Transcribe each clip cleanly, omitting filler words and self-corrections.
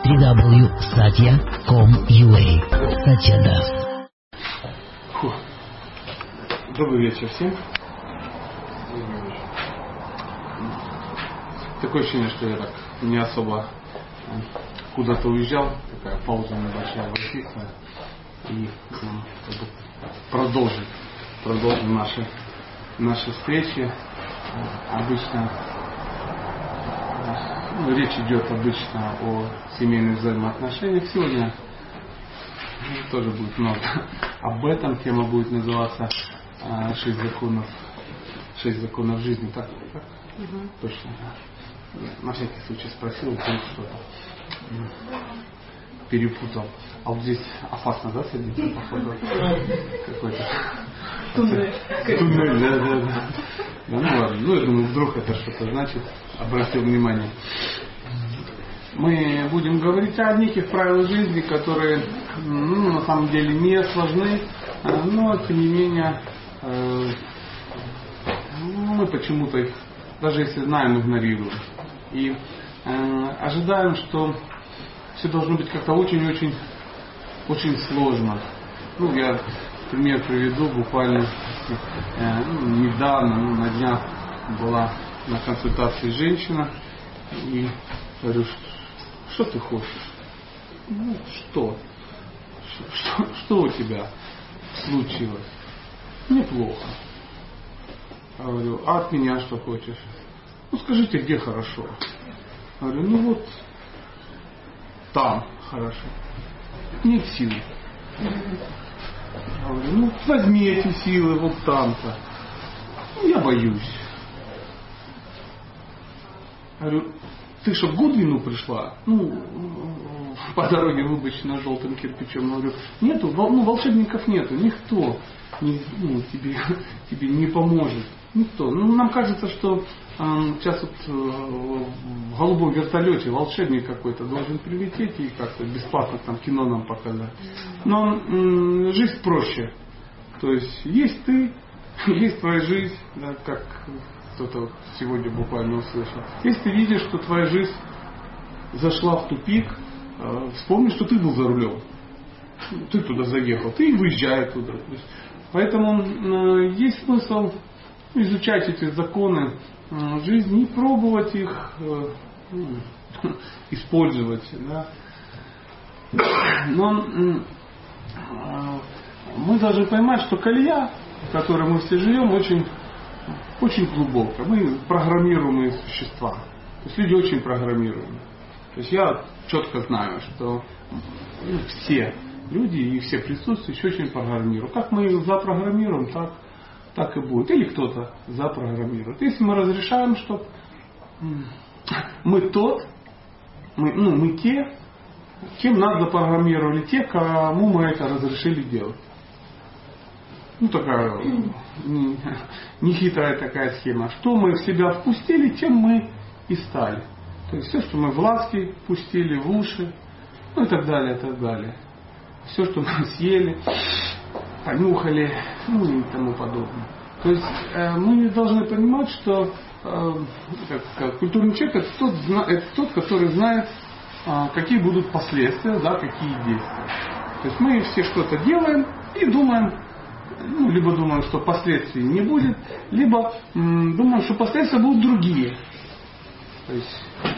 www.satya.com.ua Satya Das. Добрый вечер всем. Такое ощущение, что я так не особо куда-то уезжал, такая пауза небольшая в России, и продолжим наши встречи. Обычно речь идет обычно о семейных взаимоотношениях. Сегодня тоже будет много об этом. Тема будет называться «Шесть законов жизни». Так? Угу. Точно. На всякий случай спросил, вдруг что-то перепутал. А вот здесь опасно, да, садиться, походу? Какой-то туннель, да. Ну ладно, я думаю, вдруг это что-то значит. Обратил внимание. Мы будем говорить о неких правилах жизни, которые на самом деле не сложны, но тем не менее мы почему-то их, даже если знаем, игнорируем. И ожидаем, что все должно быть как-то очень-очень сложно. Я пример приведу. Буквально недавно, на днях была на консультации женщина, и говорю, что ты хочешь? Что у тебя случилось? Мне плохо. Я говорю, а от меня что хочешь? Скажите, где хорошо? Я говорю, там хорошо. Нет сил. Я говорю, возьми эти силы вот там-то. Я боюсь. Я говорю, ты что, к Гудвину пришла? По дороге выбочена желтым кирпичом. Я говорю, нету, волшебников нету, никто тебе не поможет. Никто. Нам кажется, что сейчас в голубом вертолете волшебник какой-то должен прилететь и как-то бесплатно там кино нам показать. Но жизнь проще. То есть ты, есть твоя жизнь, да, как кто-то сегодня буквально услышал. Если ты видишь, что твоя жизнь зашла в тупик, вспомни, что ты был за рулем. Ты туда заехал, ты и выезжай туда. Поэтому есть смысл изучать эти законы жизни и пробовать их использовать. Да. Но мы должны понимать, что колея, в которой мы все живем, очень глубоко. Мы программируемые существа. То есть люди очень программируемые. То есть я четко знаю, что все люди и все присутствующие очень программируют. Как мы их запрограммируем, так и будет. Или кто-то запрограммирует. Если мы разрешаем, что мы те, кем нас запрограммировали, те, кому мы это разрешили делать. Такая нехитрая такая схема. Что мы в себя впустили, тем мы и стали. То есть все, что мы в глазки пустили, в уши, и так далее, и так далее. Все, что мы съели, понюхали, и тому подобное. То есть мы должны понимать, что культурный человек это тот, который знает, какие будут последствия, да, какие действия. То есть мы все что-то делаем и думаем, либо думаем, что последствий не будет, либо думаем, что последствия будут другие. То есть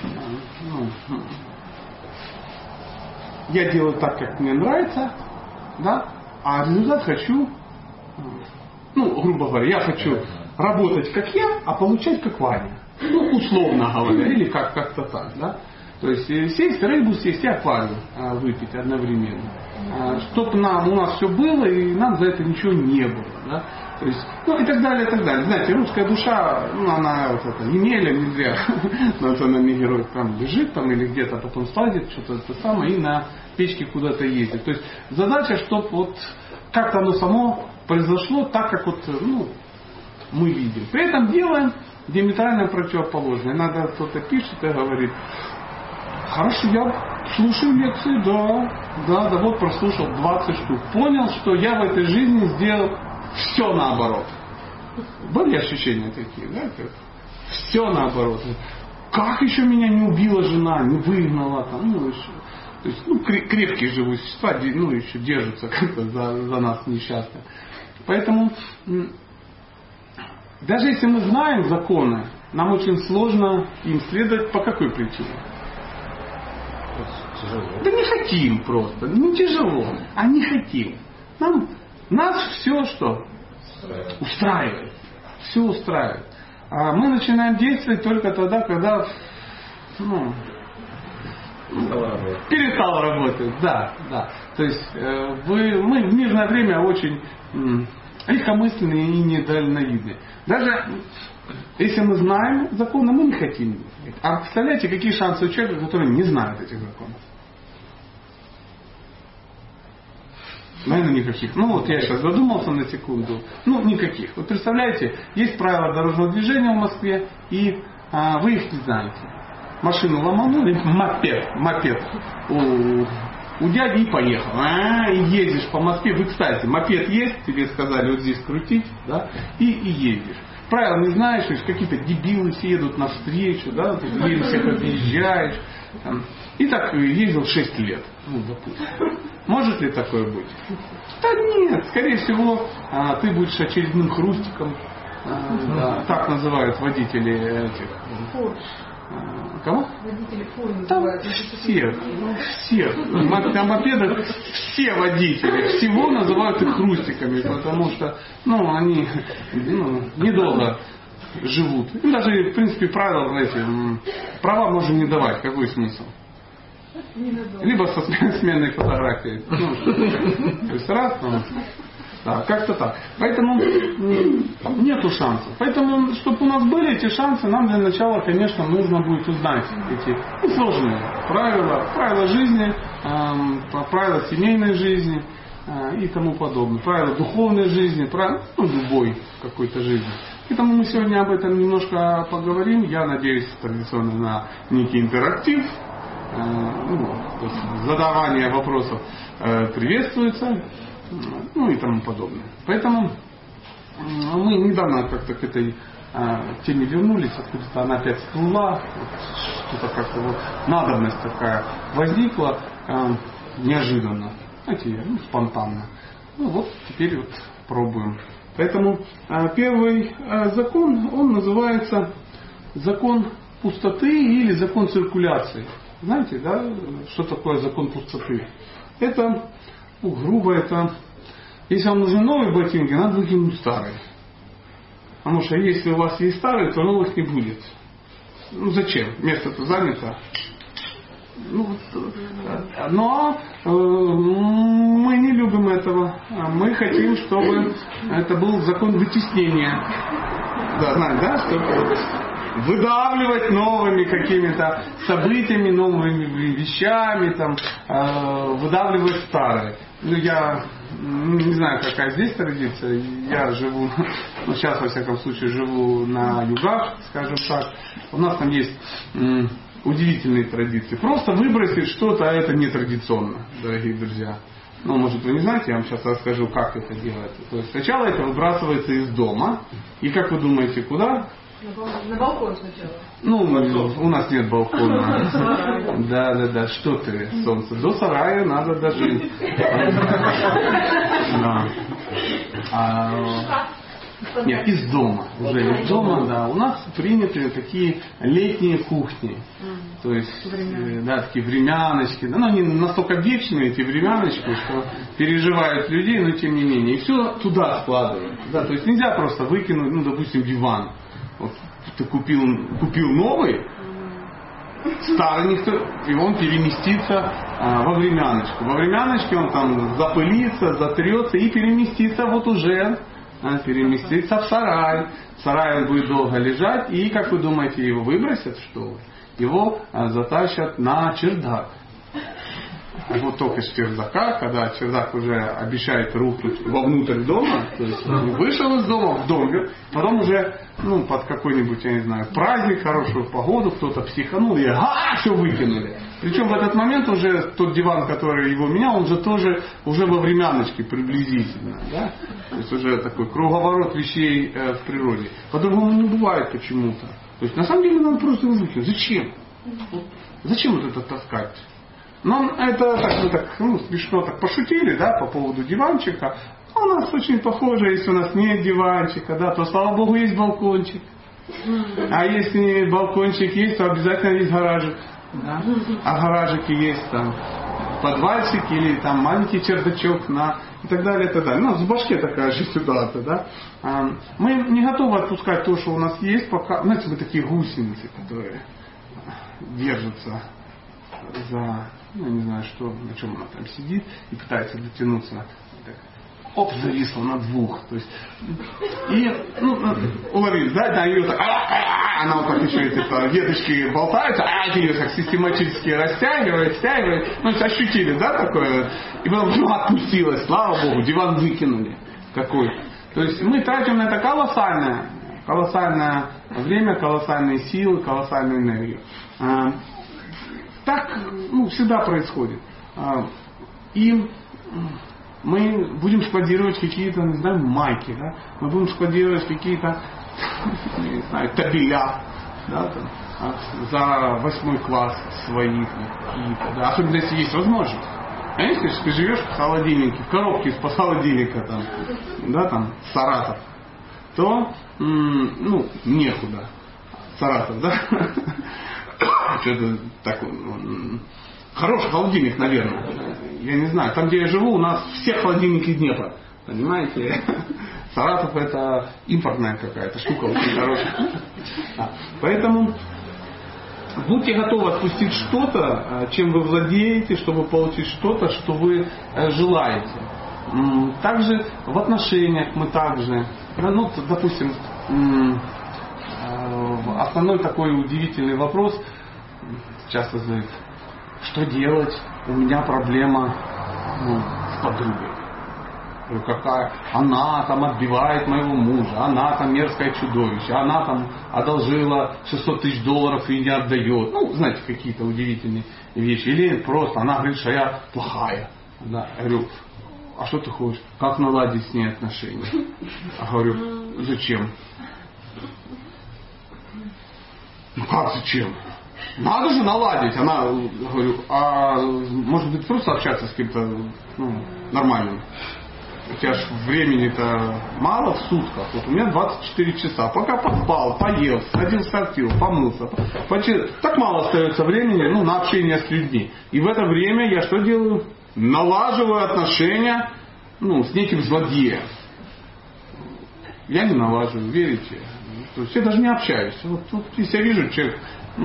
я делаю так, как мне нравится, да, а результат хочу, грубо говоря, я хочу работать как я, а получать как Ваня. Условно говоря, или как-то так, да. То есть сесть рыбу, съесть и аквариум выпить одновременно. Чтобы у нас все было, и нам за это ничего не было. Да? То есть, и так далее, и так далее. Знаете, русская душа, она Емеля, не зря национальный герой там лежит там, или где-то потом слазит, что-то это самое, и на печке куда-то ездит. То есть задача, чтобы как-то оно само произошло так, как мы видим. При этом делаем диаметрально противоположное. Иногда кто-то пишет и говорит, хорошо, я слушаю лекции, да, вот прослушал 20 штук. Понял, что я в этой жизни сделал все наоборот. Были ощущения такие, да? Все наоборот. как еще меня не убила жена, не выгнала, там, ну, еще. То есть, ну, крепкие живые существа, ну, еще держатся как-то за нас несчастных. Поэтому, даже если мы знаем законы, нам очень сложно им следовать по какой причине? Тяжело. Да не хотим просто, не тяжело, а не хотим. Нас все что? Устраивает. Все устраивает. А мы начинаем действовать только тогда, когда перестал работать. Да. То есть мы в мирное время очень легкомысленные и недальновидные. Даже если мы знаем законы, мы не хотим. А представляете, какие шансы у человека, который не знает этих законов? Наверное, никаких. Ну вот я сейчас задумался на секунду. Ну, никаких. Вот представляете, есть правила дорожного движения в Москве, и вы их не знаете. Машину ломанули, мопед у дяди и поехал. И ездишь по Москве. Вы, кстати, мопед есть, тебе сказали вот здесь крутить, да, и ездишь. Правила не знаешь, какие-то дебилы все едут навстречу, да, ты еле всех объезжаешь. И так ездил 6 лет. Ну, допустим. Может ли такое быть? Да нет, скорее всего, ты будешь очередным хрустиком. Да, так называют водители этих. Кого? Водители фур называют. Всех. На мопедах все водители всего называют их хрустиками, потому что они недолго живут. И даже, в принципе, правила, знаете, права можно не давать. Какой смысл? Либо со сменной фотографией. То есть раз, да, как-то так. Поэтому нету шансов. Поэтому, чтобы у нас были эти шансы, нам для начала, конечно, нужно будет узнать эти сложные правила жизни, правила семейной жизни и тому подобное. Правила духовной жизни, любой какой-то жизни. Поэтому мы сегодня об этом немножко поговорим. Я надеюсь, традиционно на некий интерактив. Задавание вопросов приветствуется, и тому подобное. Поэтому мы недавно как-то к этой теме вернулись, откуда-то она опять всплыла, что-то как-то надобность такая возникла неожиданно, знаете, спонтанно. Теперь пробуем. Поэтому первый закон, он называется закон пустоты или закон циркуляции. Знаете, да, что такое закон пустоты? Это, грубо, если вам нужны новые ботинки, надо выкинуть старые. Потому что если у вас есть старые, то новых не будет. Зачем? Место-то занято. Но мы не любим этого. Мы хотим, чтобы это был закон вытеснения. Да, знаете, да? Чтобы выдавливать новыми какими-то событиями, новыми вещами, выдавливать старые. Я не знаю, какая здесь традиция. Я живу, сейчас во всяком случае живу на югах, скажем так. У нас там есть удивительные традиции. Просто выбросить что-то, а это нетрадиционно, дорогие друзья. Может, вы не знаете, я вам сейчас расскажу, как это делается. То есть сначала это выбрасывается из дома. И как вы думаете, куда? На балкон сначала. У нас нет балкона. Да. Что ты, солнце? До сарая надо дожить. Нет, из дома. Уже из дома, да. У нас приняты такие летние кухни. То есть, такие времяночки. Они настолько вечные, эти времяночки, что переживают людей, но тем не менее. И все туда складывают. Да, то есть нельзя просто выкинуть, допустим, диван. Ты купил новый, старый никто, и он переместится во времяночку. Во времяночке он там запылится, затрется и переместится переместится в сарай. В сарае он будет долго лежать, и, как вы думаете, его выбросят, что ли? Его затащат на чердак. Только с чердака, когда чердак уже обещает рухнуть вовнутрь дома, то есть вышел из дома в доме, потом уже под какой-нибудь, я не знаю, праздник, хорошую погоду, кто-то психанул и все выкинули. Причем в этот момент уже тот диван, который его менял, он же тоже уже во времяночке приблизительно. Да? То есть уже такой круговорот вещей в природе. По-другому не бывает почему-то. То есть на самом деле надо просто его выкинуть. Зачем? Зачем вот это таскать? Но это так, мы так смешно так пошутили, да, по поводу диванчика. А у нас очень похоже, если у нас нет диванчика, да, то слава Богу есть балкончик. А если балкончик есть, то обязательно есть гаражик. Да? А гаражики есть там подвальчик или там маленький чердачок на и так далее, и так далее. Ну, в башке такая же ситуация, да. Мы не готовы отпускать то, что у нас есть, пока, знаете, мы такие гусеницы, которые держатся за, ну, не знаю что, на чем она там сидит и пытается дотянуться. Так, оп, зависла на двух. То есть, и, уловили, да, ее так, она вот так еще эти веточки болтаются, ее так систематически растягивает, стягивает, ну, ощутили, да, такое, и потом отпустилась, слава Богу, диван выкинули какой-то. То есть мы тратим на это колоссальное время, колоссальные силы, колоссальную энергию. Так всегда происходит. И мы будем складировать какие-то, не знаю, майки, да? Мы будем складировать какие-то, не знаю, табеля, да, там, за 8 класс своих какие-то, да? Особенно если есть возможность. А если ты живешь в холодильнике, в коробке из-под холодильника, там, да, там, Саратов, то, некуда. Саратов, да? Что-то такое. Хороший холодильник, наверное. Я не знаю. Там, где я живу, у нас все холодильники Днепра. Понимаете? Саратов это импортная какая-то штука, очень хорошая. Поэтому будьте готовы отпустить что-то, чем вы владеете, чтобы получить что-то, что вы желаете. Также в отношениях мы также, допустим, основной такой удивительный вопрос часто задают: что делать? У меня проблема с подругой. Говорю, какая? Она там отбивает моего мужа, она там мерзкое чудовище, она там одолжила $600 000 и не отдает. Знаете, какие-то удивительные вещи. Или просто она говорит, что я плохая. Да. Я говорю, а что ты хочешь? Как наладить с ней отношения? Я говорю, зачем? Как зачем? Надо же наладить. Она, говорю, а может быть просто общаться с кем-то нормальным? У тебя же времени-то мало в сутках. Вот у меня 24 часа. Пока поспал, поел, сходил в сортир, помылся. Так мало остается времени на общение с людьми. И в это время я что делаю? Налаживаю отношения с неким злодеем. Я не налаживаю, верите? То есть я даже не общаюсь. Вот если я вижу, человек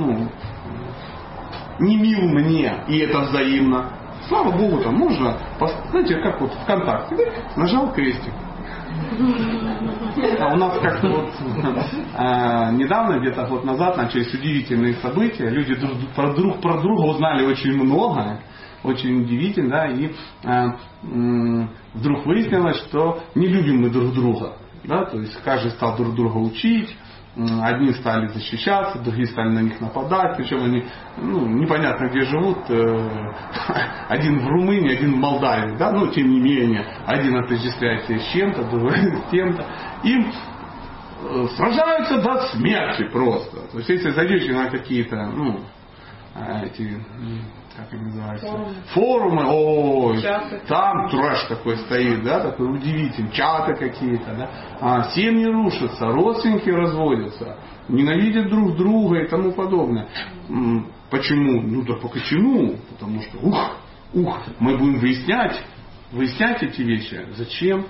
не мил мне, и это взаимно. Слава Богу, там можно, знаете, как вот ВКонтакте, нажал крестик. А у нас как-то недавно, где-то год назад, начались удивительные события. Люди друг про друга узнали очень много, очень удивительно, да, и вдруг выяснилось, что не любим мы друг друга. Да, то есть каждый стал друг друга учить. Одни стали защищаться, другие стали на них нападать, причем они непонятно где живут, один в Румынии, один в Молдавии, да, но тем не менее, один отождествляется с чем-то, другой с тем-то, и сражаются до смерти просто. То есть если зайдете на какие-то, как они называются, форумы, там трэш такой стоит, да, такой удивительный, чаты какие-то, да, семьи рушатся, родственники разводятся, ненавидят друг друга и тому подобное. Почему? Да почему? Потому что, мы будем выяснять эти вещи. Зачем?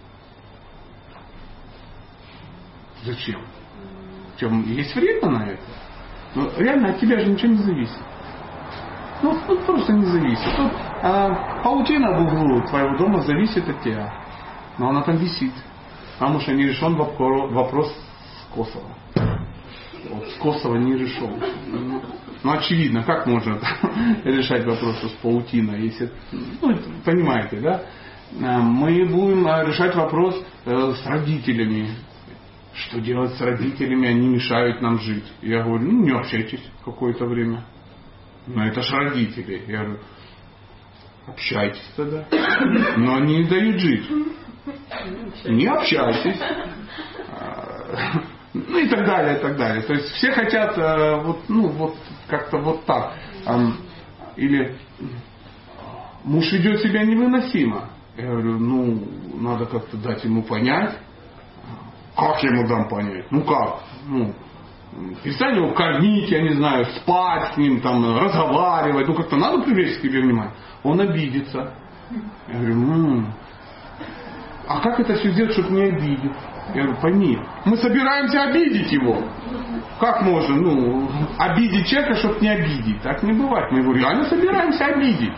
Чем есть время на это? Но реально от тебя же ничего не зависит. Просто не зависит. Тут паутина в углу твоего дома зависит от тебя. Но она там висит. Потому что не решен вопрос с Косово. Вот с Косово не решен. Очевидно, как можно решать вопросы с паутиной, если, понимаете, да? Мы будем решать вопрос с родителями. Что делать с родителями? Они мешают нам жить. Я говорю, не общайтесь какое-то время. Но это ж родители. Я говорю, общайтесь тогда. Но они не дают жить. Не общайтесь. Ну и так далее, и так далее. То есть все хотят вот как-то вот так. Или муж ведет себя невыносимо. Я говорю, надо как-то дать ему понять. Как я ему дам понять? Ну как? Перестань его кормить, я не знаю, спать с ним, там, разговаривать. Как-то надо привлечь к себе внимание. Он обидится. Я говорю, а как это все сделать, чтобы не обидеть? Я говорю, пойми, мы собираемся обидеть его. Как можно, обидеть человека, чтобы не обидеть? Так не бывает. Мы его реально собираемся обидеть.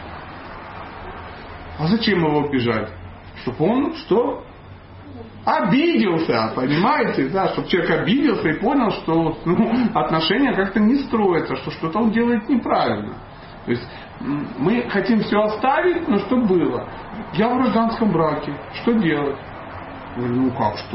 А зачем его обижать? Чтобы он что? Обиделся, понимаете? Да, чтобы человек обиделся и понял, что отношения как-то не строятся, что что-то он делает неправильно. То есть мы хотим все оставить, но что было? Я в гражданском браке. Что делать? Я говорю, как что?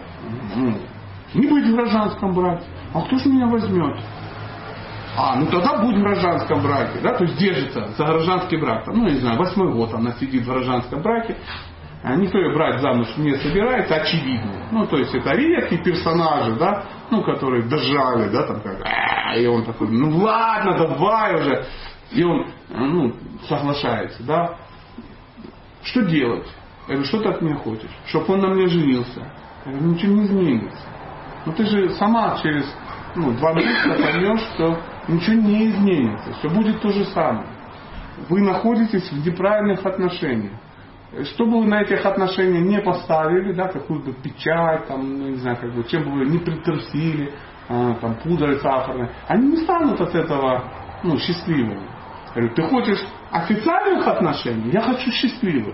Не быть в гражданском браке. А кто же меня возьмет? Тогда будь в гражданском браке. Да? То есть держится за гражданский брак. Не знаю, 8-й год она сидит в гражданском браке. Никто ее брать замуж не собирается, очевидно. То есть это редкие персонажи, да, которые дожали, да, там как, и он такой, ладно, давай уже. И он, соглашается, да. Что делать? Я говорю, что ты от меня хочешь? Чтобы он на мне женился. Я говорю, ничего не изменится. Ты же сама через 2 месяца поймешь, что ничего не изменится. Все будет то же самое. Вы находитесь в неправильных отношениях. Что бы вы на этих отношениях не поставили, да, какую-то печать, там, не знаю, чем бы вы не притрусили, там, пудрой сахарной, они не станут от этого счастливыми. Я говорю, ты хочешь официальных отношений? Я хочу счастливых.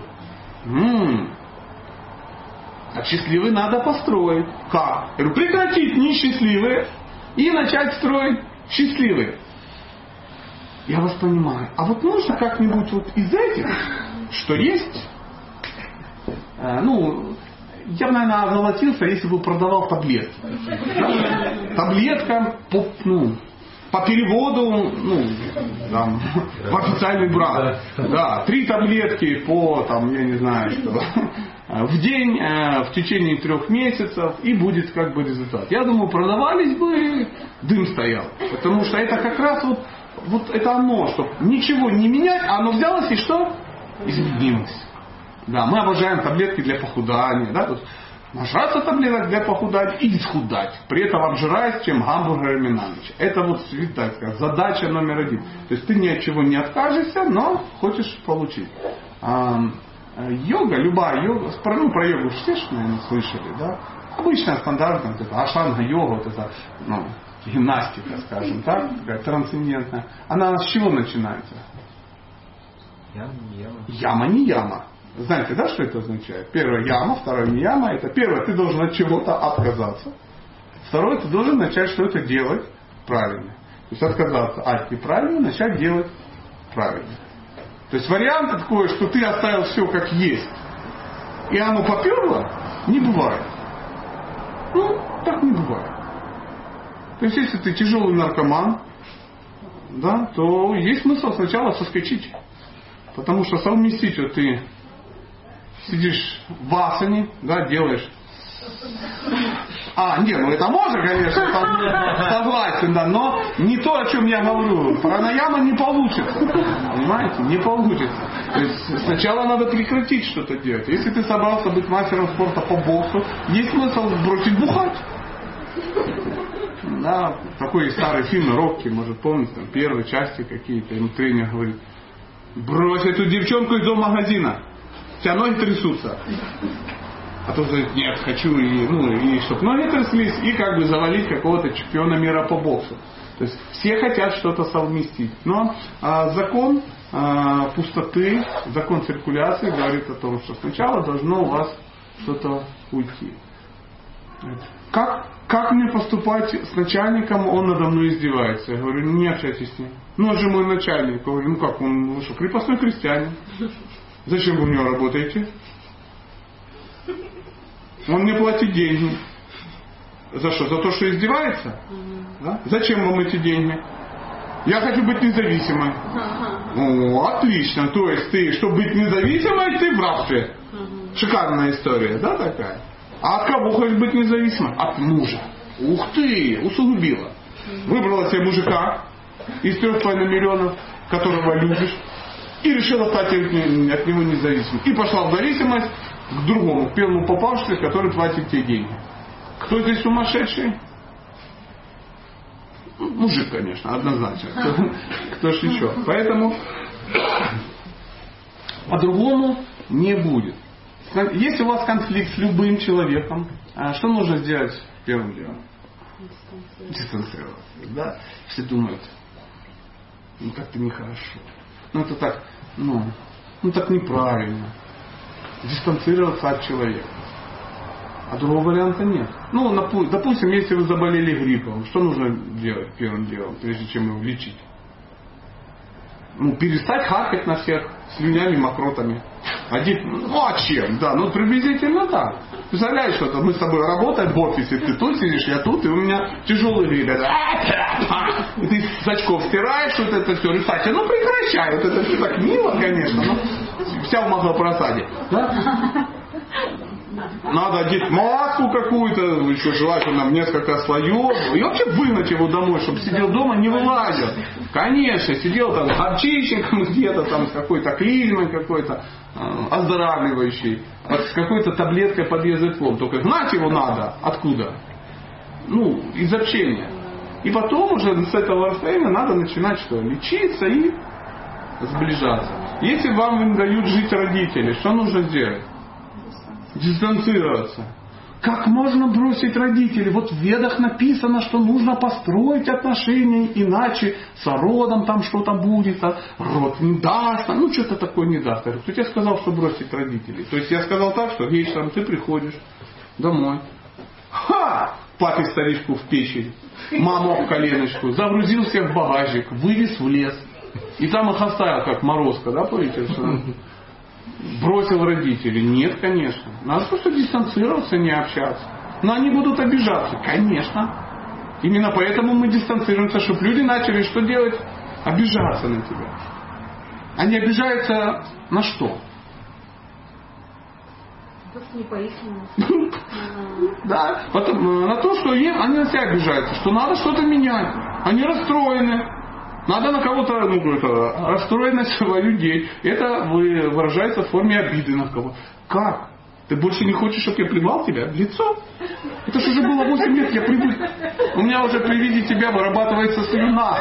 А счастливые надо построить. Как? Я говорю, прекратить несчастливые и начать строить счастливые. Я вас понимаю. А вот нужно как-нибудь из этих, что есть, я бы, наверное, озолотился, если бы продавал таблетки. Таблетка по переводу, в официальный брак. Да, 3 таблетки по, я не знаю, что, в день, в течение 3 месяцев, и будет результат. Я думаю, продавались бы, дым стоял. Потому что это как раз вот это оно, чтобы ничего не менять, а оно взялось и что? Изменилось. Да, мы обожаем таблетки для похудания, да, то есть нажраться таблеток для похудания и исхудать, при этом обжираясь чем гамбургерами на ночь. Это задача номер 1. То есть ты ни от чего не откажешься, но хочешь получить. Йога, любая йога, про йогу все, наверное, слышали, да? Обычная, стандартная, аштанга-йога, гимнастика, скажем так, трансцендентная. Она с чего начинается? Яма не яма. Знаете, да, что это означает? Первая яма, вторая не яма. Это первое, ты должен от чего-то отказаться. Второе, ты должен начать что-то делать правильно. То есть отказаться от неправильно, начать делать правильно. То есть вариант такой, что ты оставил все как есть, и оно поперло, не бывает. Так не бывает. То есть если ты тяжелый наркоман, да, то есть смысл сначала соскочить. Потому что совместить ты сидишь в асане, да, делаешь. Это можно, конечно, согласен, да, но не то, о чем я говорю. Пранаяма не получится. Понимаете? Не получится. То есть сначала надо прекратить что-то делать. Если ты собрался быть мастером спорта по боксу, есть смысл бросить бухать. Да, такой старый фильм «Рокки», может помните, там первые части какие-то, ему тренер говорит, брось эту девчонку из зоомагазина, у тебя ноги трясутся. А тот говорит, нет, хочу и чтобы ноги тряслись, и завалить какого-то чемпиона мира по боксу. То есть все хотят что-то совместить. Но закон пустоты, закон циркуляции говорит о том, что сначала должно у вас что-то уйти. Как мне поступать с начальником, он надо мной издевается? Я говорю, не общайтесь с ним. Он же мой начальник. Я говорю, он что, крепостной крестьянин? Зачем вы у него работаете? Он мне платит деньги. За что? За то, что издевается? Да? Зачем вам эти деньги? Я хочу быть независимой. Отлично. То есть ты, чтобы быть независимой, ты в рабстве. Шикарная история, да, такая? А от кого хочешь быть независимой? От мужа. Ух ты, усугубила. Выбрала себе мужика из 3,5 миллионов, которого любишь, и решила стать от него независимой. И пошла в зависимость к другому, к первому попавшемуся, который платит тебе деньги. Кто здесь сумасшедший? Мужик, конечно, однозначно. Кто ж еще. Поэтому по-другому не будет. Если у вас конфликт с любым человеком, что нужно сделать первым делом? Дистанцироваться. Да? Все думают, как-то нехорошо. Это так, так неправильно. Дистанцироваться от человека. А другого варианта нет. Допустим, если вы заболели гриппом, что нужно делать первым делом, прежде чем его лечить? Перестать харкать на всех слюнями, мокротами. А чем? Да, приблизительно так. Представляешь, что мы с тобой работаем в офисе, ты тут сидишь, я тут, и у меня тяжелый грипп. И ты с очков стираешь вот это все. Кстати, прекращай, вот это все так мило, конечно, но вся в маслопросаде. Да? Надо одеть маску какую-то, еще желательно в несколько слоев. И вообще выгнать его домой, чтобы сидел дома, не вылазил. Конечно, сидел там с горчичником где-то, там с какой-то клизмой какой-то оздоравливающей, с какой-то таблеткой под языком. Только гнать его надо. Откуда? Из общения. И потом уже с этого расстояния надо начинать что? Лечиться и сближаться. Если вам дают жить родители, что нужно сделать? Дистанцироваться. Как можно бросить родителей? Вот в Ведах написано, что нужно построить отношения, иначе с родом там что-то будет, род не даст, что-то такое не даст. Кто тебе сказал, что бросить родителей? То есть я сказал так, что вечером ты приходишь домой. Папе старичку в печень, маму об коленочку, загрузил всех в багажник, вывез в лес. И там их оставил, как Морозко, да, помните? Бросил родителей? Нет, конечно. Надо просто дистанцироваться, не общаться. Но они будут обижаться. Конечно. Именно поэтому мы дистанцируемся, чтобы люди начали что делать? Обижаться на тебя. Они обижаются на что? Просто не по-ихнему. Да. На то, что они на себя обижаются. Что надо что-то менять. Они расстроены. Надо на кого-то, расстроенность свою деть. Это выражается в форме обиды на кого-то. Как? Ты больше не хочешь, чтобы я плевал тебя в лицо? Это же уже было 8 лет, я привык. У меня уже при виде тебя вырабатывается слюна.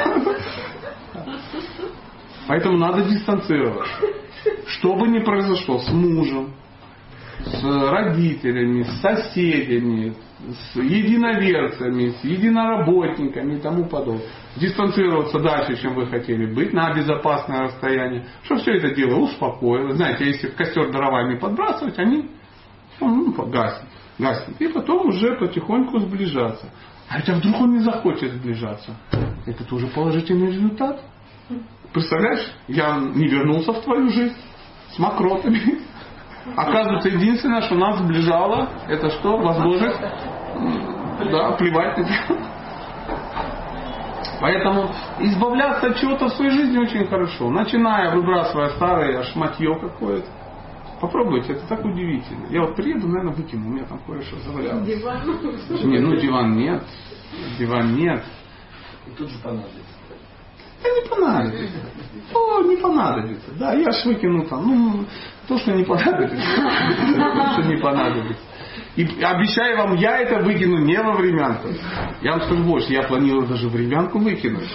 Поэтому надо дистанцироваться. Что бы ни произошло с мужем, с родителями, с соседями, с единоверцами, с единоработниками и тому подобное. Дистанцироваться дальше, чем вы хотели быть, на безопасное расстояние, чтобы все это дело успокоило. Знаете, если в костер дровами подбрасывать, они гаснут. И потом уже потихоньку сближаться. А ведь вдруг он не захочет сближаться? Это тоже положительный результат. Представляешь, я не вернулся в твою жизнь с мокротами. Оказывается, единственное, что нас сближало, это что? Возможность плевать на тебя. Поэтому избавляться от чего-то в своей жизни очень хорошо. Начиная, выбрасывая старое шматье какое-то. Попробуйте, это так удивительно. Я приеду, наверное, выкину, у меня там кое-что завалялось. Диван нет. Диван нет. И тут же понадобится. Да не понадобится. Не понадобится. Да, я ж выкину там. То, что не понадобится. То, что не понадобится. И обещаю вам, я это выкину не во времянку. Я вам скажу больше, я планирую даже времянку выкинуть.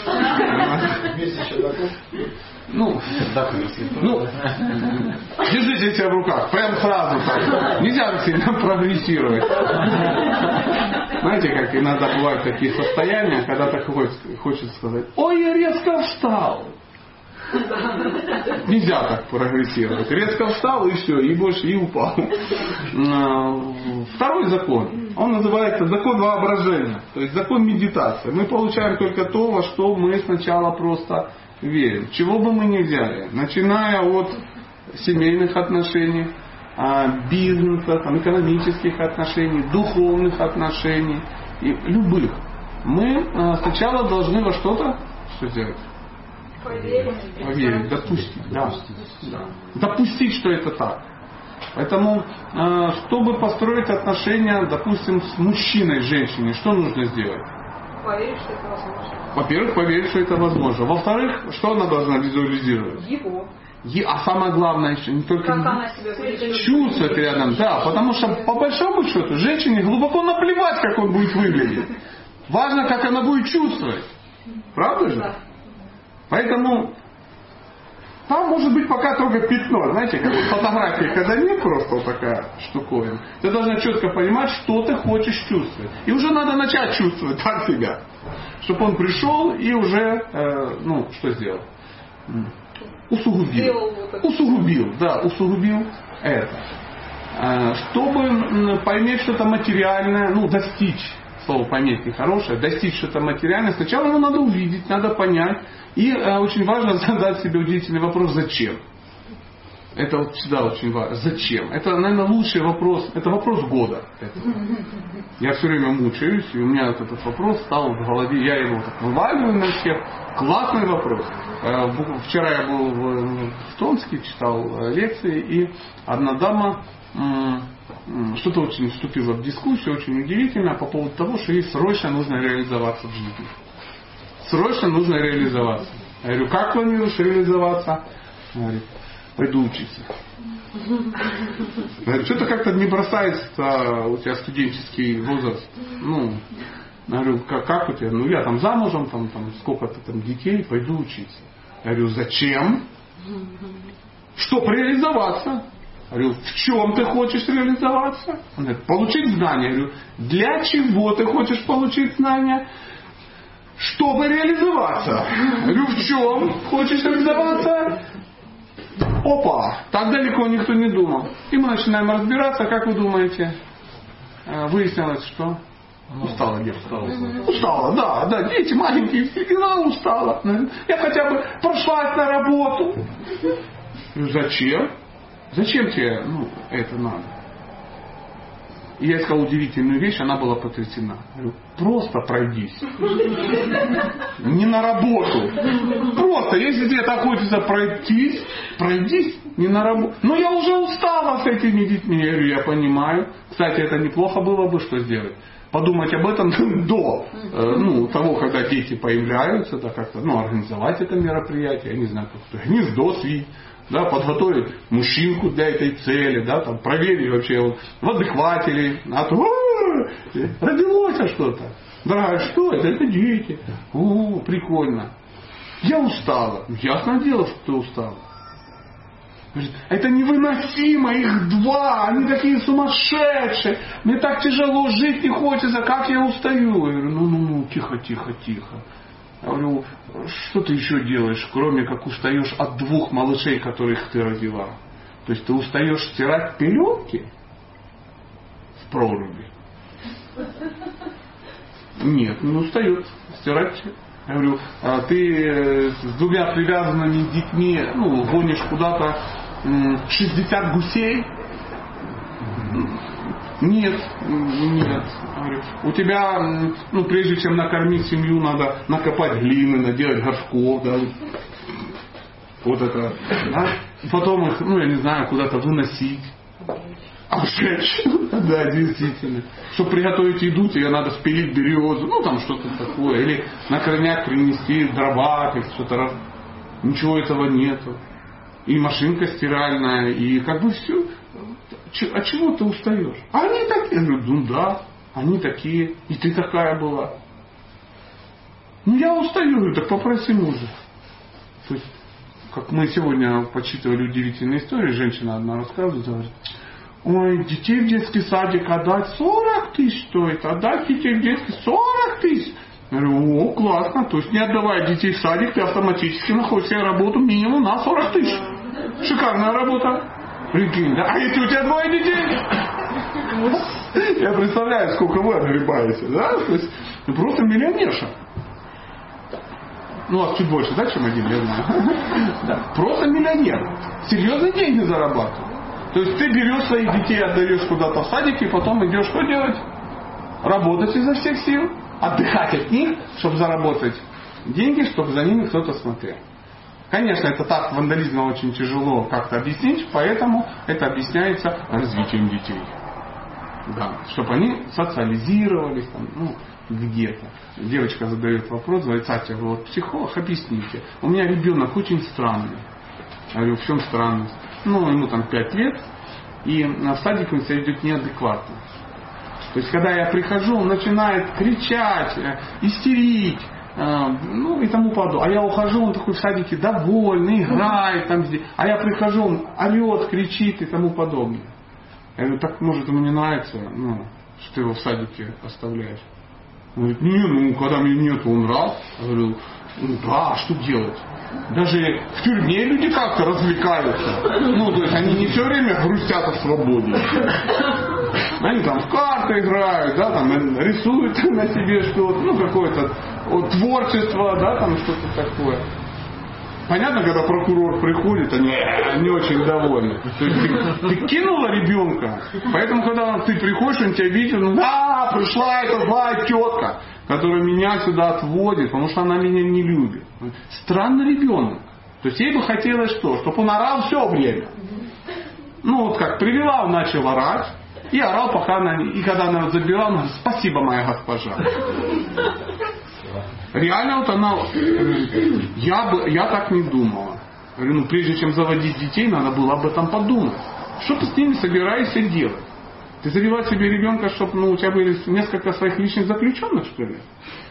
Держите себя в руках, прям сразу так. Нельзя сильно прогрессировать. Знаете, как иногда бывают такие состояния, когда так хочется сказать: ой, я резко встал. Нельзя так прогрессировать. Резко встал и все, и больше и упал. Второй закон, он называется закон воображения, то есть закон медитации. Мы получаем только то, во что мы сначала просто верим. Чего бы мы ни взяли, начиная от семейных отношений, бизнеса, экономических отношений, духовных отношений, и любых. Мы сначала должны во что-то что сделать? Поверить, допустить. Да. Допустить, что это так. Поэтому, чтобы построить отношения, допустим, с мужчиной, женщиной, что нужно сделать? Поверить, что это возможно. Во-первых, поверить, что это возможно. Во-вторых, что она должна визуализировать? Его. А самое главное еще, не только Как она себя будет чувствовать рядом. Да, потому что по большому счету женщине глубоко наплевать, как он будет выглядеть. Важно, как она будет чувствовать. Правда же? Да. Поэтому там может быть пока только пятно. Знаете, как вот фотографии, когда нет просто вот такая штуковина. Ты должна четко понимать, что ты хочешь чувствовать. И уже надо начать чувствовать так себя. Чтобы он пришел и уже, что сделал? Усугубил это. Чтобы поиметь что-то материальное, достичь, слово поиметь нехорошее, достичь что-то материальное, сначала его надо увидеть, надо понять. И очень важно задать себе удивительный вопрос: зачем? Это вот всегда очень важно. Зачем? Это, наверное, лучший вопрос. Это вопрос года. Я все время мучаюсь, и у меня вот этот вопрос стал в голове. Я его так вываливаю на всех. Классный вопрос. Вчера я был в Томске, читал лекции, и одна дама что-то очень вступила в дискуссию, очень удивительно, по поводу того, что ей срочно нужно реализоваться в жизни. Срочно нужно реализоваться. Я говорю: как планируешь реализоваться? Она говорит: пойду учиться. Что-то как-то не бросается у тебя студенческий возраст. Я говорю: как у тебя? Я там замужем, там сколько-то там детей, пойду учиться. Я говорю: зачем? Чтобы реализоваться. Я говорю: в чем ты хочешь реализоваться? Он говорит: получить знания. Я говорю: для чего ты хочешь получить знания? Чтобы реализоваться. Я говорю: в чем хочешь реализоваться? Опа! Так далеко никто не думал. И мы начинаем разбираться. Как вы думаете? Выяснилось, что устала девушка. Устала, да. Дети маленькие, все дела, устала. Я хотя бы прошлась на работу. Зачем? Зачем тебе это надо? И я сказал удивительную вещь, она была потрясена. Я говорю: просто пройдись. Не на работу. Просто, если тебе так хочется пройдись, не на работу. Но я уже устала с этими детьми. Я говорю: я понимаю. Кстати, это неплохо было бы что сделать? Подумать об этом до того, когда дети появляются, да, как-то организовать это мероприятие, я не знаю, как-то гнездо свить. Да, подготовить мужчинку для этой цели, да, там, проверить вообще в адеквате ли, родилось что-то. Дорогая, что это? Это дети. Прикольно. Я устала. Ясное дело, что ты устала. Это невыносимо, их два, они такие сумасшедшие. Мне так тяжело, жить не хочется, как я устаю. Я говорю: тихо. Я говорю: что ты еще делаешь, кроме как устаешь от 2 малышей, которых ты родила? То есть ты устаешь стирать пеленки в проруби? Нет, не устает стирать. Я говорю: ты с 2 привязанными детьми гонишь куда-то 60 гусей? Нет. Говорю: у тебя, прежде чем накормить семью, надо накопать глины, наделать горшков, да. Вот это, да. Потом их, я не знаю, куда-то выносить. Обжечь. Да, действительно. Чтобы приготовить еду, тебе надо спилить березу, там что-то такое. Или на корняк принести дрова, что-то. Ничего этого нету. И машинка стиральная, и все. От чего ты устаешь? А они такие. Я говорю: да, они такие. И ты такая была. Я устаю. Говорю: так попроси мужа. То есть, как мы сегодня почитывали удивительные истории, женщина одна рассказывает, говорит: ой, детей в детский садик отдать 40 тысяч стоит, отдать детей в детский 40 тысяч. Я говорю: классно. То есть, не отдавая детей в садик, ты автоматически находишь себе работу минимум на 40 тысяч. Шикарная работа. Прикинь, да? А если у тебя 2 детей? Я представляю, сколько вы отгребаете, да? То есть, просто миллионерша. У вас чуть больше, да, чем 1, я знаю. Да. Просто миллионер. Серьезные деньги зарабатывает. То есть ты берешь своих детей, отдаешь куда-то в садик, и потом идешь что делать? Работать изо всех сил. Отдыхать от них, чтобы заработать деньги, чтобы за ними кто-то смотрел. Конечно, этот акт вандализма очень тяжело как-то объяснить, поэтому это объясняется развитием детей. Да, чтобы они социализировались там, где-то. Девочка задает вопрос, говорит: Сатя, вы вот психолог, объясните. У меня ребенок очень странный. Я говорю: в чем странность? Ему там 5 лет, и в садике он себя ведет неадекватно. То есть, когда я прихожу, он начинает кричать, истерить, и тому подобное. А я ухожу, он такой в садике довольный, играет там где. А я прихожу, он орет, кричит и тому подобное. Я говорю: так, может, ему не нравится, что ты его в садике оставляешь? Он говорит: не, когда меня нет, он рад. Я говорю: да, а что делать? Даже в тюрьме люди как-то развлекаются. То есть они не все время грустят о свободе. Они там в карты играют, да, там рисуют на себе что-то, какое-то творчество, да, там что-то такое. Понятно, когда прокурор приходит, они очень довольны. То есть ты кинула ребенка, поэтому когда ты приходишь, он тебя видит, пришла эта злая тетка, которая меня сюда отводит, потому что она меня не любит. Странный ребенок. То есть ей бы хотелось что? Чтобы он орал все время. Как привела, он начал орать. И орал, пока она... И когда она забирала, она говорит: спасибо, моя госпожа. Реально она... Я так не думала. Говорю: прежде чем заводить детей, надо было об этом подумать. Что ты с ними собираешься делать? Ты завела себе ребенка, чтобы у тебя были несколько своих личных заключенных, что ли?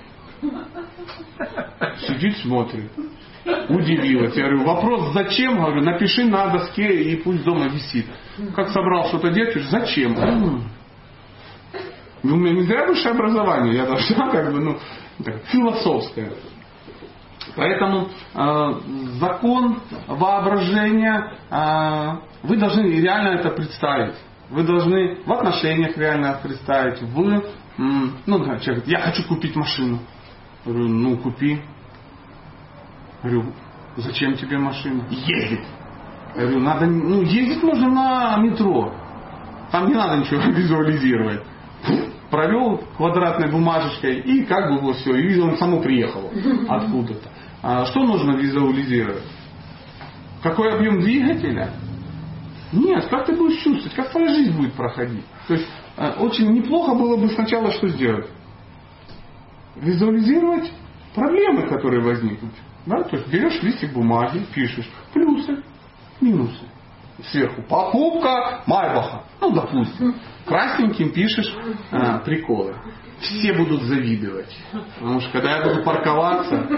Сидит, смотрит. Удивилась. Я говорю: вопрос зачем? Говорю: напиши на доске и пусть дома висит. Как собрал что-то делать? Зачем? У меня не зря высшее образование. Я должна философское. Поэтому закон воображения, вы должны реально это представить. Вы должны в отношениях реально представить. Человек говорит: я хочу купить машину. Я говорю: купи. Я говорю: зачем тебе машина? Ездить. Я говорю: ездить можно на метро. Там не надо ничего визуализировать. Провел квадратной бумажечкой и все. И видел, он само приехал откуда-то. Что нужно визуализировать? Какой объем двигателя? Нет, как ты будешь чувствовать, как твоя жизнь будет проходить. То есть очень неплохо было бы сначала что сделать? Визуализировать проблемы, которые возникнут. Да? То есть берешь листик бумаги, пишешь плюсы, минусы. Сверху покупка Майбаха. Допустим. Красненьким пишешь приколы. Все будут завидовать. Потому что когда я буду парковаться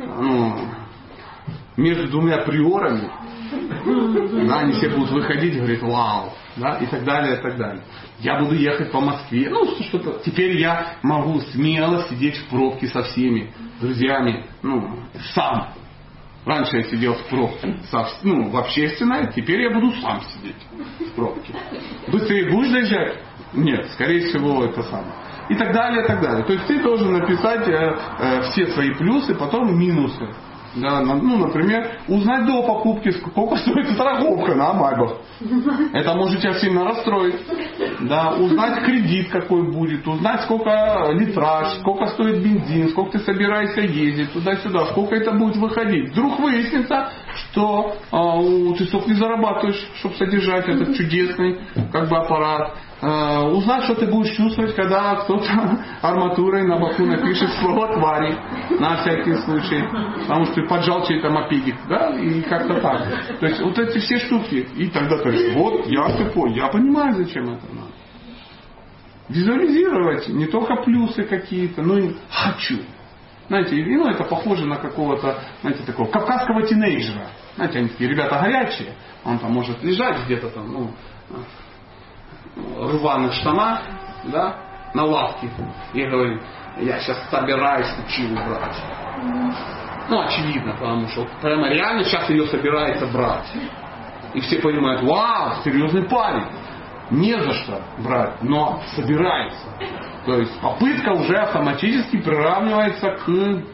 между двумя приорами, они все будут выходить и говорить: вау, да, и так далее, и так далее. Я буду ехать по Москве. Что-то. Теперь я могу смело сидеть в пробке со всеми друзьями, сам. Раньше я сидел в пробке в общественной, теперь я буду сам сидеть в пробке. Быстрее будешь доезжать? Нет, скорее всего это самое. И так далее, и так далее. То есть ты должен написать все свои плюсы, потом минусы. Да, например, узнать до покупки, сколько стоит страховка на Майбах. Это может тебя сильно расстроить. Да, узнать кредит какой будет, узнать сколько литраж, сколько стоит бензин, сколько ты собираешься ездить туда-сюда, сколько это будет выходить. Вдруг выяснится, что ты столько не зарабатываешь, чтобы содержать этот чудесный аппарат. Узнать, что ты будешь чувствовать, когда кто-то арматурой на боку напишет слово «твари» на всякий случай, потому что ты поджал чей-то мопедик, да, и как-то так. То есть вот эти все штуки. И тогда ты говоришь: я понимаю, зачем это надо. Визуализировать не только плюсы какие-то, но и хочу. Знаете, это похоже на какого-то, такого кавказского тинейджера. Знаете, они такие ребята горячие, он там может лежать где-то там, рваных штанах, да, на лавке и говорит: я сейчас собираюсь училу брать. Очевидно, потому что прямо реально сейчас ее собирается брать. И все понимают: вау, серьезный парень. Не за что брать, но собирается. То есть попытка уже автоматически приравнивается к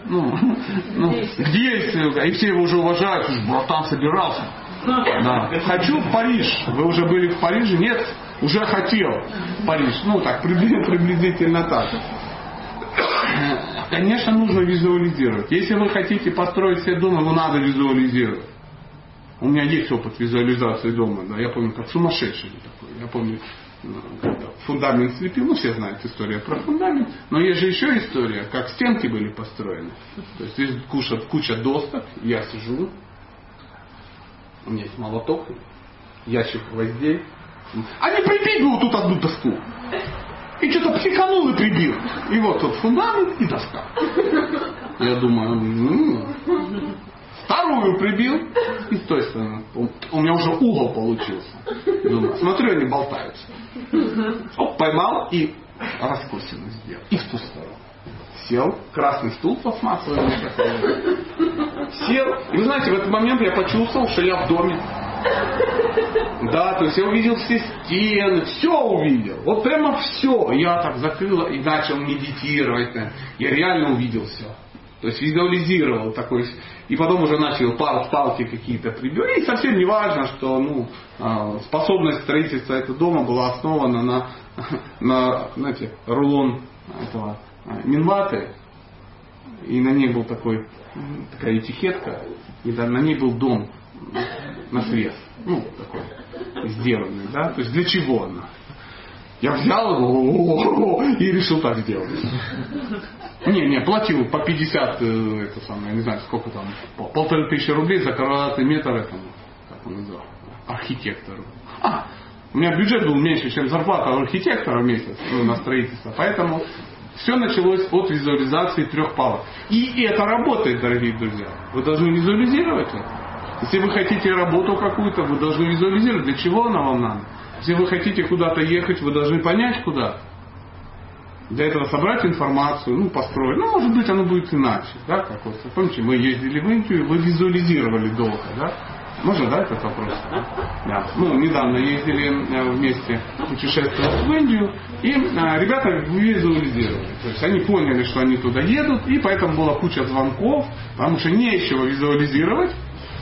действию. И все его уже уважают: братан собирался. Да. Хочу в Париж. Вы уже были в Париже? Нет, уже хотел Париж. Приблизительно так. Конечно, нужно визуализировать. Если вы хотите построить себе дом, его надо визуализировать. У меня есть опыт визуализации дома, да, я помню, как сумасшедший такой. Я помню, когда фундамент слепил, ну все знают историю про фундамент, но есть же еще история, как стенки были построены. То есть есть куча досок, я сижу, у меня есть молоток, ящик гвоздей. А не прибить бы вот тут одну доску. И что-то психанул и прибил. И вот тут фундамент и доска. Я думаю, вторую прибил и с той стороны. У меня уже угол получился. Думаю, смотрю, они болтаются. Оп, поймал и раскосину сделал. И в ту сторону. Сел, красный стул пластмассовый у меня такой. Сел. И вы знаете, в этот момент я почувствовал, что я в доме. Да, то есть я увидел все стены, все увидел. Вот прямо все. Я так закрыл и начал медитировать. Я реально увидел все. То есть визуализировал такой. И потом уже начал палки какие-то прибирать. И совсем не важно, что способность строительства этого дома была основана на знаете, рулон этого минваты. И на ней был такая этикетка. И на ней был дом на срез. Такой сделанный. Да? То есть для чего она? Я взял его и решил так сделать. Не, платил по 50, я не знаю, сколько там, 1500 рублей за квадратный метр этому, как он называл, архитектору. У меня бюджет был меньше, чем зарплата архитектора в месяц на строительство. Поэтому все началось от визуализации 3 палок. И это работает, дорогие друзья. Вы должны визуализировать это. Если вы хотите работу какую-то, вы должны визуализировать, для чего она вам надо. Если вы хотите куда-то ехать, вы должны понять, куда. Для этого собрать информацию, построить. Может быть, оно будет иначе. Да, как вот, помните, мы ездили в Индию, вы визуализировали долго. Да? Можно, да, этот вопрос? Да. Недавно ездили вместе, путешествовать в Индию, и ребята визуализировали. То есть они поняли, что они туда едут, и поэтому была куча звонков, потому что нечего визуализировать.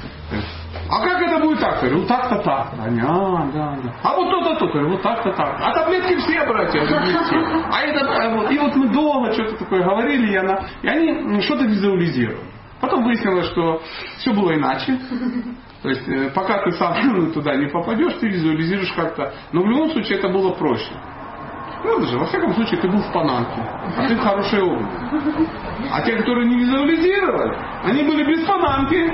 А как это будет так? Я говорю, так-то так. Они, да. А вот то-то. Я говорю, вот так-то так. А таблетки все, братья, все. И вот мы долго что-то такое говорили, и они что-то визуализировали. Потом выяснилось, что все было иначе. То есть, пока ты сам туда не попадешь, ты визуализируешь как-то. Но в любом случае это было проще. Во всяком случае, ты был в панамке, а ты в хорошей обуви. А те, которые не визуализировали, они были без панамки.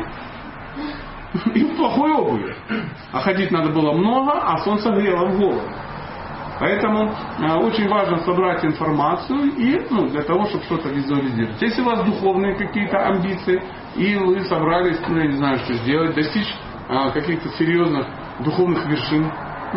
И в плохой обуви. А ходить надо было много, а солнце грело в голову. Поэтому очень важно собрать информацию и для того, чтобы что-то визуализировать. Если у вас духовные какие-то амбиции, и вы собрались, я не знаю, что сделать, достичь каких-то серьезных духовных вершин,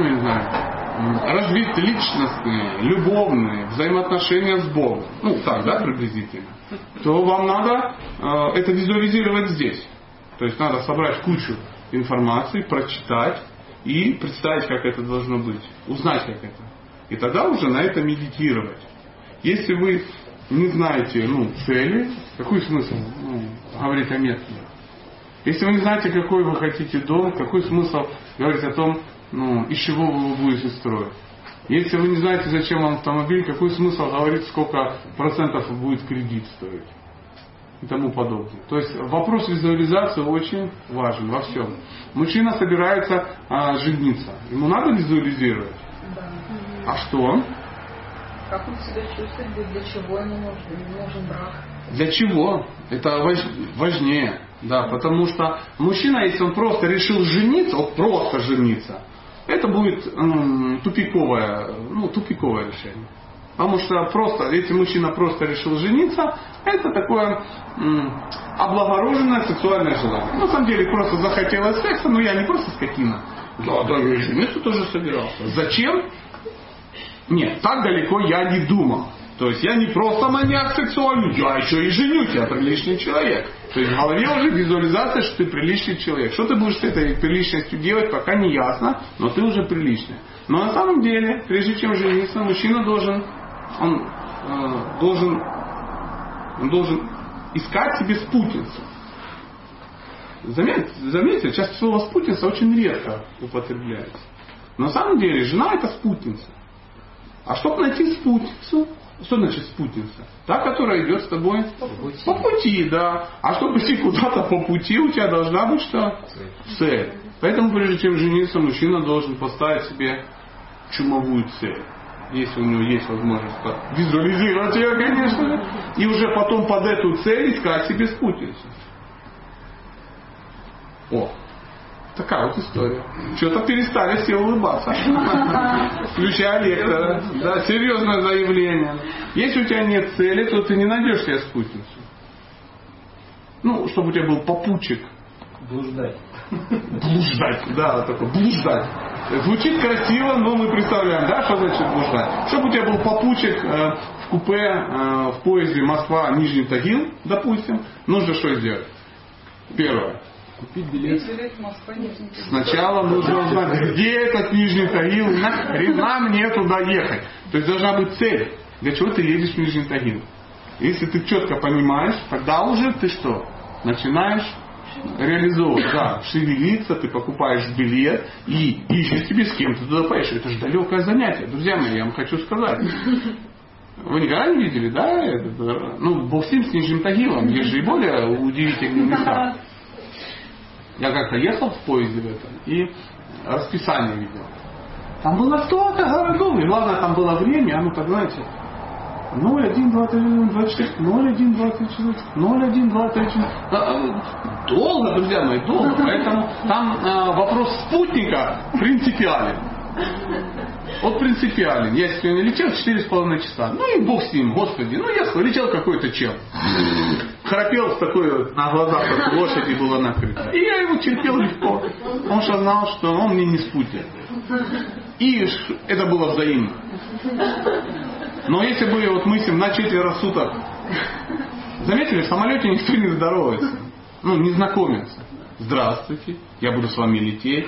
развить личностные, любовные взаимоотношения с Богом, приблизительно, то вам надо это визуализировать здесь. То есть надо собрать кучу информации, прочитать и представить, как это должно быть. Узнать, как это. И тогда уже на это медитировать. Если вы не знаете цели, какой смысл говорить о методе? Если вы не знаете, какой вы хотите дом, какой смысл говорить о том, из чего вы его будете строить? Если вы не знаете, зачем вам автомобиль, какой смысл говорить, сколько процентов будет кредит стоить? И тому подобное. То есть вопрос визуализации очень важен во всем. Мужчина собирается жениться. Ему надо визуализировать? Да. А что? Как он себя чувствует, для чего ему нужен брак? Для чего? Это важнее. Да, потому что мужчина, если он просто решил жениться, это будет тупиковое решение. Потому что если мужчина просто решил жениться, это такое облагороженное сексуальное желание. На самом деле просто захотелось секса, но я не просто скотина. Да, я жениться тоже собирался. Зачем? Нет, так далеко я не думал. То есть я не просто маньяк сексуальный, я еще и женюсь, я приличный человек. То есть в голове уже визуализация, что ты приличный человек. Что ты будешь с этой приличностью делать, пока не ясно, но ты уже приличный. Но на самом деле, прежде чем жениться, мужчина должен искать себе спутницу. Заметьте, сейчас слово спутница очень редко употребляется. На самом деле жена это спутница. А чтобы найти спутницу, Что значит спутница? Та, которая идет с тобой по пути, да. А чтобы идти куда-то по пути, у тебя должна быть что? Цель. Поэтому, прежде чем жениться, мужчина должен поставить себе чумовую цель. Если у него есть возможность визуализировать ее, конечно. И уже потом под эту цель искать себе спутницу. О, такая вот история. Что-то перестали все улыбаться. Включая лектора. Да, серьезное заявление. Если у тебя нет цели, то ты не найдешь себе спутницу. Ну, чтобы у тебя был попутчик. Блуждать. Блуждать, да, такой блуждать. Звучит красиво, но мы представляем, да, что значит блуждать. Чтобы у тебя был попутчик в купе, в поезде Москва-Нижний Тагил, допустим, нужно что сделать? Первое. Купить билет. Сначала нужно узнать, где этот Нижний Тагил, нахрена мне туда ехать. То есть должна быть цель, для чего ты едешь в Нижний Тагил. Если ты четко понимаешь, тогда уже ты что? Начинаешь реализовывать, да, шевелиться, ты покупаешь билет и ищешь себе с кем ты туда поедешь. Это же далекое занятие. Друзья мои, я вам хочу сказать. Вы никогда не видели, да? Ну, бог с ним, с Нижним Тагилом. Есть же и более удивительные места. Я как-то ехал в поезде в этом и расписание видел. Там было столько городов, и главное, там было время, оно так, знаете, 01, 21, 24, 01, 24, 01, 24. Долго, друзья мои, долго. Поэтому там вопрос спутника принципиален. Вот принципиален. Я сегодня летел 4,5 часа. Ну и бог с ним, господи. Ну я летел какой-то чел. Храпел с такой вот, на глазах как лошади было накрыто. И я его терпел легко. Он что знал, что он мне не спутник. И это было взаимно. Но если бы вот мы с ним на 4 суток заметили, в самолете никто не здоровается. Ну, не знакомится. Здравствуйте, я буду с вами лететь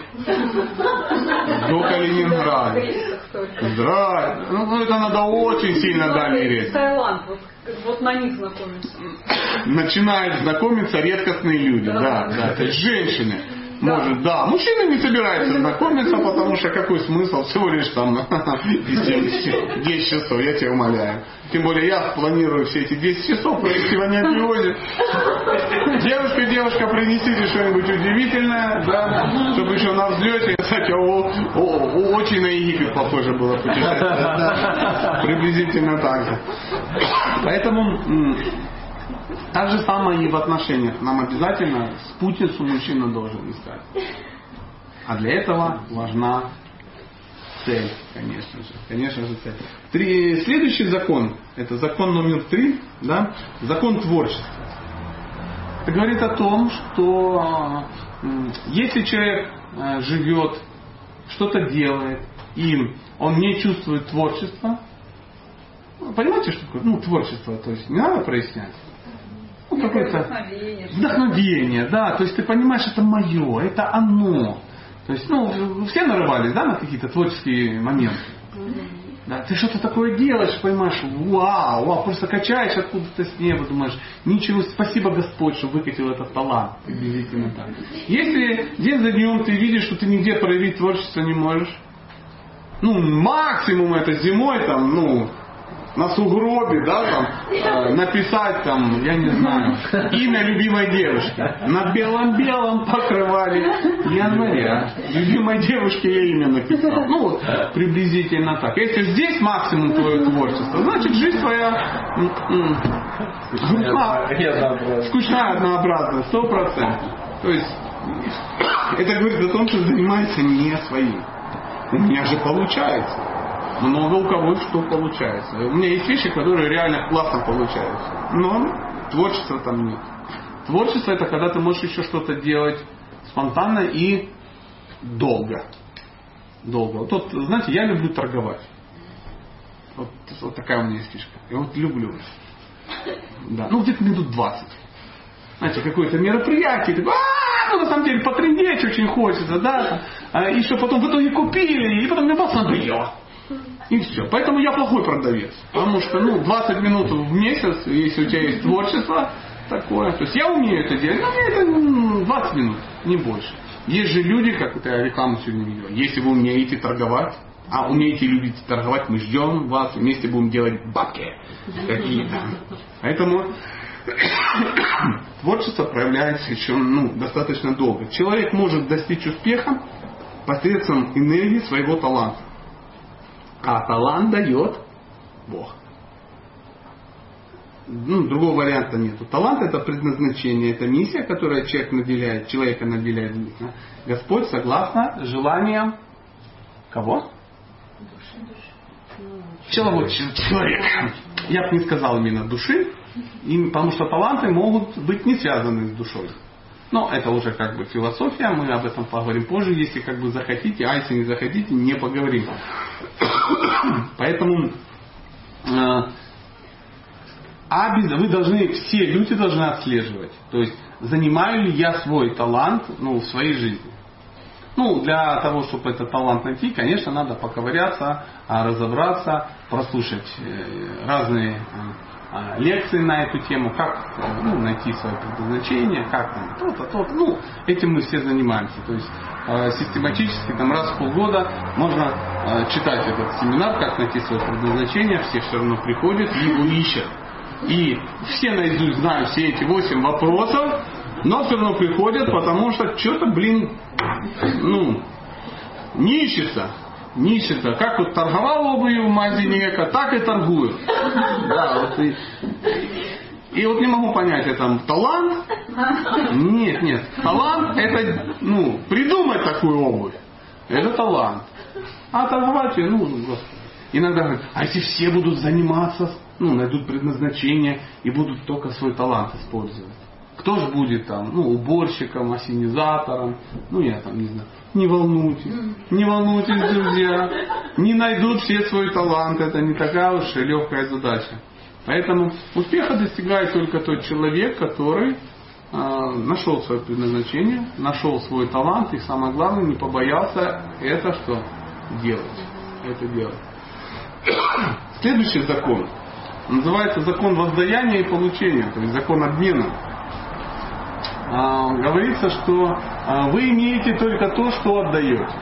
до Калининграда. Здравствуйте. Ну, это надо очень сильно доверить. Таиланд, вот на них знакомиться. Начинают знакомиться редкостные люди. Да. То есть женщины. Может, да. Мужчина не собирается знакомиться, потому что какой смысл? Всего лишь там 10 часов, я тебя умоляю. Тем более я планирую все эти 10 часов провести в анабиозе. Девушка, принесите что-нибудь удивительное, да, чтобы еще на взлете, кстати, очень на Египет похоже было путешествие. Приблизительно так же. Поэтому так же самое и в отношениях. Нам обязательно спутницу мужчина должен искать. А для этого важна цель, конечно же. Конечно же, цель. Следующий закон, это закон номер 3, да, закон творчества. Это говорит о том, что если человек живет, что-то делает, и он не чувствует творчества, понимаете, что такое? Ну, творчество, то есть не надо прояснять. Ну, какое-то вдохновение, да, то есть ты понимаешь, это мое, это оно. То есть, ну, все нарывались, да, на какие-то творческие моменты. Да, ты что-то такое делаешь, понимаешь, вау, просто качаешь откуда-то с неба, думаешь, ничего, спасибо Господь, что выкатил этот талант. Приблизительно так. Если день за днем ты видишь, что ты нигде проявить творчество не можешь, ну, максимум это зимой, там, ну, на сугробе, да, там, написать, там, я не знаю, имя любимой девушки. На белом-белом покрывали января. Любимой девушке я имя написал. Ну, вот, приблизительно так. Если здесь максимум твое творчество, значит, жизнь твоя скучная, однообразная, 100%. То есть, это говорит о том, что занимается не своим. У меня же получается. Много у кого что получается. У меня есть вещи, которые реально классно получаются. Но творчества там нет. Творчество — это когда ты можешь еще что-то делать спонтанно и долго. Долго. Вот, знаете, я люблю торговать. Вот такая у меня есть фишка. Я вот люблю. Да. Ну, где-то минут 20. Знаете, какое-то мероприятие. Такое, ну, на самом деле, потрындеть очень хочется, да. И что потом в итоге купили, и потом мне бас надоело. И все. Поэтому я плохой продавец. Потому что, 20 минут в месяц, если у тебя есть творчество такое. То есть я умею это делать, но мне это 20 минут, не больше. Есть же люди, как вот я рекламу сегодня видел, если вы умеете торговать, А умеете любить торговать, мы ждем вас, вместе будем делать бабки какие-то. Поэтому творчество проявляется еще достаточно долго. Человек может достичь успеха посредством энергии своего таланта. А талант дает Бог. Другого варианта нету. Талант — это предназначение, это миссия, которая человека наделяет Господь согласно желаниям кого? Человека. Я бы не сказал именно души, потому что таланты могут быть не связаны с душой. Но это уже как бы философия, мы об этом поговорим позже, если как бы захотите, а если не захотите, не поговорим. Поэтому вы должны, все люди должны отслеживать, то есть занимаю ли я свой талант в своей жизни. Для того, чтобы этот талант найти, конечно, надо поковыряться, разобраться, прослушать разные лекции на эту тему, как найти свое предназначение, как там то-то. Этим мы все занимаемся. То есть систематически раз в полгода можно читать этот семинар, как найти свое предназначение, все равно приходят и его ищут. И все наизусть знают все эти 8 вопросов, но все равно приходят, потому что что-то, не ищется. Не ищется. Как вот торговал обувью в магазине Эко, так и торгую. Да, и вот не могу понять, это талант? Нет. Талант — это, придумать такую обувь. Это талант. А торговать, иногда говорят, а если все будут заниматься, найдут предназначение и будут только свой талант использовать. Кто же будет там, уборщиком, ассенизатором, я там не знаю. Не волнуйтесь, друзья. Не найдут все свой талант. Это не такая уж и легкая задача. Поэтому успеха достигает только тот человек, который нашел свое предназначение, нашел свой талант и, самое главное, не побоялся это что? Делать. Следующий закон называется закон воздаяния и получения, то есть закон обмена. Говорится, что вы имеете только то, что отдаете.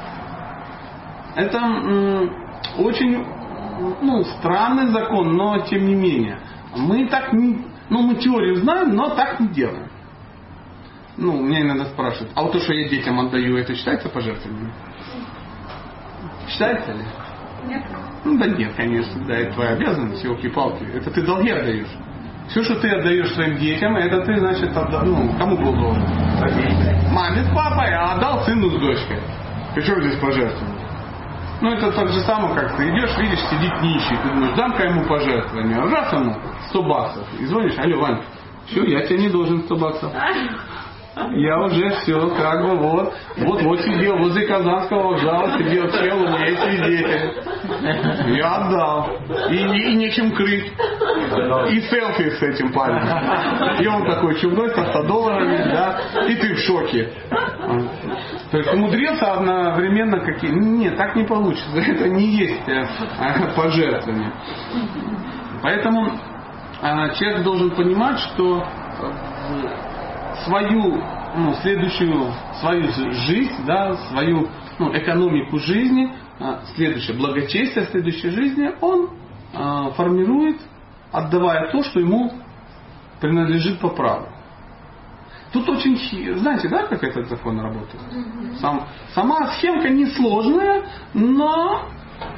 Это очень странный закон, но тем не менее. Мы так не... мы теорию знаем, но так не делаем. Меня иногда спрашивают, а вот то, что я детям отдаю, это считается пожертвованием? Считается ли? Нет. Да нет, конечно, да, это твоя обязанность, елки-палки. Это ты долги отдаешь. Все, что ты отдаешь своим детям, это ты, значит, кому был должен? Маме с папой, а отдал сыну с дочкой. Причем здесь пожертвование? Это так же самое, как ты идешь, видишь, сидит нищий, ты думаешь, дам-ка ему пожертвование, раз ему 100 баксов. И звонишь, алло, Вань, все, я тебе не должен 100 баксов. Я уже все, вот сидел возле Казанского вокзала, сидел, чел, у меня есть свидетель. Я отдал. И нечем крыть. И селфи с этим парнем. И он такой чудной, со $100, да, и ты в шоке. То есть умудрился одновременно какие... Нет, так не получится. Это не есть пожертвование. Поэтому человек должен понимать, что свою свою жизнь, свою экономику жизни, следующее благочестие следующей жизни он формирует, отдавая то, что ему принадлежит по праву. Тут очень, знаете, как этот закон работает? Сама схемка несложная, но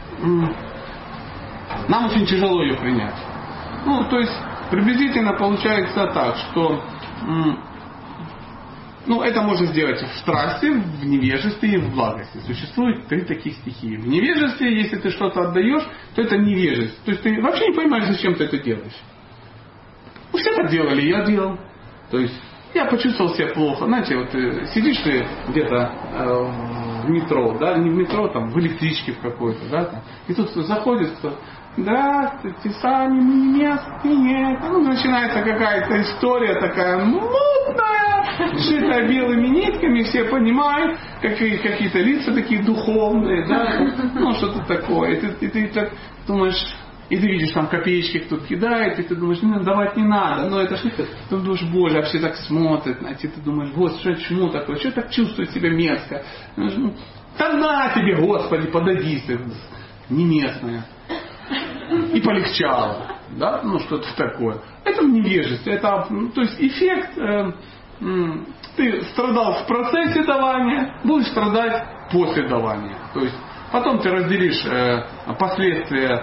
нам очень тяжело ее принять. То есть приблизительно получается так, что это можно сделать в страсти, в невежестве и в благости. Существует 3 таких стихии. В невежестве, если ты что-то отдаешь, то это невежество. То есть ты вообще не понимаешь, зачем ты это делаешь. Все так делали, я делал. То есть я почувствовал себя плохо. Знаете, вот сидишь ты где-то в метро, не в метро, в электричке в какой-то, и тут заходит кто-то. Здравствуйте, сами местные. Начинается какая-то история такая мутная, сшитая белыми нитками, все понимают, какие-то лица такие духовные, что-то такое. И ты так думаешь, и ты видишь, там копеечки кто-то кидает, и ты думаешь, давать не надо, но это же, ты думаешь, боже, а все так смотрят, и ты думаешь, вот, что такое, что так чувствует себя мерзко. Да на тебе, Господи, подойди, ты не местная. И полегчало. Да? Ну, что-то такое. Это невежество. Это, то есть эффект, ты страдал в процессе давания, будешь страдать после давания. То есть потом ты разделишь последствия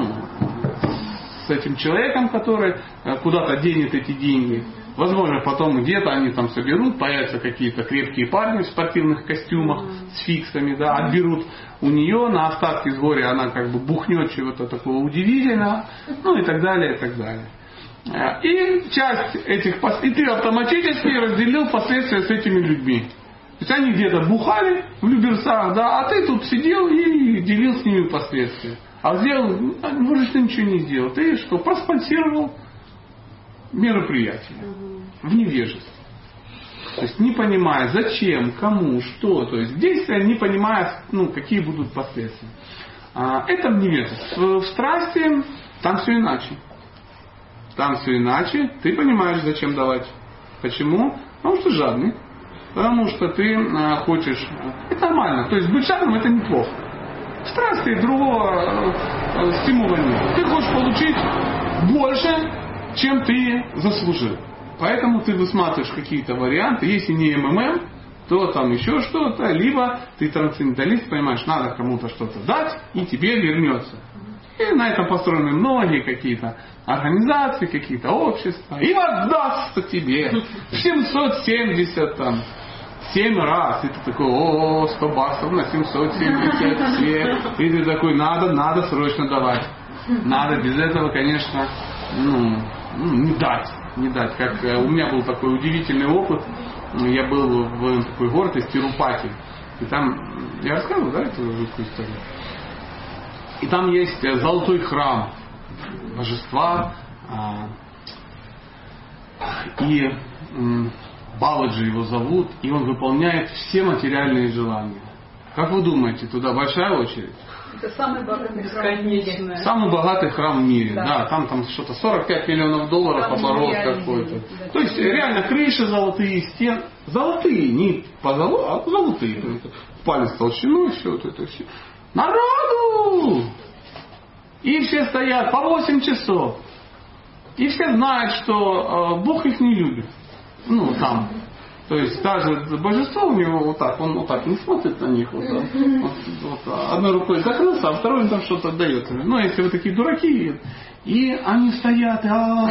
с этим человеком, который куда-то денет эти деньги. Возможно, потом где-то они там соберут, появятся какие-то крепкие парни в спортивных костюмах с фиксами, да, отберут у нее, на остатки с горя она как бы бухнет чего-то такого удивительного, ну и так далее, и так далее. И часть этих, и ты автоматически разделил последствия с этими людьми. То есть они где-то бухали в Люберцах, да, а ты тут сидел и делил с ними последствия. А сделал, может, ты ничего не сделал. Ты что, проспонсировал мероприятие в невежестве. То есть не понимая, зачем, кому, что. То есть действия, не понимая, какие будут последствия. Это в невежестве. В страсти там все иначе. Там все иначе. Ты понимаешь, зачем давать. Почему? Потому что жадный. Потому что ты хочешь... Это нормально. То есть быть жадным это неплохо. В страсти другого стимула нет. Ты хочешь получить больше, чем ты заслужил. Поэтому ты высматриваешь какие-то варианты. Если не МММ, то там еще что-то. Либо ты трансценденталист, понимаешь, надо кому-то что-то дать, и тебе вернется. И на этом построены многие какие-то организации, какие-то общества. И воздастся тебе 777 раз. И ты такой, 100 баксов на 777. И ты такой, надо срочно давать. Надо, без этого, конечно, не дать. Как у меня был такой удивительный опыт. Я был в такой город Тирупати. И там, я рассказывал, да, эту жуткую историю? И там есть золотой храм божества. И Баладжи его зовут. И он выполняет все материальные желания. Как вы думаете, туда большая очередь? Это самый богатый храм в мире. Самый богатый храм в мире. Да, там что-то 45 миллионов долларов оборот какой-то. То есть реально крыши золотые, стены. Золотые, не по золоту, а золотые. Палец толщиной, все это все. Народу! И все стоят по 8 часов. И все знают, что Бог их не любит. Там. То есть даже божество у него вот так, он вот так не смотрит на них. Вот одной рукой закрылся, а второй там что-то отдает. Если вы такие дураки. И они стоят,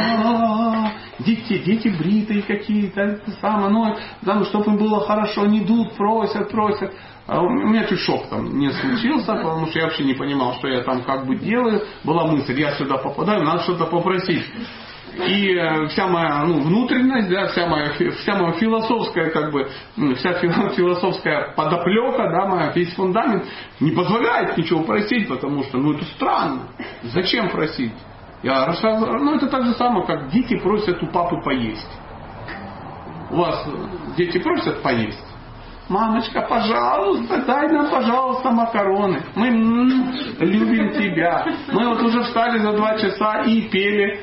дети бритые какие-то, чтобы им было хорошо, не идут, просят. У меня чуть шок там не случился, потому что я вообще не понимал, что я там как бы делаю. Была мысль, я сюда попадаю, надо что-то попросить. И вся моя внутренность, да, вся моя философская, вся философская подоплека, да, моя, весь фундамент не позволяет ничего просить, потому что, это странно. Зачем просить? Я рассказываю, это так же самое, как дети просят у папы поесть. У вас дети просят поесть? Мамочка, пожалуйста, дай нам, пожалуйста, макароны. Мы любим тебя. Мы вот уже встали за 2 часа и пели.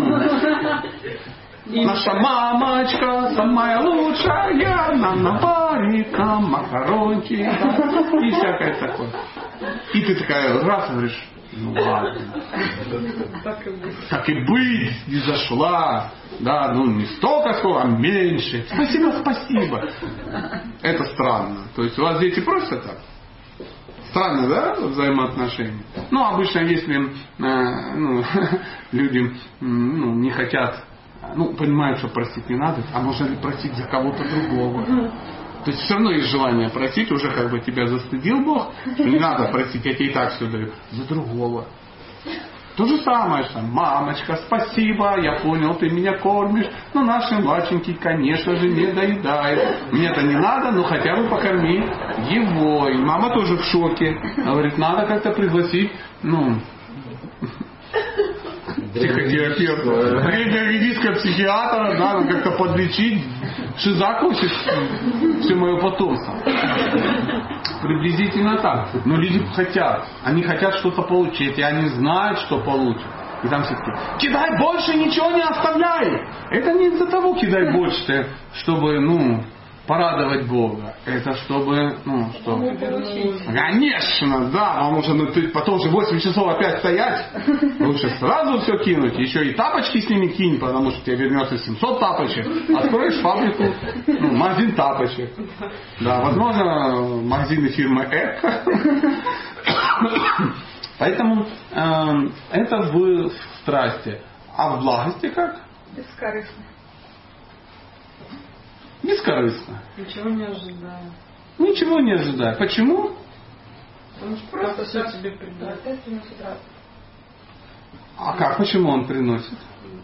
Наша мамочка самая лучшая, нам наварит нам макарончик. И всякое такое. И ты такая раз говоришь, ладно. Так и быть, не зашла. Да, не столько, сколько, а меньше. Спасибо. Это странно. То есть у вас дети просят так? Странно, да, взаимоотношения? Обычно, если люди не хотят, понимают, что просить не надо, а можно ли просить за кого-то другого? То есть все равно есть желание просить, уже тебя застыдил Бог, что не надо просить, я тебе и так все даю, за другого. То же самое, что мамочка, спасибо, я понял, ты меня кормишь, но наш младшенький, конечно же, не доедает. Мне-то не надо, но хотя бы покорми его. И мама тоже в шоке. Говорит, надо как-то пригласить, психотерапевта, древнееврейского психиатра, надо как-то подлечить. Шизаку все мое потомство. Приблизительно так. Но люди хотят. Они хотят что-то получить. И они знают, что получат. И там все таки кидай больше, ничего не оставляй. Это не из-за того кидай больше, чтобы, порадовать Бога. Это чтобы, ну, что? Конечно, да, потому что ты потом же 8 часов опять стоять, лучше сразу все кинуть, еще и тапочки с ними кинь, потому что тебе вернется 700 тапочек, откроешь фабрику, магазин тапочек. Да, возможно, магазины фирмы Эко. Поэтому это в страсти. А в благости как? Бескорыстно. Бескорыстно. Ничего не ожидаю. Ничего не ожидая. Почему? Потому что Просто все так. тебе придет. Процесс приносит радость. А как? Почему он приносит?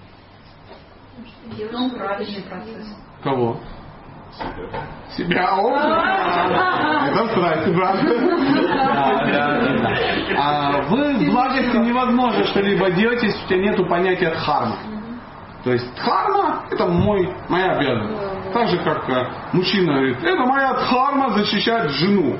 Ну, правильный процесс. Кого? Себя. Это страсть, брат. А в благости невозможно что-либо делать, если у тебя нет понятия дхармы. То есть дхарма это моя обязанность. Так же, как мужчина говорит, это моя дхарма защищать жену.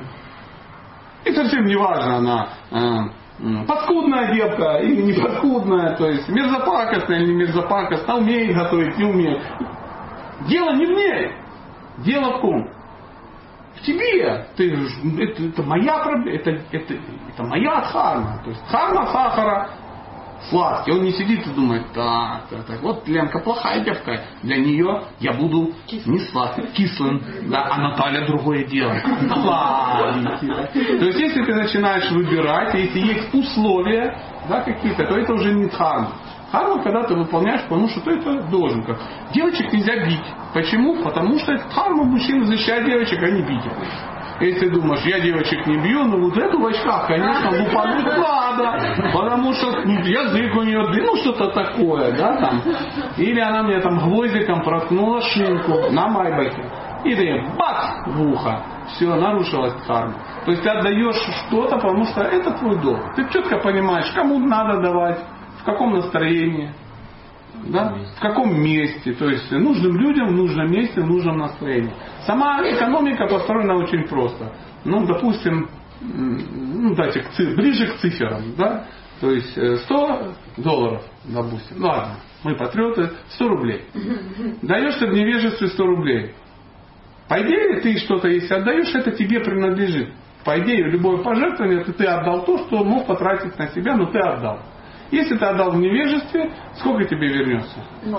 И совсем не важно, она паскудная девка или не паскудная, то есть мерзопакостная или не мерзопакостная, умеет готовить, не умеет. Дело не в ней. Дело в ком? В тебе. Это моя проблема, это моя дхарма. То есть дхарма сахара сладкий. Он не сидит и думает, так. Вот Ленка плохая девка. Для нее я буду не сладким, кислым. Да, а Наталья другое дело. Сладенький. То есть если ты начинаешь выбирать, если есть условия, да, какие-то, то это уже не дхарма. Дхарма, когда ты выполняешь, потому что ты это должен. Как девочек нельзя бить. Почему? Потому что это дхарма мужчин защищать девочек, а не бить их. Если ты думаешь, я девочек не бью, ну вот эту в очках, конечно, лупануть надо, потому что язык у нее, ну что-то такое, да, там. Или она мне там гвоздиком проткнула шинку на майбаке. Или бац в ухо. Все, нарушилась дхарма. То есть ты отдаешь что-то, потому что это твой долг. Ты четко понимаешь, кому надо давать, в каком настроении, да? В каком месте. То есть нужным людям в нужном месте, в нужном настроении. Сама экономика построена очень просто. Ну, допустим, давайте ближе к цифрам. Да? То есть $100, допустим. Ну, ладно, мы патриоты, 100 рублей. Даешь ты в невежестве 100 рублей. По идее, ты что-то, если отдаешь, это тебе принадлежит. По идее, любое пожертвование, ты отдал то, что мог потратить на себя, но ты отдал. Если ты отдал в невежестве, сколько тебе вернется?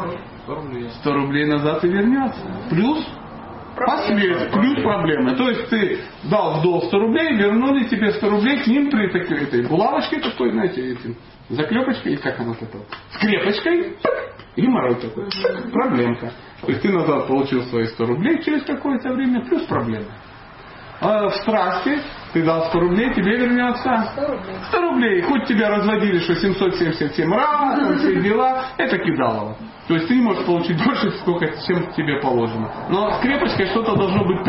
100 рублей назад и вернется. Плюс последствия, плюс проблемы. То есть ты дал в долг 100 рублей, вернули тебе 100 рублей, к ним при этой булавочке такой, знаете, этим, заклепочкой, или как она это, скрепочкой, и геморрой такой. Проблемка. То есть ты назад получил свои 100 рублей через какое-то время, плюс проблемы. А в страсти ты дал 100 рублей, тебе вернется 100 рублей. Хоть тебя разводили, что 777 раз, там все дела, это кидалово. То есть ты не можешь получить больше, чем тебе положено. Но с крепочкой что-то должно быть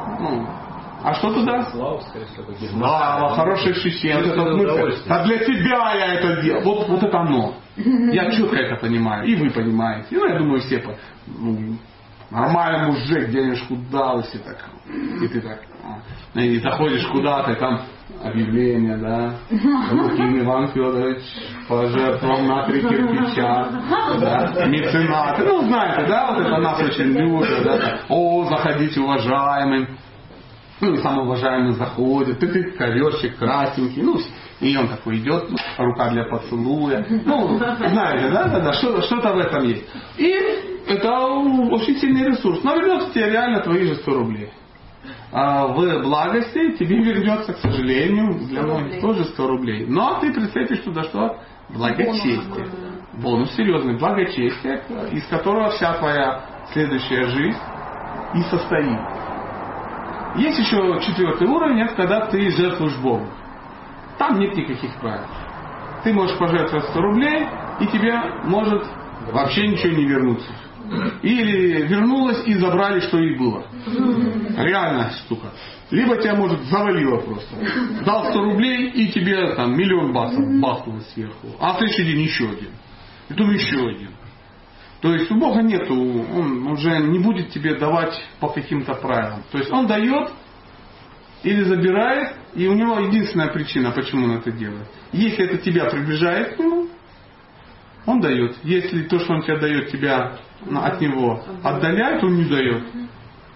а что туда? Слава, хорошее ощущение. А для тебя я это делал. Вот это оно. Я четко это понимаю. И вы понимаете. Ну, я думаю, все нормальный мужик денежку дал, и ты так. И заходишь куда-то, и там объявление, да. Лукин Иван Федорович пожертвовал на 3 кирпича. Да, меценаты. Ну, знаете, да, вот это нас очень любят. Да. О, заходите, уважаемый. Ну, и самый уважаемый заходит. Ты коверчик красненький. Ну, и он такой идет, рука для поцелуя. Ну, знаете, да, что-то в этом есть. И это очень сильный ресурс. Но вернется тебе реально твои же 100 рублей. А в благости тебе вернется, к сожалению, для многих тоже 100 рублей. Но ты представишь туда что? Благочестие. Бонус серьезный. Благочестие, из которого вся твоя следующая жизнь и состоит. Есть еще 4-й уровень, это когда ты жертвуешь Богу. Там нет никаких правил. Ты можешь пожертвовать 100 рублей, и тебе может вообще ничего не вернуться. Или вернулось и забрали, что и было. Реальная штука. Либо тебя, может, завалило просто. Дал 100 рублей, и тебе там $1 000 000 бахнуло сверху. А в следующий день еще один. И потом еще один. То есть у Бога нету, он уже не будет тебе давать по каким-то правилам. То есть он дает или забирает, и у него единственная причина, почему он это делает. Если это тебя приближает к нему, он дает. Если то, что он тебе дает, тебя от него отдаляет, он не дает.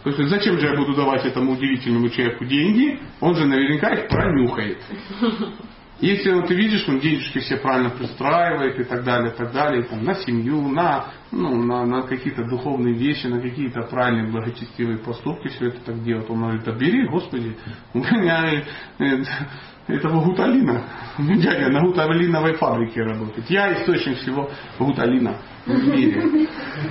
То есть зачем же я буду давать этому удивительному человеку деньги? Он же наверняка их пронюхает. Если ты видишь, он денежки все правильно пристраивает и так далее, там, на семью, на какие-то духовные вещи, на какие-то правильные благочестивые поступки, все это так делает. Он говорит, да бери, Господи, у меня этого гуталина. Дядя на гуталиновой фабрике работает. Я источник всего гуталина в мире.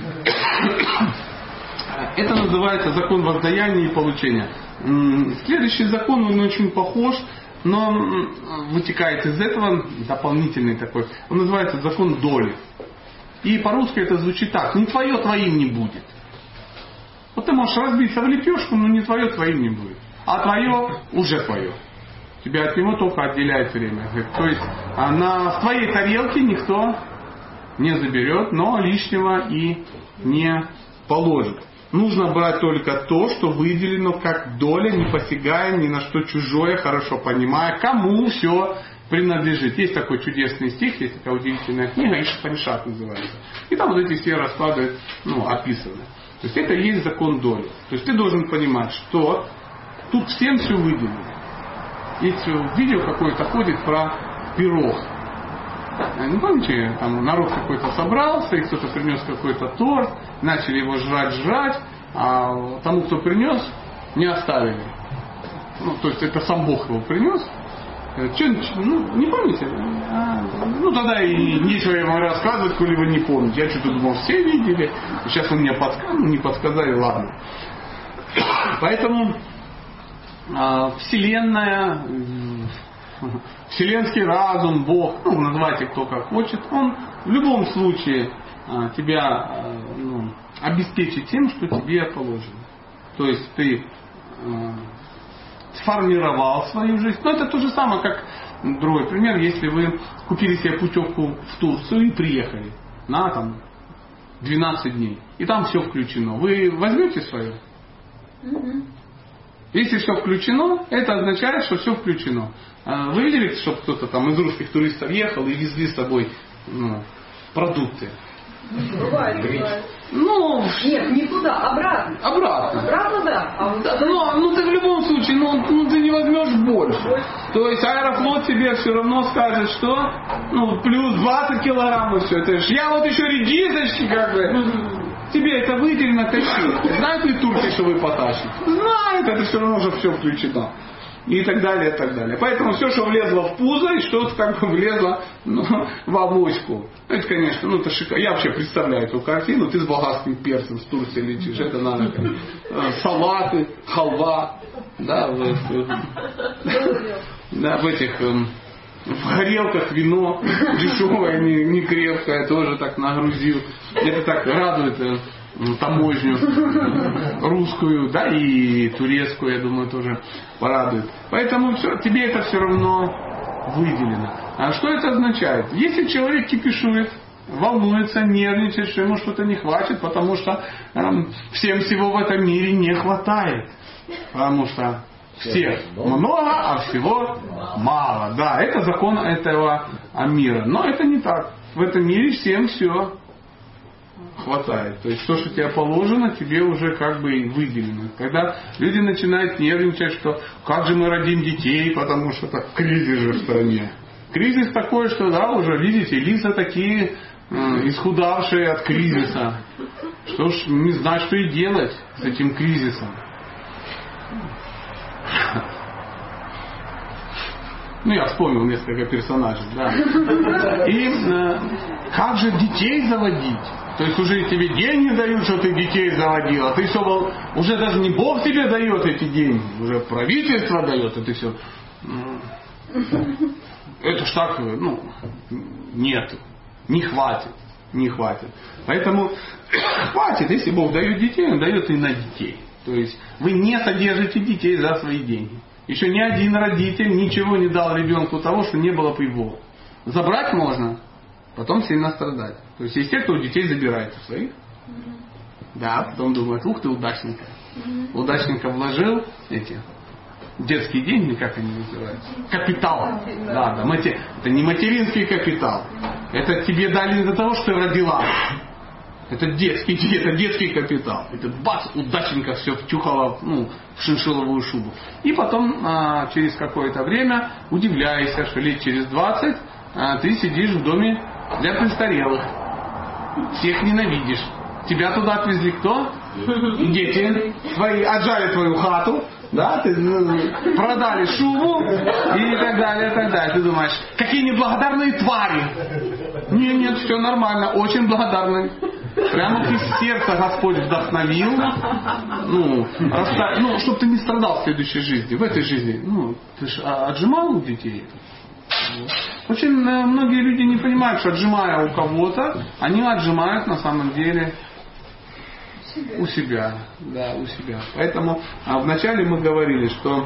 Это называется закон воздаяния и получения. Следующий закон, он очень похож, но вытекает из этого дополнительный такой. Он называется закон доли. И по-русски это звучит так. Не твое твоим не будет. Вот ты можешь разбиться в лепешку, но не твое твоим не будет. А твое уже твое. Тебя от него только отделяет время. То есть в твоей тарелке никто не заберет, но лишнего и не положит. Нужно брать только то, что выделено как доля, не посягая ни на что чужое, хорошо понимая, кому все принадлежит. Есть такой чудесный стих, есть такая удивительная книга, Иш-Панишат называется. И там вот эти все расклады описаны. То есть это и есть закон доли. То есть ты должен понимать, что тут всем все выделено. Есть видео какое-то ходит про пирог. Не помните, там народ какой-то собрался, и кто-то принес какой-то торт, начали его жрать, а тому, кто принес, не оставили. То есть это сам Бог его принес. Не помните? Тогда и нечего ему рассказывать, коли вы не помните. Я что-то думал, все видели. Сейчас он мне не подсказали, ладно. Поэтому Вселенная, вселенский разум, Бог, называйте кто как хочет, он в любом случае тебя обеспечит тем, что тебе положено. То есть ты сформировал свою жизнь. Это то же самое, как другой пример, если вы купили себе путевку в Турцию и приехали на 12 дней, и там все включено. Вы возьмете свое? Если все включено, это означает, что все включено. Вы видели, что кто-то из русских туристов ехал и везли с собой продукты? Бывает. Нет, не туда, обратно. Обратно, да. Ты в любом случае, ты не возьмешь больше. То есть Аэрофлот тебе все равно скажет, что плюс 20 килограмм и все. Это ж я вот еще редисочки Тебе это выделено тащить. Знают ли турки, что вы потащите? Знают, это все равно уже все включено. И так далее, и так далее. Поэтому все, что влезло в пузо, и что-то влезло в авоську. Это, конечно, это шикарно. Я вообще представляю эту картину. Ты с болгарским перцем с Турции летишь. Это надо. Салаты, халва. В этих... В горелках вино дешевое, не крепкое, тоже так нагрузил. Это так радует таможню русскую, и турецкую, я думаю, тоже порадует. Поэтому тебе это все равно выделено. А что это означает? Если человек кипишует, волнуется, нервничает, что ему что-то не хватит, потому что всем всего в этом мире не хватает. Потому что всех много, а всего мало. Да, это закон этого мира. Но это не так. В этом мире всем все хватает. То есть то, что тебе положено, тебе уже выделено. Когда люди начинают нервничать, что как же мы родим детей, потому что кризис же в стране. Кризис такой, что уже видите, лица такие исхудавшие от кризиса. Что ж, не знаю, что и делать с этим кризисом. Я вспомнил несколько персонажей, И как же детей заводить? То есть уже тебе деньги дают, что ты детей заводил, а ты все, уже даже не Бог тебе дает эти деньги, уже правительство дает, и ты все. Это ж так, нет, не хватит. Поэтому хватит, если Бог дает детей, Он дает и на детей. То есть вы не содержите детей за свои деньги. Еще ни один родитель ничего не дал ребенку того, что не было бы его. Забрать можно, потом сильно страдать. То есть есть те, кто у детей забирает у своих. Потом думают, ух ты, удачненько. Удачненько вложил эти детские деньги, как они называются? Капитал. Это не материнский капитал. Это тебе дали из-за того, что ты родила. Это детский капитал. Это бац, удачненько все втюхало в шиншилловую шубу. И потом через какое-то время удивляешься, что лет через 20 ты сидишь в доме для престарелых. Всех ненавидишь. Тебя туда отвезли кто? Дети твои отжали твою хату, да, ты продали шубу и так далее, и так далее. Ты думаешь, какие неблагодарные твари. Нет, все нормально, очень благодарны. Прямо из сердца Господь вдохновил, чтобы ты не страдал в следующей жизни, в этой жизни. Ты же отжимал у детей. Очень многие люди не понимают, что отжимая у кого-то, они отжимают на самом деле у себя. Да, у себя. Поэтому вначале мы говорили, что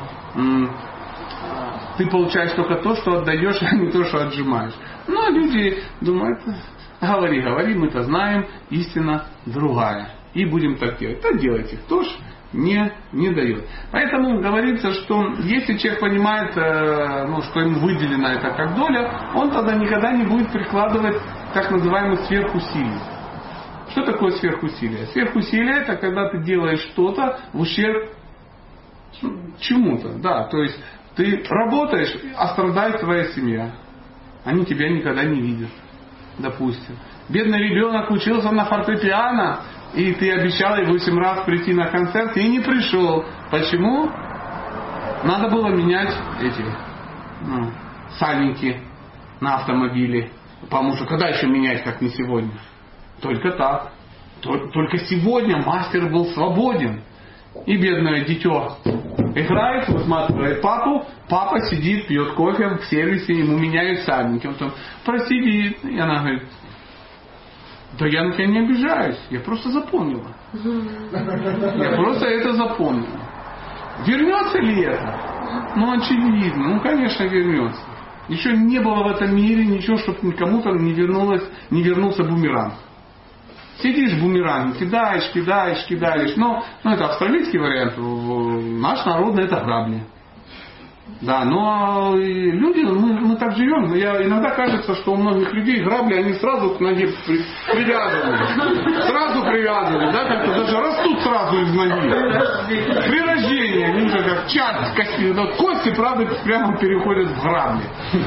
ты получаешь только то, что отдаешь, а не то, что отжимаешь. Но люди думают, говори, мы-то знаем, истина другая. И будем так делать. Так делайте. Кто ж не дает. Поэтому говорится, что если человек понимает, что ему выделено это как доля, он тогда никогда не будет прикладывать так называемых сверхусилий. Что такое сверхусилие? Сверхусилие — это когда ты делаешь что-то в ущерб чему-то. Да, то есть ты работаешь, а страдает твоя семья. Они тебя никогда не видят. Допустим. Бедный ребенок учился на фортепиано, и ты обещал ей 8 раз прийти на концерт, и не пришел. Почему? Надо было менять эти сальники на автомобиле. Потому что когда еще менять, как не сегодня? Только так. Только сегодня мастер был свободен. И бедное дитё играет, высматривает папу. Папа сидит, пьет кофе в сервисе, ему меняют сальники. Он там просидит. И она говорит, да я на тебя не обижаюсь, я просто запомнила. Я просто это запомнила. Вернется ли это? Очевидно. Конечно, вернется. Еще не было в этом мире ничего, чтобы кому-то не вернулся бумеранг. Сидишь в бумеранге, кидаешь. Но это австралийский вариант. Наш народный — это грабли. Да, но люди, мы так живем. Иногда кажется, что у многих людей грабли, они сразу к ноге привязаны. Сразу привязаны, да, как-то даже растут сразу из ноги. При рождении они уже как часть кости. Но кости, правда, прямо переходят в грабли.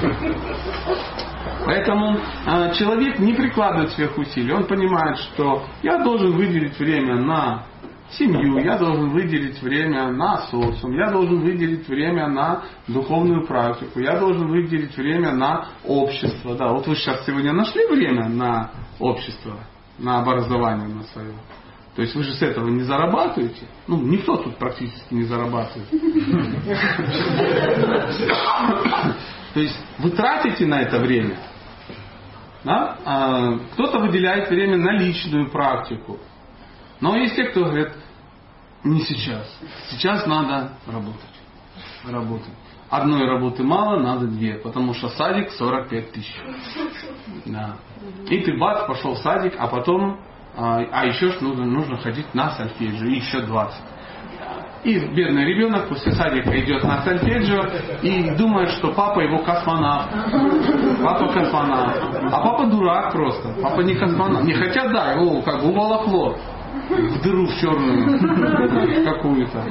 Поэтому человек не прикладывает сверхусилий. Он понимает, что я должен выделить время на семью, я должен выделить время на социум, я должен выделить время на духовную практику, я должен выделить время на общество. Да, вот вы сейчас сегодня нашли время на общество, на образование на свое. То есть вы же с этого не зарабатываете. Никто тут практически не зарабатывает. То есть вы тратите на это время. Да? Кто-то выделяет время на личную практику. Но есть те, кто говорит, не сейчас. Сейчас надо работать. Одной работы мало, надо 2. Потому что садик 45 тысяч. Да. И ты бац, пошел в садик, а потом, еще нужно ходить на сольфеджио, и еще 20. И бедный ребенок после садика идет на сольфеджио и думает, что папа его космонавт. Папа космонавт. А папа дурак просто. Папа не космонавт. Не, хотя да, его как уволокло в дыру в черную какую-то.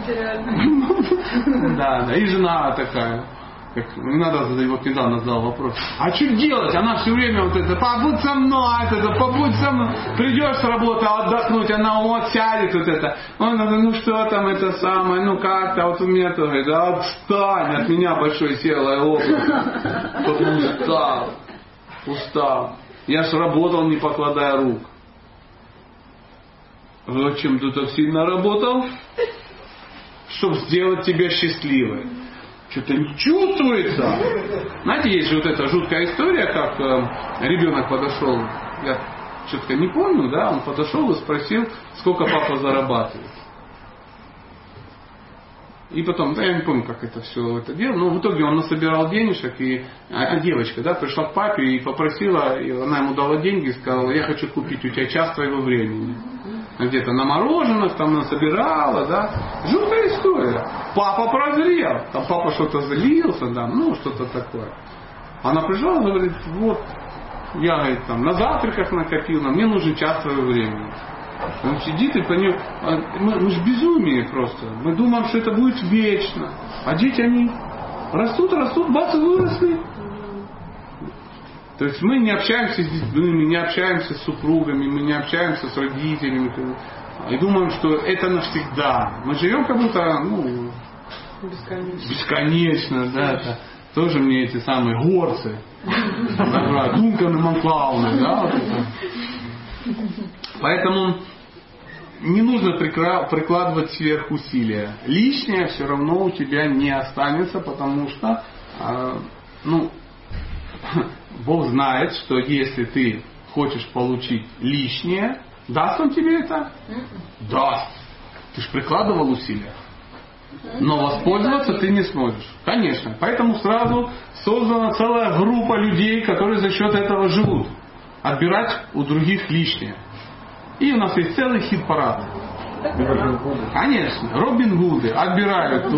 Да. И жена такая. Надо вот недавно задал вопрос. А что делать? Она все время побудь со мной, побудь со мной. Придешь с работы отдохнуть, она сядет Он, что там это самое, как-то, вот у меня то говорит, отстань, от меня большое силовое опыт. Устал. Я ж работал, не покладая рук. Зачем ты так сильно работал? Чтобы сделать тебя счастливой. Что-то не чувствуется. Знаете, есть же вот эта жуткая история, как ребенок подошел, я четко не помню, да, он подошел и спросил, сколько папа зарабатывает. И потом, я не помню, как это все это делал, но в итоге он насобирал денежек, и девочка, пришла к папе и попросила, и она ему дала деньги и сказала, я хочу купить у тебя час твоего времени. Где-то на мороженых там насобирала, да. Жуткая история. Папа прозрел. Там папа что-то злился, да, что-то такое. Она пришла и говорит, вот, Я, говорит, там, на завтраках накопил, но мне нужно час своего времени. Он сидит и по нему... Мы же безумие просто. Мы думаем, что это будет вечно. А дети, они растут, бац, и выросли. То есть мы не общаемся с детьми, мы не общаемся с супругами, мы не общаемся с родителями. И думаем, что это навсегда. Мы живем как будто, бесконечно, да. Это тоже мне эти самые горцы. Дункан и Монклауны, да, вот это. Поэтому не нужно прикладывать сверхусилия. Лишнее все равно у тебя не останется, потому что Бог знает, что если ты хочешь получить лишнее, даст Он тебе это? Даст. Ты же прикладывал усилия. Но воспользоваться ты не сможешь. Конечно. Поэтому сразу создана целая группа людей, которые за счет этого живут. Отбирать у других лишнее. И у нас есть целый хит-парад. Конечно. Робин Гуды отбирают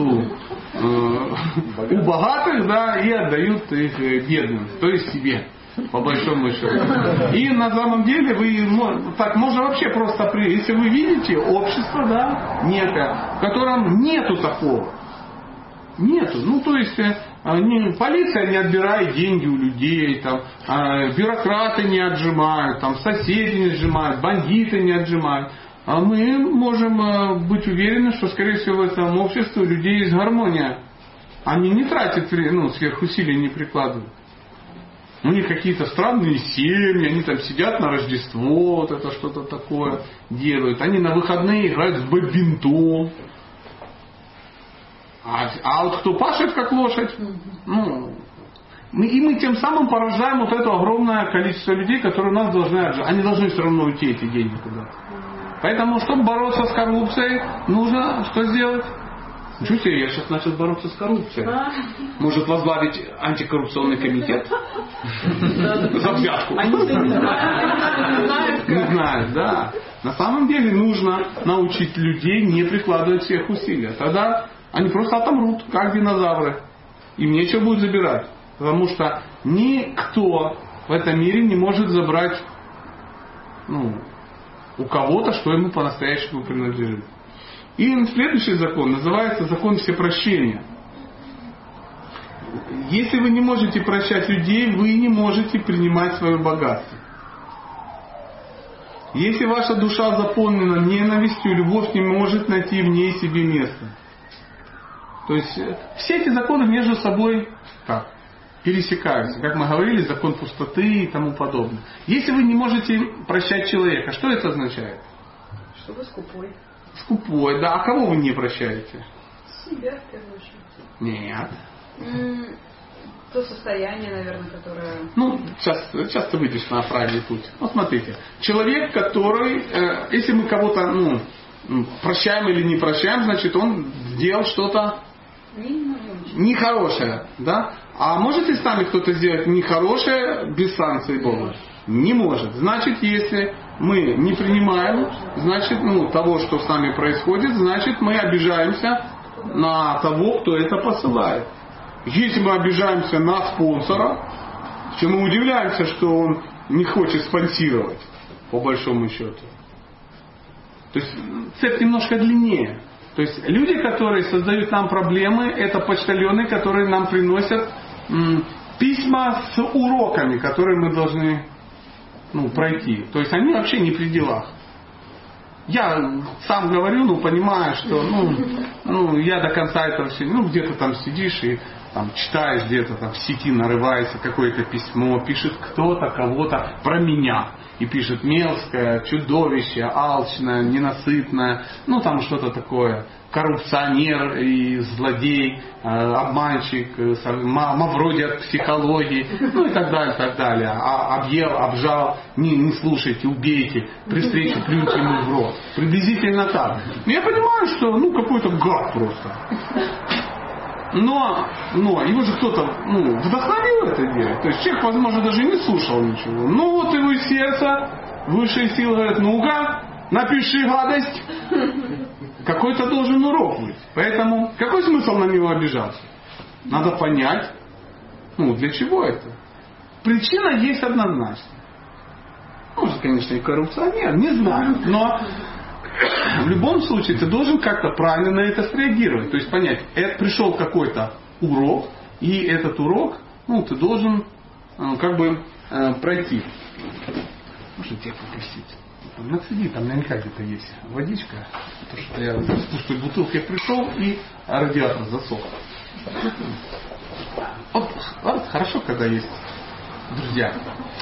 у богатых, да, и отдают их бедным, то есть себе, по большому счету. И на самом деле так можно вообще просто, если вы видите общество, да, некое, в котором нету такого. Нету. То есть полиция не отбирает деньги у людей, там, бюрократы не отжимают, там, соседи не отжимают, бандиты не отжимают. А мы можем быть уверены, что, скорее всего, в этом обществе у людей есть гармония. Они не тратят сверхусилий, не прикладывают. У них какие-то странные семьи, они там сидят на Рождество, вот это что-то такое делают. Они на выходные играют в бадминтон. А вот кто пашет как лошадь, мы тем самым порождаем вот это огромное количество людей, которые нас должны отжать. Они должны все равно уйти, эти деньги куда-то. Поэтому, чтобы бороться с коррупцией, нужно что сделать? Ничего себе, я сейчас начал бороться с коррупцией. Может возглавить антикоррупционный комитет? За взятку. Не знают, да. На самом деле нужно научить людей не прикладывать всех усилий. Тогда они просто отомрут, как динозавры. Им нечего будет забирать. Потому что никто в этом мире не может забрать у кого-то, что ему по-настоящему принадлежит. И следующий закон называется закон всепрощения. Если вы не можете прощать людей, вы не можете принимать свое богатство. Если ваша душа заполнена ненавистью, любовь не может найти в ней себе места. То есть все эти законы между собой пересекаются. Как мы говорили, закон пустоты и тому подобное. Если вы не можете прощать человека, что это означает? Что вы скупой. Скупой, да. А кого вы не прощаете? Себя, в первую очередь. Нет. То состояние, наверное, которое... Сейчас ты выйдешь на правильный путь. Смотрите. Человек, который... если мы кого-то прощаем или не прощаем, значит, он сделал что-то нехорошее. Да? А может ли с нами кто-то сделать нехорошее без санкций Бога? Не может. Значит, если мы не принимаем, значит, того, что с нами происходит, значит, мы обижаемся на того, кто это посылает. Если мы обижаемся на спонсора, то мы удивляемся, что он не хочет спонсировать, по большому счету. То есть цепь немножко длиннее. То есть люди, которые создают нам проблемы, это почтальоны, которые нам приносят письма с уроками, которые мы должны пройти. То есть они вообще не при делах. Я сам говорю, понимаю, что я до конца этого все, где-то там сидишь и там читаешь где-то там в сети, нарывается какое-то письмо, пишет кто-то кого-то про меня. И пишет мерзкое, чудовище, алчное, ненасытное, там что-то такое, коррупционер и злодей, обманщик, мавроди от психологии, и так далее, так далее. Объел, обжал, не слушайте, убейте, при встрече плюньте ему в рот. Приблизительно так. Но я понимаю, что какой-то гад просто. Но его же кто-то вдохновил это делать. То есть человек, возможно, даже не слушал ничего. Вот его сердце, высшие силы говорят, ну-ка, напиши гадость. Какой-то должен урок быть. Поэтому какой смысл на него обижаться? Надо понять, для чего это. причина есть однозначно. Может, конечно, и коррупционер, не знаю. Но в любом случае ты должен как-то правильно на это среагировать. То есть понять, пришел какой-то урок, и этот урок, ты должен пройти. Можно тебя попросить? Нацеди, там наверняка где-то есть водичка. Потому что я с пустой бутылкой пришел и радиатор засох. Вот хорошо, когда есть друзья.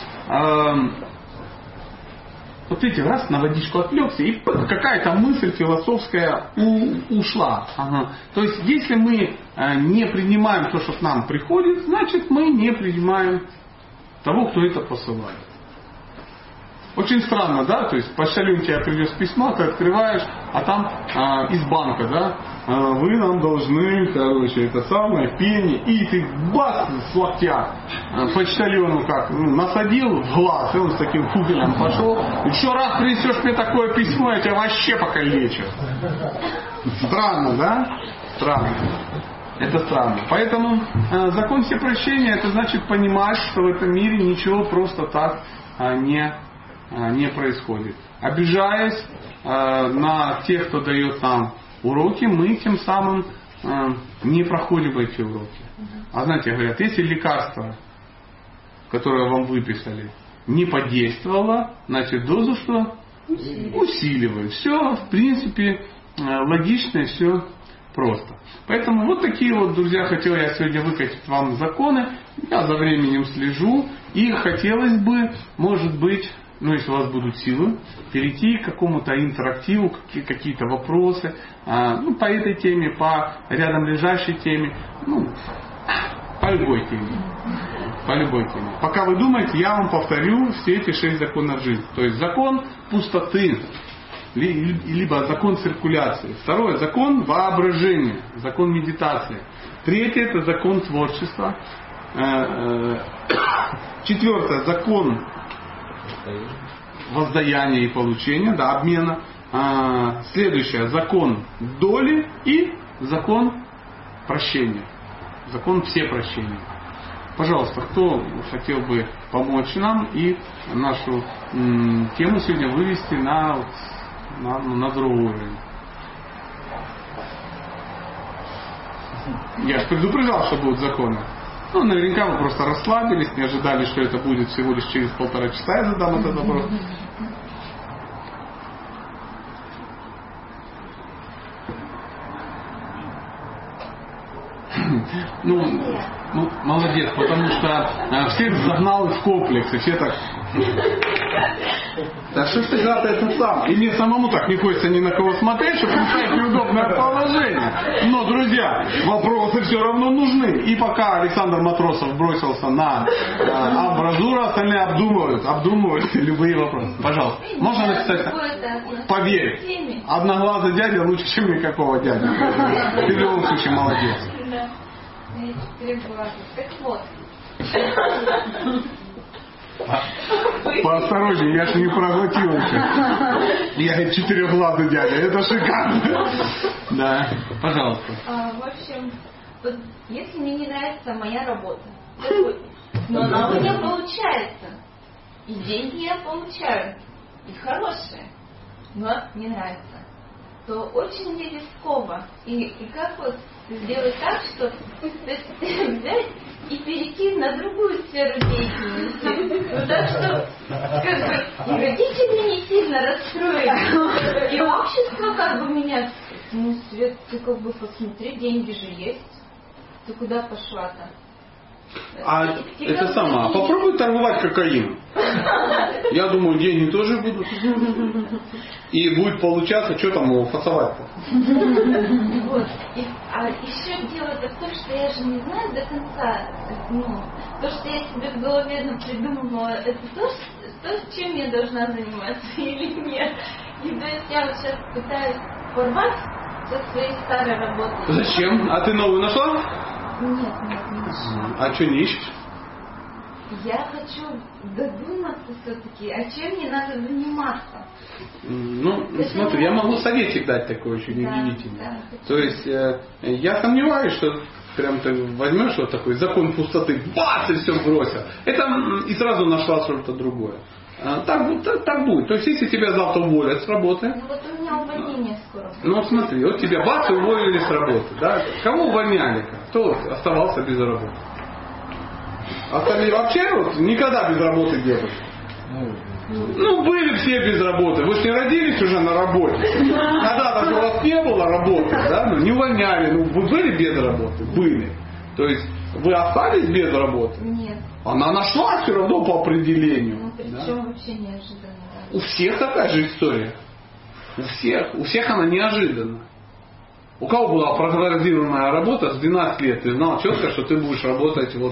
Вот видите, раз на водичку отвлекся, и какая-то мысль философская ушла. Ага. То есть, если мы не принимаем то, что к нам приходит, значит, мы не принимаем того, кто это посылает. Очень странно, да? То есть, почтальон тебе привез письмо, ты открываешь, а там из банка, да? Вы нам должны, это самое, пени, и ты бац, с локтя почтальону насадил в глаз, и он с таким фугелем пошел. Еще раз принесешь мне такое письмо, я тебя вообще покалечу. Странно, да? Странно. Это странно. Поэтому закон всепрощения, это значит понимать, что в этом мире ничего просто так не происходит. Обижаясь на тех, кто дает нам уроки, мы тем самым не проходим эти уроки. А знаете, говорят, если лекарство, которое вам выписали, не подействовало, значит дозу что? Усиливаем. Все, в принципе, логично и все просто. Поэтому вот такие вот, друзья, хотел я сегодня выкатить вам законы. Я за временем слежу. И хотелось бы, может быть, если у вас будут силы, перейти к какому-то интерактиву, какие-то вопросы по этой теме, по рядом лежащей теме, по любой теме. По любой теме. Пока вы думаете, я вам повторю все эти 6 законов жизни. То есть закон пустоты, либо закон циркуляции. Второе, закон воображения, закон медитации. Третье, это закон творчества. Четвертое, закон воздаяния и получения, обмена. Следующее, закон доли и закон прощения. Закон всепрощения. Пожалуйста, кто хотел бы помочь нам и нашу тему сегодня вывести на другой уровень? Я же предупреждал, что будут законы. Наверняка вы просто расслабились, не ожидали, что это будет всего лишь через 1,5 часа я задам этот вопрос. Молодец, потому что всех загнал в комплексы, все так... Да что ж ты, гад, это сам? И мне самому так не хочется ни на кого смотреть, чтобы представить неудобное положение. Но, друзья, вопросы все равно нужны. И пока Александр Матросов бросился на амбразуру, остальные обдумывают любые вопросы. Пожалуйста. Можно написать? Поверь, одноглазый дядя лучше, чем никакого дядя. Ты в любом случае молодец. Так вот. Поосторожнее, я же не проглотил еще. Я 4-глазый дядя, это шикарно. Да, пожалуйста. В общем, вот, если мне не нравится моя работа, но она у меня получается, и деньги я получаю, и хорошие, но не нравится, то очень мне рисково. И как вот сделать так, что взять и перейти на другую сферу деятельности. Так что и родители не сильно расстроились. И общество меня... Свет, ты посмотри, деньги же есть. Ты куда пошла-то? Попробуй торговать кокаином. Я думаю, деньги тоже будут. И будет получаться, что там его фасовать-то. Вот. А еще дело-то в том, что я же не знаю до конца. То, что я себе в голове придумывала, это то, чем я должна заниматься или нет. И то есть я вот сейчас пытаюсь порвать со своей старой работой. Зачем? А ты новую нашла? Нет, не нашла. А что не ищешь? Я хочу додуматься все-таки, а чем мне надо заниматься. Смотри, я могу советик дать такой очень удивительный. То есть, я сомневаюсь, что прям ты возьмешь вот такой закон пустоты, бац, и все бросил. Это и сразу нашла что-то другое. Так будет. То есть, если тебя завтра уволят с работы. Ну вот у меня увольнение скоро. Ну вот смотри, вот тебя бац, и уволили с работы. Да? Кого увольняли? Кто оставался без работы? Остальные вообще вот никогда без работы девушки. Ну, были все без работы. Вы же не родились уже на работе. Когда-то же у вас не было работы, да? Ну, не увольняли. Ну, вы были без работы? Были. То есть, вы остались без работы? Нет. Она нашла все равно по определению. Ну, причем да? Вообще неожиданно. У всех такая же история. У всех она неожиданна. У кого была прогнозируемая работа с 12 лет, ты знал четко, что ты будешь работать вот...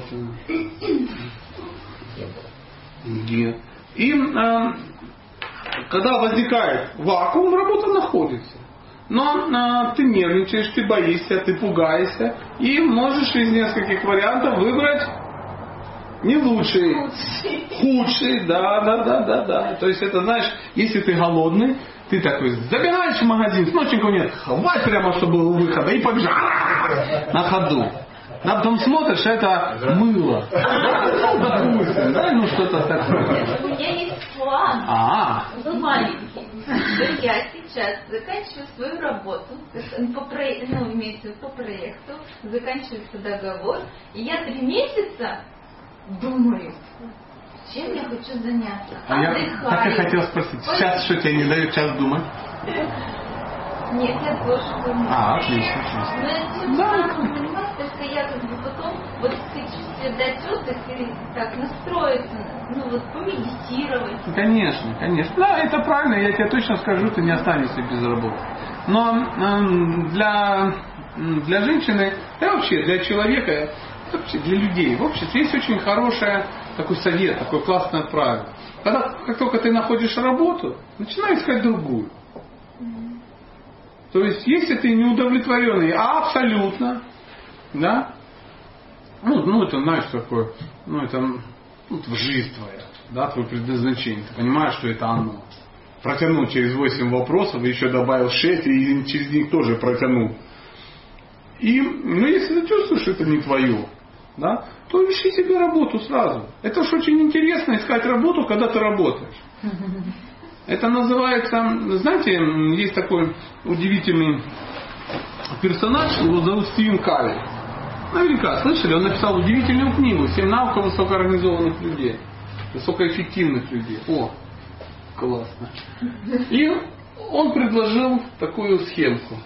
Нет. И когда возникает вакуум, работа находится. Но ты нервничаешь, ты боишься, ты пугаешься. И можешь из нескольких вариантов выбрать не лучший, худший. Да. То есть это, знаешь, если ты голодный, ты такой забегаешь в магазин, сночников нет, хвать прямо, чтобы был у выхода, и побежал на ходу. Да, потом смотришь, это мыло. Допустим, да, ну что-то такое. У меня есть план. Ну, маленький. Я сейчас заканчиваю свою работу, имеется в виду по проекту, заканчивается договор, и я 3 месяца думаю, чем я хочу заняться. Я так и хотел спросить, сейчас что тебе не дают час думать? Нет, я тоже думаю. Отлично. Но этим самым, понимаешь, только я как бы потом вот хочу дать отдых и так настроиться, ну вот помедитировать. Конечно. Да, это правильно, я тебе точно скажу, ты не останешься без работы. Но для женщины, да вообще для человека, вообще для людей в обществе есть очень хороший такой совет, такое классное правило. Как только ты находишь работу, начинай искать другую. То есть, если ты не удовлетворенный абсолютно, да, ну это, знаешь, такое, ну это в жизнь твоя, да, твое предназначение, ты понимаешь, что это оно. Протянул через 8 вопросов, еще добавил 6, и через них тоже протянул. И, ну, если ты чувствуешь, что это не твое, да, то ищи себе работу сразу. Это же очень интересно искать работу, когда ты работаешь. Это называется, знаете, есть такой удивительный персонаж, его зовут Стивен Кови. Наверняка слышали, он написал удивительную книгу «7 навыков высокоорганизованных людей», высокоэффективных людей. О, классно. И он предложил такую схемку.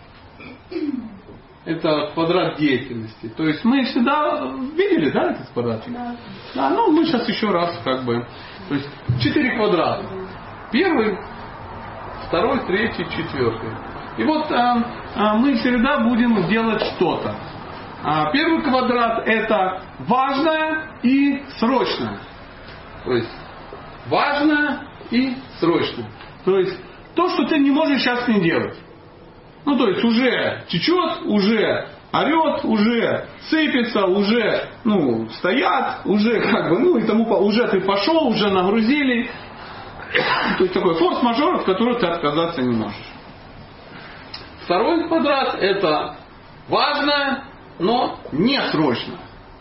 Это квадрат деятельности. То есть мы всегда видели, да, этот квадратик? Да. Ну мы сейчас еще раз как бы. То есть 4 квадрата. 1, 2, 3, 4. И вот мы всегда будем делать что-то. Первый квадрат это важное и срочное. То есть важное и срочное. То есть то, что ты не можешь сейчас не делать. Ну то есть уже течет, уже орет, уже сыпется, уже стоят, уже как бы, и тому уже ты пошел, уже нагрузили. То есть такой форс-мажор, от которого ты отказаться не можешь. Второй квадрат это важное, но не срочно.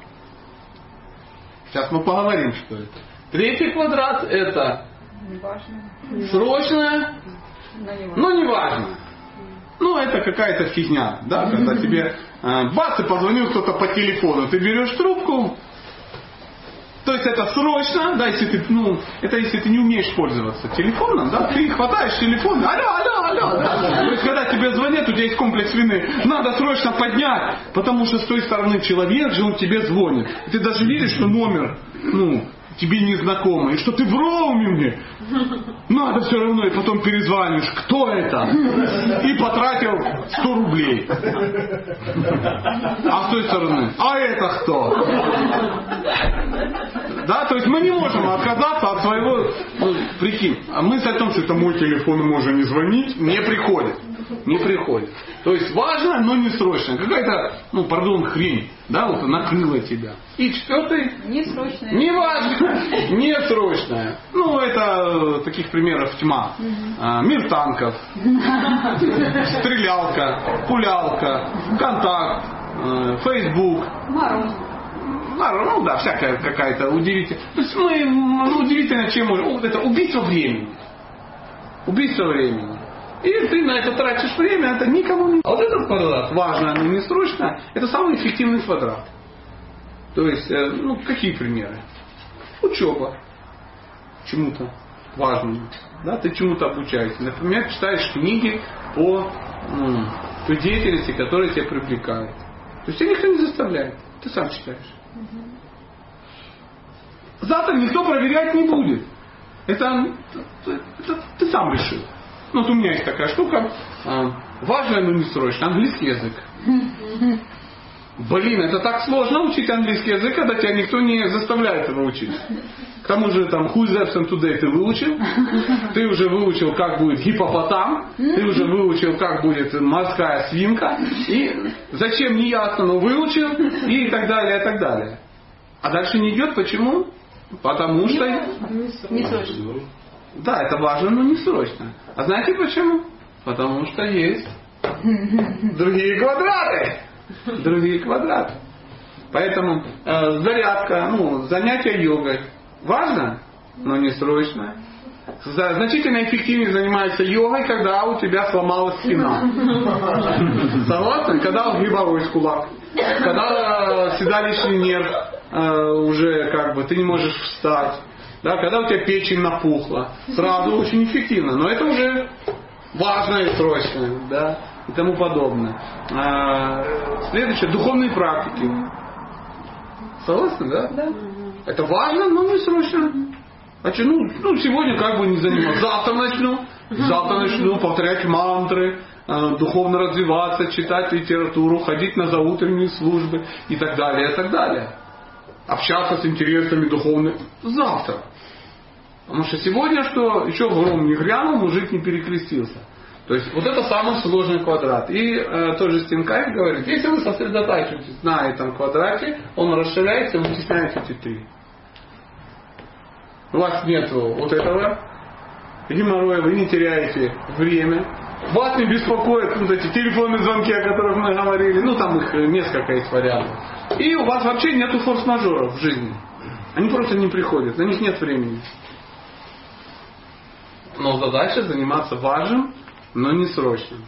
Сейчас мы поговорим, что это. Третий квадрат это срочное, но не важное. Ну, это какая-то фигня, да, когда тебе бац, и позвонил кто-то по телефону, ты берешь трубку. То есть это срочно, да, если ты, это если ты не умеешь пользоваться телефоном, да, ты хватаешь телефон, алло, да. То есть когда тебе звонят, у тебя есть комплекс вины, надо срочно поднять, потому что с той стороны человек же, он тебе звонит. И ты даже видишь, что номер, тебе незнакомый, и что ты в роуминге, надо все равно, и потом перезвонишь, кто это? И потратил 100 рублей. А с той стороны, а это кто? Да, то есть мы не можем отказаться от своего, прикинь, а мысль о том, что это мой телефон, можно не звонить, не приходит. То есть важно, но не срочно. Какая-то, хрень, да, вот накрыла тебя. И 4. Несрочная. Не важно, не срочная. Это таких примеров тьма. Мир танков, стрелялка, пулялка, контакт, Facebook. Мороз. Ну да, всякая какая-то удивительная. То есть мы удивительно чем можем. Вот это убийство времени. Убийство времени. И ты на это тратишь время, это никому не... А вот этот квадрат, важно, но не срочно, это самый эффективный квадрат. То есть, какие примеры? Учеба. Чему-то важному. Да, ты чему-то обучаешься. Например, читаешь книги по той деятельности, которая тебя привлекает. То есть тебя никто не заставляет. Ты сам читаешь. Завтра никто проверять не будет. Это ты сам решил. Вот у меня есть такая штука. Важная, но не срочно. Английский язык. Блин, это так сложно учить английский язык, когда тебя никто не заставляет его учить. К тому же там Who's Absent Today ты выучил. Ты уже выучил, как будет гипопотам. Ты уже выучил, как будет морская свинка. И зачем не ясно, но выучил. И так далее, и так далее. А дальше не идет. Почему? Потому что... Не срочно. Да, это важно, но не срочно. А знаете почему? Потому что есть другие квадраты. Другие квадраты. Поэтому зарядка, занятие йогой важно, но не срочно. Значительно эффективнее занимается йогой, когда у тебя сломалась спина. Согласны? Когда грибовой кулак. Когда седалищный нерв уже ты не можешь встать. Да, когда у тебя печень напухла. Сразу очень эффективно. Но это уже важно и срочно. Да, и тому подобное. Следующее. Духовные практики. Согласны, да? Да. Это важно, но не срочно. Значит, сегодня не заниматься. Завтра начну повторять мантры, духовно развиваться, читать литературу, ходить на заутренние службы и так далее, и так далее. Общаться с интересами духовными завтра. Потому что сегодня, что еще гром не грянул, мужик не перекрестился. То есть вот это самый сложный квадрат. И тоже Стенкайф говорит, если вы сосредотачиваетесь на этом квадрате, он расширяется, вытесняет эти три. У вас нет вот этого геморроя, вы не теряете время. Вас не беспокоят эти телефонные звонки, о которых мы говорили. Там их несколько есть вариантов. И у вас вообще нету форс-мажоров в жизни. Они просто не приходят, на них нет времени. Но задача заниматься важным, но не срочным.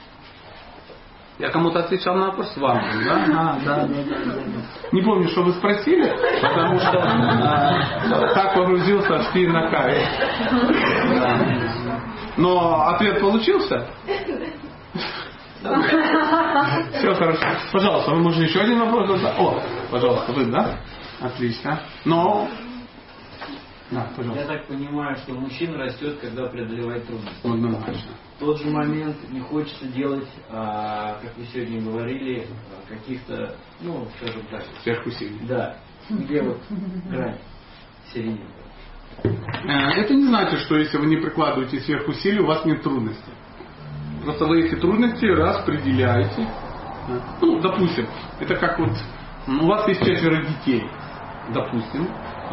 Я кому-то отвечал на вопрос важным, да? Да. Не помню, что вы спросили, потому что так погрузился в стиль на кайф. Но ответ получился? Все хорошо. Пожалуйста, вы можете еще один вопрос задать? О, пожалуйста, вы, да? Отлично. Но... Да, пожалуйста. Я так понимаю, что мужчина растет, когда преодолевает трудности. Однозначно. В тот же момент не хочется делать, как вы сегодня говорили, каких-то, скажем так... Сверхусилий. Да. Где грань середины? Это не значит, что если вы не прикладываете сверхусилий, у вас нет трудностей. Просто вы эти трудности распределяете. Допустим, это как у вас есть 4 детей, допустим.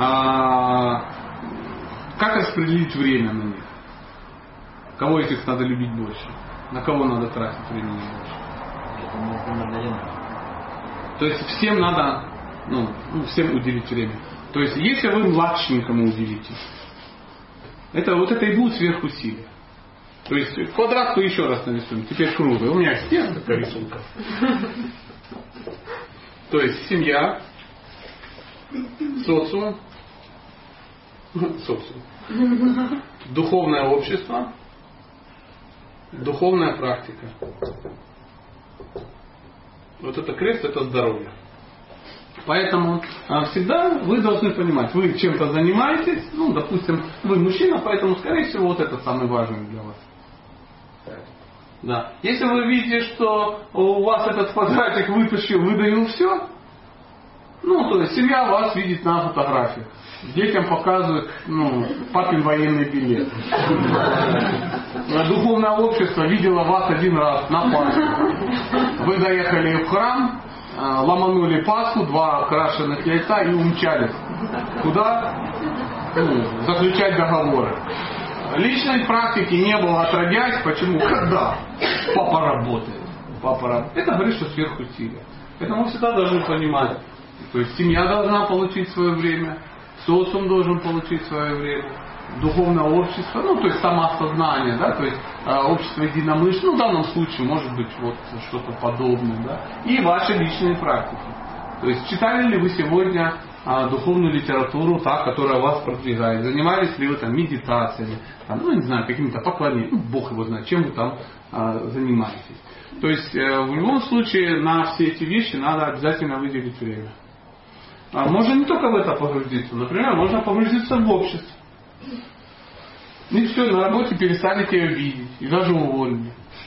Как распределить время на них? Кого из них надо любить больше? На кого надо тратить времени больше? То есть всем надо, всем уделить время. То есть если вы младшенькому уделите, это и будут сверхусилия. То есть квадратку еще раз нарисуем. Теперь круглый. У меня есть такая рисунка. То есть семья, социум, духовное общество, духовная практика. Вот это крест, это здоровье. Поэтому всегда вы должны понимать, вы чем-то занимаетесь, допустим, вы мужчина, поэтому, скорее всего, вот это самый важный для вас. Да. Если вы видите, что у вас этот квадратик выдавил все, то есть семья вас видит на фотографиях. Детям показывают, папин военный билет. Духовное общество видело вас один раз на Пасху. Вы доехали в храм, ломанули Пасху, 2 крашеных яйца и умчались. Куда? Заключать договоры. Личной практики не было отродясь. Почему? Когда? Папа работает. Это говорит, что сверхусилие. Это мы всегда должны понимать. То есть семья должна получить свое время, социум должен получить свое время, духовное общество, ну то есть самоосознание, да, то есть общество единомышленников, ну в данном случае может быть вот что-то подобное, да, и ваши личные практики. То есть читали ли вы сегодня духовную литературу, та, которая вас продвигает, занимались ли вы там медитациями, там, ну не знаю, какими-то поклонениями, ну Бог его знает, чем вы там занимаетесь. То есть в любом случае на все эти вещи надо обязательно выделить время. Можно не только в это погрузиться, например, можно погрузиться в общество. И все, на работе перестали тебя видеть, и даже уволили.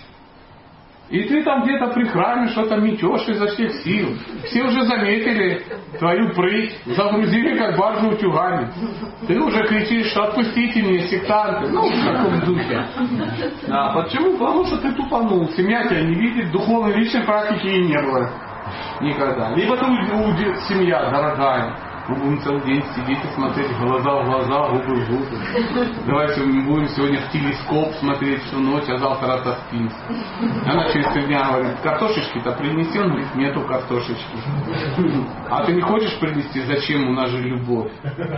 И ты там где-то при храме что-то метешь изо всех сил. Все уже заметили твою прыть, загрузили как баржу утюгами. Ты уже кричишь, что отпустите меня, сектанты. Ну, в таком духе. А почему? Потому что ты тупанул. Семья тебя не видит, духовной личной практики и не было. Никогда. Либо ты семья дорогая. Мы будем целый день сидеть и смотреть глаза в глаза, губы в губы. Давайте мы будем сегодня в телескоп смотреть всю ночь, а завтра отоспимся. Она через 3 дня говорит, картошечки-то принеси, он говорит, нету картошечки. А ты не хочешь принести? Зачем? У нас же любовь.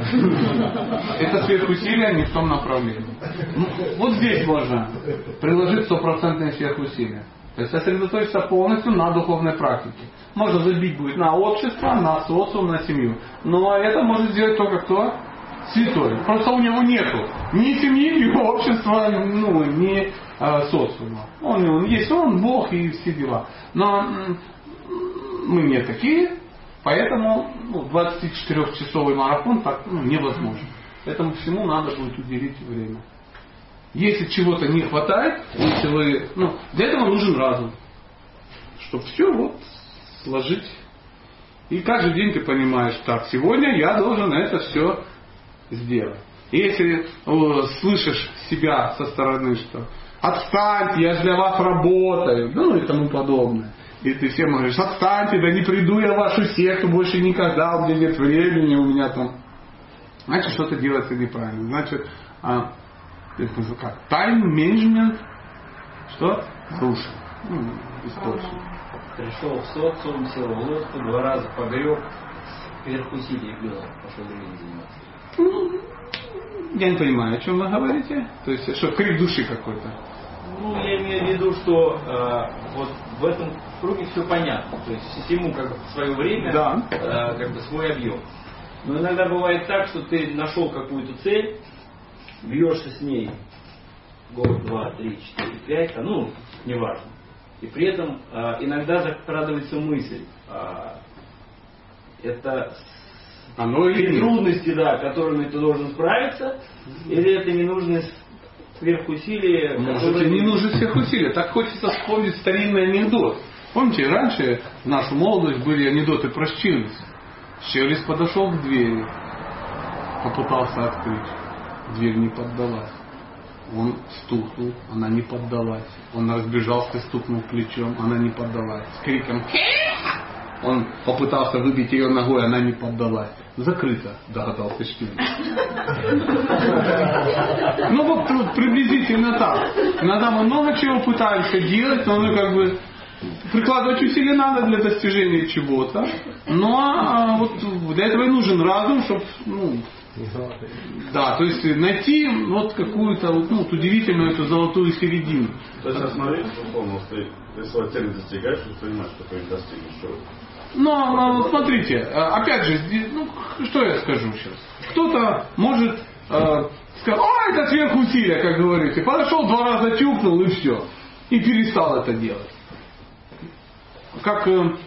Это сверхусилие не в том направлении. Ну, вот здесь можно приложить 100% сверхусилие. То есть сосредоточиться полностью на духовной практике. Можно забить будет на общество, на социум, на семью. Но это может сделать только кто? Святой. Просто у него нету ни семьи, ни общества, ну, ни социума. Он есть, он Бог и все дела. Но мы не такие, поэтому 24-часовый марафон так невозможно. Этому всему надо будет уделить время. Если чего-то не хватает, если вы, для этого нужен разум, чтобы все вот сложить. И каждый день ты понимаешь, так, сегодня я должен это все сделать. И если слышишь себя со стороны, что отстаньте, я же для вас работаю, ну и тому подобное. И ты всем говоришь, отстаньте, да не приду я в вашу секту больше никогда, у меня нет времени, у меня там. Значит, что-то делается неправильно. Значит, как? Тайм-менеджмент, что? Рушен. Источник. Пришел в социум, сел в лодку, 2 раза погреб, сверхусилие было, пошел время заниматься. Я не понимаю, о чем вы говорите. То есть, что, крик души какой-то? Я имею в виду, что вот в этом круге все понятно. То есть всему как бы свое время, да. Как бы свой объем. Но иногда бывает так, что ты нашел какую-то цель, бьешься с ней год, 2, 3, 4, 5, неважно. И при этом иногда закрадывается мысль, это трудности, да, которыми ты должен справиться, или это ненужность сверхусилия. Может, не нужно сверхусилия. Так хочется вспомнить старинный анекдот. Помните, раньше в нашу молодость были анекдоты про Щирлица. Щирлиц подошел к двери, попытался открыть. Дверь не поддалась. Он стукнул, она не поддалась. Он разбежался, стукнул плечом, она не поддалась. С криком он попытался выбить ее ногой, она не поддалась. Закрыто, догадался Штирлиц. Вот приблизительно так. Иногда мы много чего пытаемся делать, но мы как бы прикладывать усилия надо для достижения чего-то. Но вот для этого и нужен разум, чтобы да, то есть найти вот какую-то удивительную эту золотую середину. То есть, смотри, условно, ты свою цель достигаешь, и понимаешь, что ты не достигнешь. Смотрите, опять же, что я скажу сейчас? Кто-то может сказать, это сверхусилие, как говорите. Подошел 2 раза тюкнул и все. И перестал это делать. Как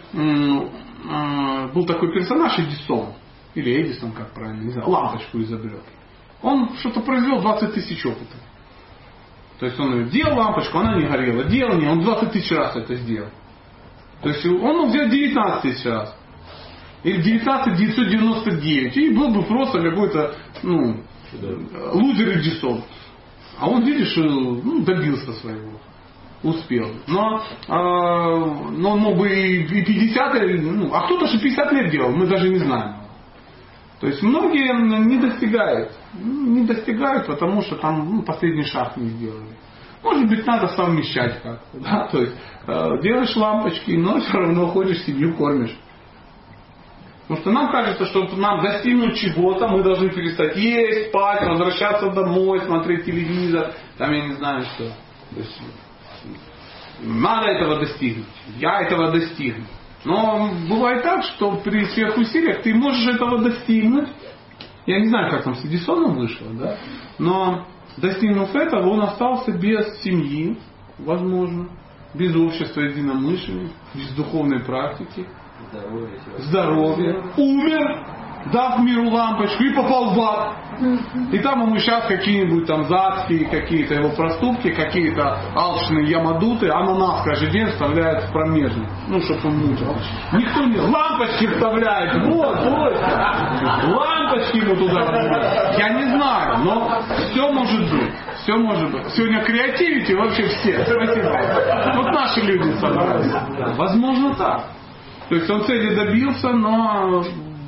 был такой персонаж Эдисон. Или Эдисон, как правильно, не знаю, лампочку изобрел. Он что-то произвел 20 тысяч опытов. То есть он делал лампочку, она не горела. Делал не, он 20 тысяч раз это сделал. То есть он мог сделать 19 тысяч раз. Или 19 999. И был бы просто какой-то лузер Эдисон. А он, видишь, добился своего. Успел. Но он мог бы и 50 лет, а кто-то же 50 лет делал, мы даже не знаем. То есть многие не достигают. Не достигают, потому что там последний шаг не сделали. Может быть, надо совмещать как-то. Да? То есть делаешь лампочки, но все равно ходишь, семью кормишь. Потому что нам кажется, что нам достигнуть чего-то, мы должны перестать есть, спать, возвращаться домой, смотреть телевизор, там я не знаю что. То есть, надо этого достигнуть. Я этого достигну. Но бывает так, что при сверхусилиях ты можешь этого достигнуть. Я не знаю, как там с Эдисоном вышло, да? Но достигнув этого, он остался без семьи, возможно, без общества единомышленников, без духовной практики. Здоровье. Умер, дав миру лампочку и попал в ад. И там ему сейчас какие-нибудь там задские какие-то его проступки, какие-то алчные ямадуты, ананас каждый день вставляют в промежник. Ну, чтобы он мучил. Никто не... Лампочки вставляет. Вот, точно. Лампочки ему туда вставляют. Я не знаю, но все может быть. Все может быть. Сегодня креативите вообще все. Спасибо. Вот наши люди собрались. Возможно так. То есть он цели добился, но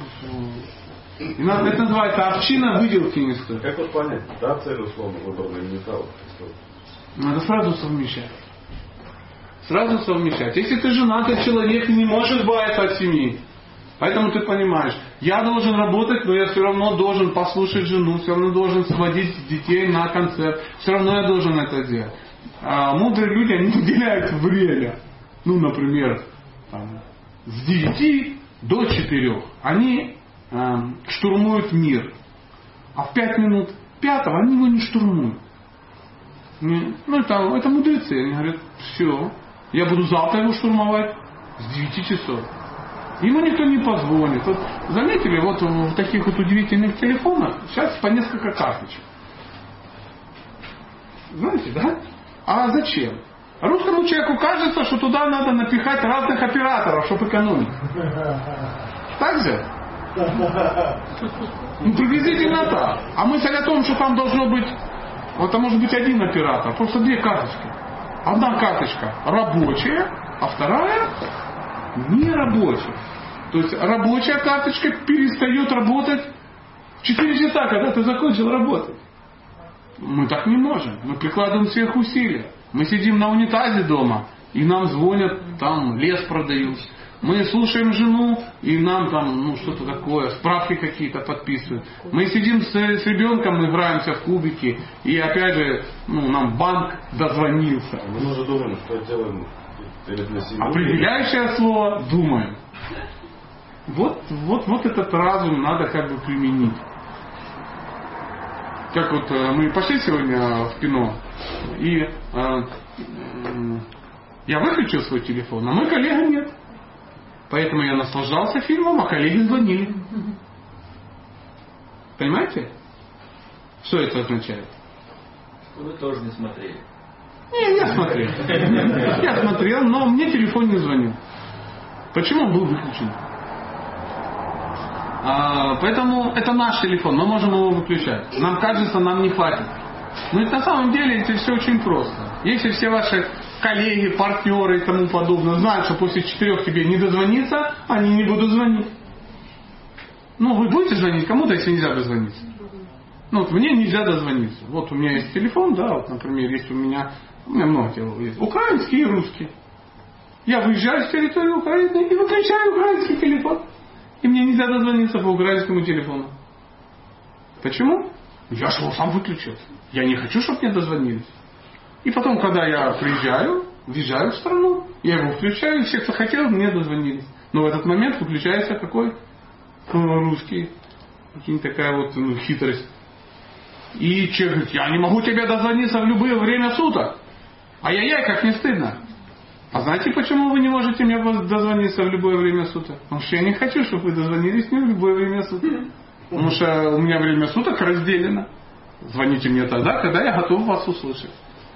это называется овчина выделки не стоит. Как вот понять, да, цель условно выборная не стала? Надо сразу совмещать. Сразу совмещать. Если ты женатый человек, ты не можешь избавиться от семьи. Поэтому ты понимаешь, я должен работать, но я все равно должен послушать жену, все равно должен сводить детей на концерт, все равно я должен это делать. А мудрые люди, они уделяют время. Ну, например, там, с 9 до 4 они штурмуют мир. А в 5 минут 5 они его не штурмуют. Ну, это мудрецы. Они говорят, все, я буду завтра его штурмовать с 9 часов. Ему никто не позвонит. Вот, заметили, вот в таких вот удивительных телефонах сейчас по несколько карточек. Знаете, да? А зачем? Русскому человеку кажется, что туда надо напихать разных операторов, чтобы экономить. Так же? Ну, приблизительно так. А мысль о том, что там должно быть, вот там может быть один оператор, просто 2 карточки. Одна карточка рабочая, а вторая не рабочая. То есть рабочая карточка перестает работать в 4 часа, когда ты закончил работать. Мы так не можем. Мы прикладываем сверхусилия. Мы сидим на унитазе дома, и нам звонят, там лес продают. Мы слушаем жену, и нам там что-то такое, справки какие-то подписывают. Мы сидим с ребенком, играемся в кубики, и опять же, нам банк дозвонился. Мы уже думаем, что делаем для семьи. Определяющее слово «думаем». Вот этот разум надо как бы применить. Как вот мы пошли сегодня в кино, и я выключил свой телефон, а мой коллега нет. Поэтому я наслаждался фильмом, а коллеги звонили. Понимаете? Что это означает? Вы тоже не смотрели. Не, я смотрел. Я смотрел, но мне телефон не звонил. Почему он был выключен? Поэтому это наш телефон, мы можем его выключать. Нам кажется, нам не хватит. Но на самом деле это все очень просто. Если все ваши коллеги, партнеры и тому подобное знают, что после 4 тебе не дозвониться, они не будут звонить. Вы будете звонить кому-то, если нельзя дозвониться? Вот мне нельзя дозвониться. Вот у меня есть телефон, да, вот, например, есть у меня много телефонов есть. Украинский и русский. Я выезжаю с территории Украины и выключаю украинский телефон. И мне нельзя дозвониться по украинскому телефону. Почему? Я же его сам выключил. Я не хочу, чтобы мне дозвонились. И потом, когда я приезжаю, въезжаю в страну, я его включаю, и все, кто хотел, мне дозвонились. Но в этот момент выключается какой? Русский. Такая вот хитрость. И человек говорит, я не могу тебе дозвониться в любое время суток. Ай-яй-яй, как не стыдно. А знаете, почему вы не можете мне дозвониться в любое время суток? Потому что я не хочу, чтобы вы дозвонились мне в любое время суток. Потому что у меня время суток разделено. Звоните мне тогда, когда я готов вас услышать.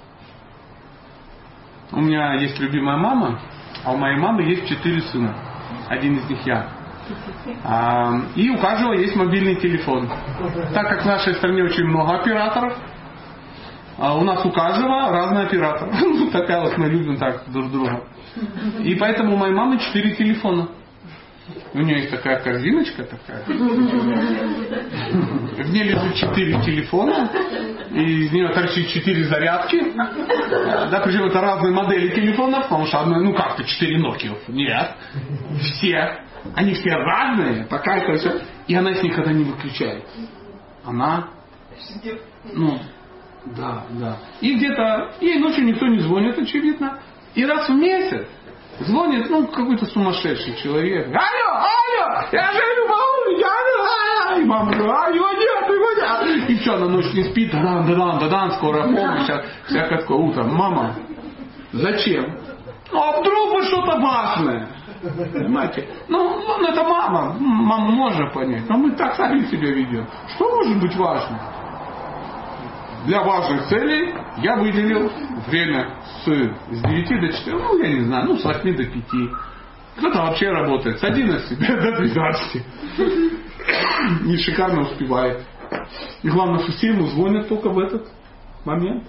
У меня есть любимая мама, а у моей мамы есть 4 сына. Один из них я. И у каждого есть мобильный телефон. Так как в нашей стране очень много операторов, у нас у каждого разный оператор. Такая вот мы любим так друг друга. И поэтому у моей мамы 4 телефона. У нее есть такая корзиночка такая. В ней лежит 4 телефона. и из нее торчит 4 зарядки. Да, причем это разные модели телефонов, потому что одна, ну как-то 4 Nokia. Нет. Все. Они все разные, пока это все. И она их никогда не выключает. Она... Ну, да. И где-то ей ночью никто не звонит, очевидно. И раз в месяц звонит, ну, какой-то сумасшедший человек. Алло, я же не могу, и мама говорит, его нет. И все, она ночь не спит, да-дан, скоро помощь, всякое такое утро. Мама, зачем? Ну, а вдруг бы что-то важное? Понимаете? Ну, это мама. Маму можно понять. Но мы так сами себя ведем. Что может быть важно? Для важных целей я выделил время с 9 до 4, ну, я не знаю, ну, с 8 до 5. Кто-то вообще работает с 11 до 12. И шикарно успевает. И главное, что все ему звонят только в этот момент.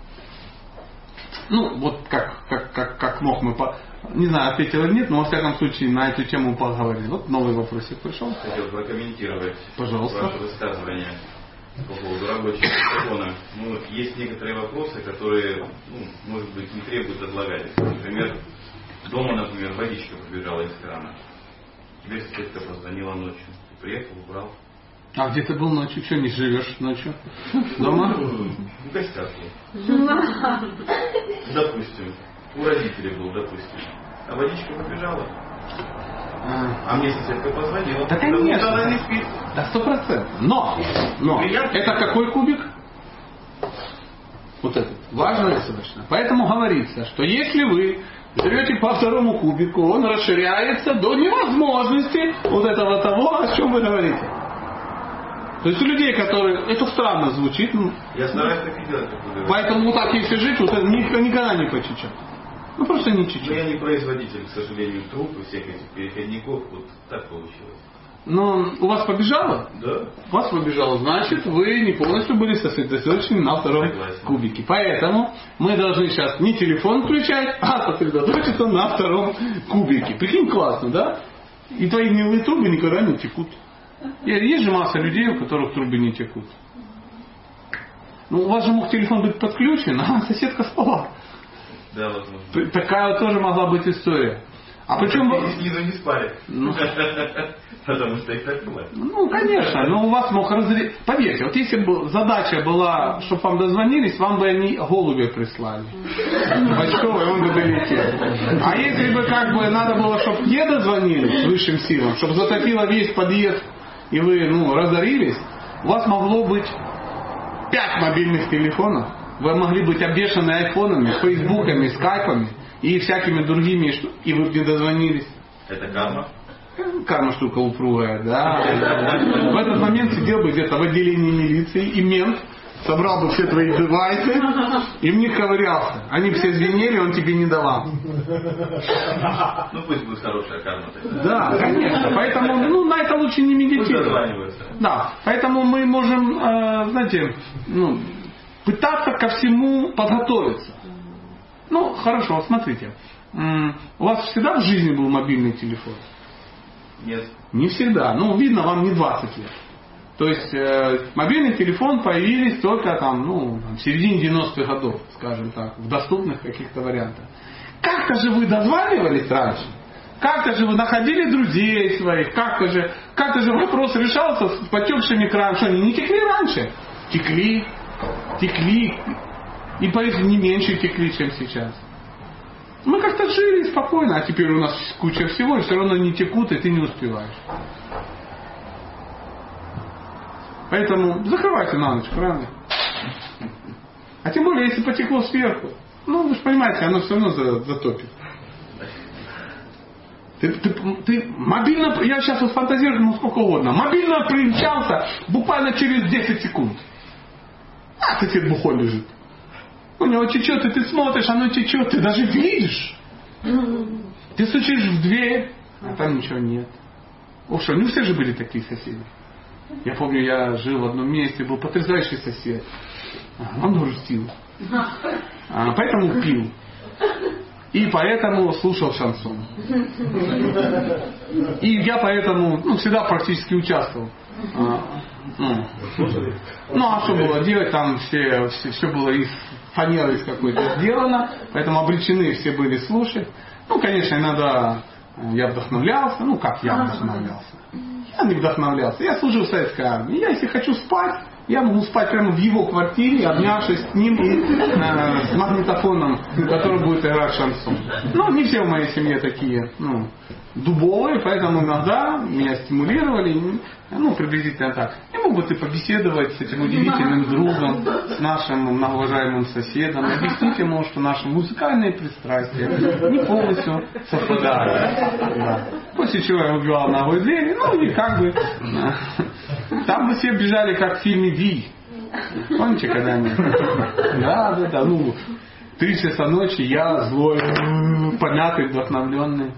Ну, вот как мог мы... Не знаю, ответил или нет, но во всяком случае на эту тему поговорили. Вот новый вопросик пришел. Хотел прокомментировать ваше высказывание по поводу рабочего телефона. Ну, есть некоторые вопросы, которые, ну, может быть, не требуют отлагательства. Например, дома, водичка побежала из крана. Тебе соседка позвонила ночью. Ты приехал, убрал. А где ты был ночью? Что, не живешь ночью? Дома? В гостях был. Допустим. У родителей был, допустим. А водичка побежала. А мне соседка позвонила. Да, конечно. Она не спит. Да, 100%. Но это какой кубик? Вот этот. Важно достаточно. Поэтому говорится, что если вы живете по второму кубику, он расширяется до невозможности вот этого того, о чем вы говорите. То есть у людей, которые... Это странно звучит. Я стараюсь так и делать, как вы говорите. Поэтому так если жить, вот это никогда не почечет. Ну просто не чуть-чуть. Но я не производитель, к сожалению, труб и всех этих переходников. Вот так получилось. Но у вас побежало? Да. У вас побежало, значит, вы не полностью были сосредоточены на втором кубике. Поэтому мы должны сейчас не телефон включать, а сосредоточиться на втором кубике. Прикинь, классно, да? И твои гнилые трубы никогда не текут. Есть же масса людей, у которых трубы не текут. Ну, у вас же мог телефон быть подключен, а соседка спала. Да, возможно. Такая тоже могла быть история. А причем... Снизу не спали. Потому что их так бывает. Ну, конечно, но у вас мог разрезать... Поверьте, вот если бы задача была, чтобы вам дозвонились, вам бы они голубя прислали. Бочкова, и он бы долетел. А если бы как бы надо было, чтобы не дозвонились с высшим силам, чтобы затопило весь подъезд, и вы, разорились, у вас могло быть 5 мобильных телефонов. Вы могли быть обвешаны айфонами, фейсбуками, скайпами и всякими другими, и вы бы не дозвонились. Это карма? Карма штука упругая, да. В этот момент сидел бы где-то в отделении милиции, и мент собрал бы все твои девайсы и в них ковырялся. Они все звенели, он тебе не давал. Ну пусть будет хорошая карма тогда. Да, конечно. Поэтому на это лучше не медитировать. Да, поэтому мы можем, знаете, пытаться ко всему подготовиться. Ну, хорошо, смотрите. У вас всегда в жизни был мобильный телефон? Нет. Не всегда. Видно, вам не 20 лет. То есть мобильный телефон появились только в середине 90-х годов, скажем так, в доступных каких-то вариантах. Как-то же вы дозванивались раньше. Как-то же вы находили друзей своих. Как-то же вопрос решался с потекшими кранами. Что, они не текли раньше? Текли. И поэтому не меньше текли, чем сейчас. Мы как-то жили спокойно, а теперь у нас куча всего, и все равно не текут, и ты не успеваешь. Поэтому закрывайте на ночь, правда? А тем более, если потекло сверху, вы же понимаете, оно все равно затопит. Ты мобильно, я сейчас вот фантазирую, сколько угодно, мобильно примчался буквально через 10 секунд. А сосед бухой лежит. У него течет, и ты смотришь, оно течет, ты даже видишь. Ты стучишь в дверь, а там ничего нет. Что, не все же были такие соседи. Я помню, я жил в одном месте, был потрясающий сосед. Он грустил. Поэтому пил. И поэтому слушал шансон. И я поэтому всегда практически участвовал. А что было делать? Там все было из фанеры из какой-то сделано, поэтому обречены все были слушать. Конечно, иногда я вдохновлялся. Как я вдохновлялся? Я не вдохновлялся. Я служил в советской армии. Я, если хочу спать, я могу спать прямо в его квартире, обнявшись с ним и с магнитофоном, который будет играть шансон. Не все в моей семье такие дубовые, поэтому иногда меня стимулировали, приблизительно так. Не мог бы ты побеседовать с этим удивительным другом, с нашим многоуважаемым соседом, объяснить ему, что наши музыкальные пристрастия не полностью совпадают. Да. После чего я убивал ногой двери, и как бы там мы все бежали, как в фильме «Вий». Помните, когда-нибудь? Да. 3 часа ночи я злой, помятый, вдохновленный.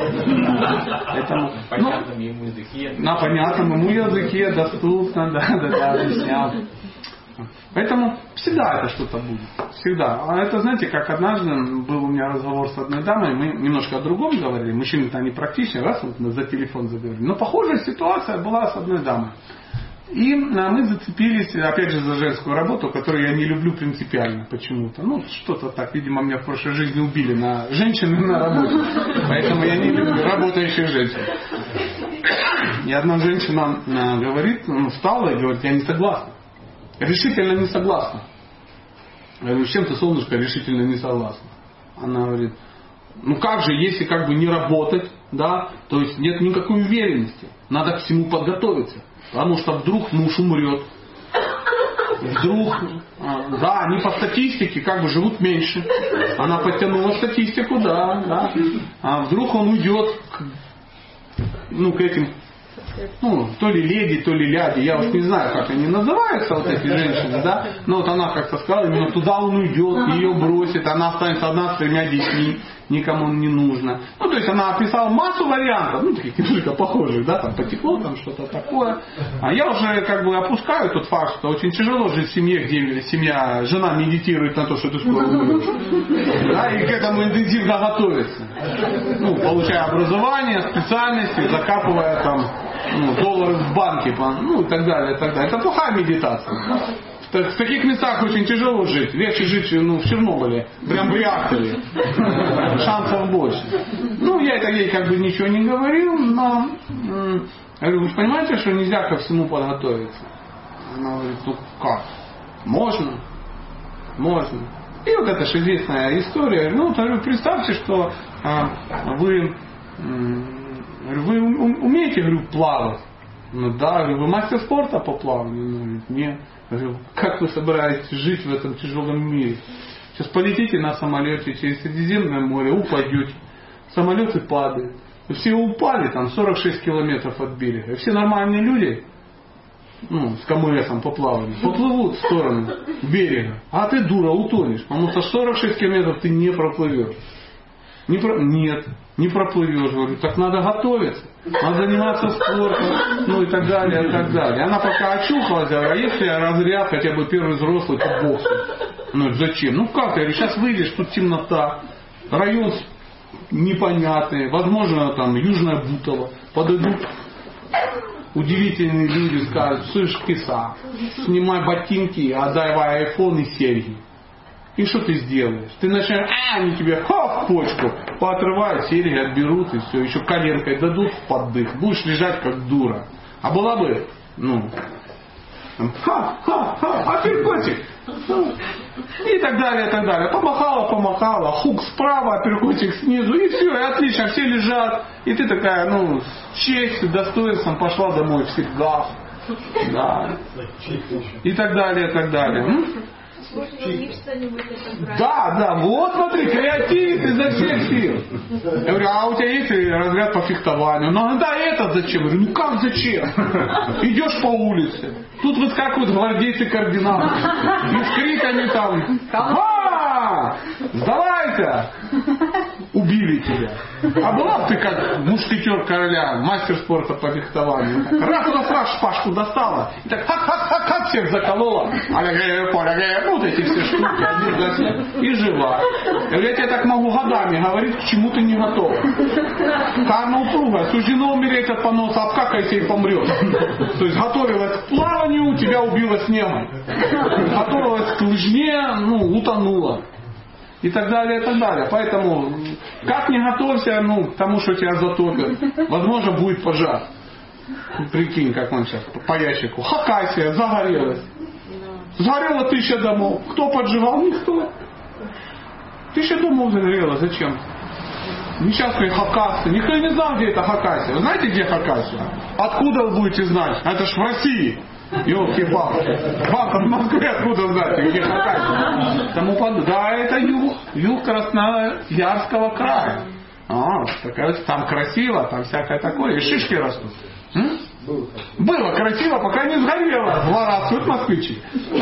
На понятном ему языке. На понятном ему языке доступно, объяснял. Поэтому всегда это что-то будет. Всегда. А это, знаете, как однажды был у меня разговор с одной дамой, мы немножко о другом говорили, мужчины-то они практичны, раз мы за телефон заговорили. Но похожая ситуация была с одной дамой. И мы зацепились, опять же, за женскую работу, которую я не люблю принципиально почему-то. Что-то так, видимо, меня в прошлой жизни убили на женщин и на работе. Поэтому я не люблю работающих женщин. И одна женщина говорит, встала и говорит, я не согласна. Решительно не согласна. Я говорю, с чем ты, солнышко, решительно не согласна? Она говорит, как же, если как бы не работать, да, то есть нет никакой уверенности. Надо к всему подготовиться. Потому что вдруг муж умрет. Вдруг, они по статистике как бы живут меньше. Она подтянула статистику, да. А вдруг он уйдет к этим, то ли леди, то ли ляди. Я не знаю, как они называются, эти женщины, да. Но она как-то сказала, именно туда он уйдет, ее бросит, она останется одна с 3 детьми. Никому не нужно. То есть она описала массу вариантов, таких немножко похожих, да, там потекло, там что-то такое. А я уже как бы опускаю тот факт, что очень тяжело жить в семье, где жена медитирует на то, что ты скоро умрешь. Да, и к этому интенсивно готовится. Получая образование, специальности, закапывая там доллары в банке, и так далее, и так далее. Это плохая медитация. В таких местах очень тяжело жить. Легче жить в Чернобыле. Прям в реакторе. Шансов больше. Я ей как бы ничего не говорил, но я говорю, вы же понимаете, что нельзя ко всему подготовиться? Она говорит, как? Можно. И это же известная история. Представьте, что вы умеете, говорю, плавать? Да, вы мастер спорта по плаванию? Нет. Как вы собираетесь жить в этом тяжелом мире? Сейчас полетите на самолете через Средиземное море, упадете. Самолеты падают. Все упали, там 46 километров от берега. И все нормальные люди, с КМСом по плаванию, поплывут в сторону берега. А ты, дура, утонешь. Потому что 46 километров ты не проплывешь. Нет, не проплывешь. Говорю, так надо готовиться. Надо заниматься спортом, и так далее, и так далее. Она пока очухалась, а если я разряд хотя бы первый взрослый по боксу? Зачем? Как? Я говорю, сейчас выйдешь, тут темнота, район непонятный, возможно, там Южная Бутово, подойдут удивительные люди, скажут, слышь, киса, снимай ботинки, отдавай айфон и серьги. И что ты сделаешь? Ты начинаешь, они тебе в почку поотрывают, серьги отберут и все, еще коленкой дадут в поддых, будешь лежать как дура. А была бы, апперкотик. И так далее, и так далее. Помахала, хук справа, апперкотик снизу, и все, и отлично, все лежат. И ты такая, с честью, достоинством пошла домой всегда. Да. И так далее, и так далее. Да, вот смотри, креативит изо всех сил. Я говорю, а у тебя есть разряд по фехтованию? Да, этот зачем? Я говорю, как зачем? Идешь по улице, тут выскакивают гвардейцы координаты. И с криками там, сдавайся! Убили тебя. А была бы ты как мушкетер короля, мастер спорта по фехтованию. Раз шпажку достала. И так всех заколола, ну вот эти все штуки, и жива. Я говорю, я тебе так могу годами говорить, к чему ты не готова. Карма упругая, суждено умереть от поноса, обкакайся и помрет. То есть готовилась к плаванию, тебя убило снегом. Готовилась к лыжне, утонула. И так далее, и так далее. Поэтому, как не готовься, к тому, что тебя затопят, возможно, будет пожар. Прикинь, как он сейчас по ящику. Хакасия загорелась. Сгорело 1000 домов. Кто поджигал? Никто. 1000 домов загорело. Зачем? Несчастные Хакасия. Никто не знал, где это Хакасия. Вы знаете, где Хакасия? Откуда вы будете знать? Это ж в России. Ёлки-палки. Вам в Москве откуда знаете, где Хакасия? Да, это юг Красноярского края. Там красиво, там всякое такое. И шишки растут. Было красиво, пока не сгорело. Злорадствуют москвичи.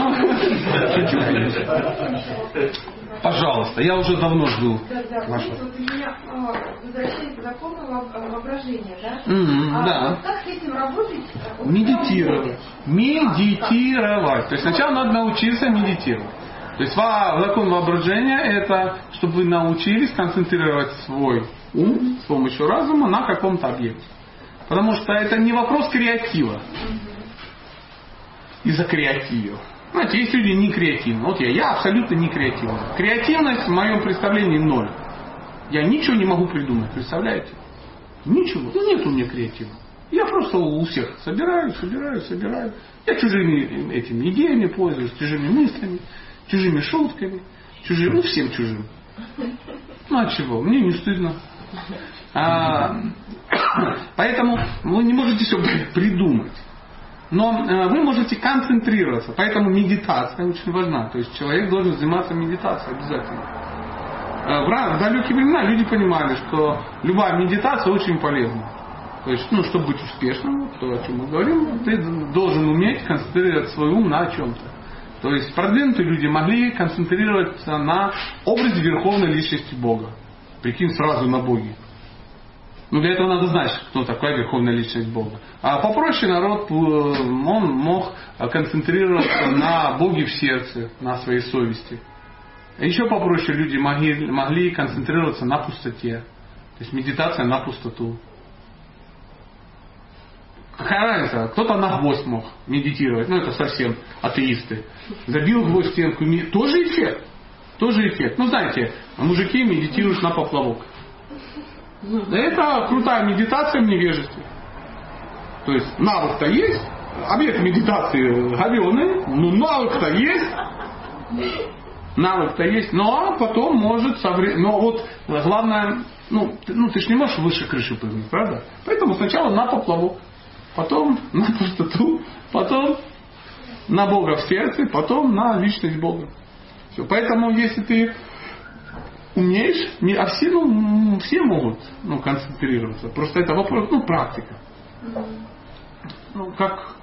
Пожалуйста, я уже давно жду. Вашего. Вот у меня возвращается законное воображение, да? Да. Вот как с этим работать? Медитировать. Медитировать. То есть сначала надо научиться медитировать. То есть закон воображения это, чтобы вы научились концентрировать свой ум с помощью разума на каком-то объекте. Потому что это не вопрос креатива. Из-за креатива. Знаете, есть люди не креативны. Вот я абсолютно не креативный. Креативность в моем представлении 0. Я ничего не могу придумать, представляете? Ничего. Нет у меня креатива. Я просто у всех собираю. Я чужими этими идеями пользуюсь, чужими мыслями, чужими шутками, всем чужим. А чего? Мне не стыдно. Поэтому вы не можете все придумать. Но вы можете концентрироваться. Поэтому медитация очень важна. То есть человек должен заниматься медитацией обязательно. В далекие времена люди понимали, что любая медитация очень полезна. То есть, чтобы быть успешным, то, о чем мы говорим, ты должен уметь концентрировать свой ум на чем-то. То есть продвинутые люди могли концентрироваться на образе верховной личности Бога. Прикинь, сразу на Боге. Для этого надо знать, кто такая верховная личность Бога. А попроще народ, он мог концентрироваться на Боге в сердце, на своей совести. Еще попроще люди могли концентрироваться на пустоте. То есть медитация на пустоту. Какая разница? Кто-то на гвоздь мог медитировать. Это совсем атеисты. Забил гвоздь в стенку. Тоже эффект. Знаете, мужики медитируют на поплавок. Это крутая медитация в невежестве. То есть навык-то есть, объект медитации говёный, навык-то есть, но потом может но вот главное, ты ж не можешь выше крыши прыгнуть, правда? Поэтому сначала на поплавок, потом на пустоту, потом на Бога в сердце, потом на личность Бога. Все. Поэтому если ты умеешь, а все могут концентрироваться. Просто это вопрос, практика. Как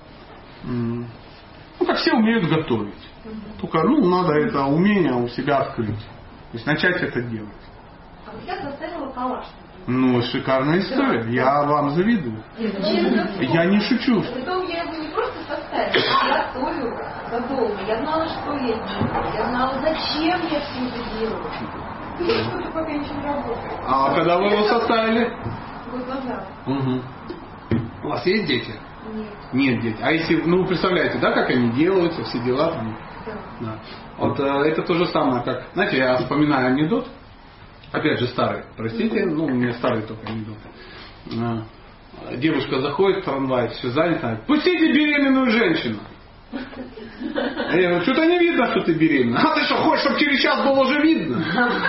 все умеют готовить. Только надо это умение у себя открыть. То есть начать это делать. А вот я заставила калаш. Шикарная история. Я вам завидую. Я не шучу. Притом я его не просто составила, я готовила задолго. Я знала, что я делаю. Я знала, зачем я все это делаю. Что-то пока ничего не работает. А когда вы его составили? Год назад. Угу. У вас есть дети? Нет. Нет дети. А если, вы представляете, да, как они делаются, все дела там? Да. Вот это то же самое, как, знаете, я вспоминаю анекдот, опять же старый, простите, у меня старый только анекдот. Девушка заходит в трамвай, все занято, пустите беременную женщину. Я говорю, что-то не видно, что ты беременна. А ты что, хочешь, чтобы через час было уже видно?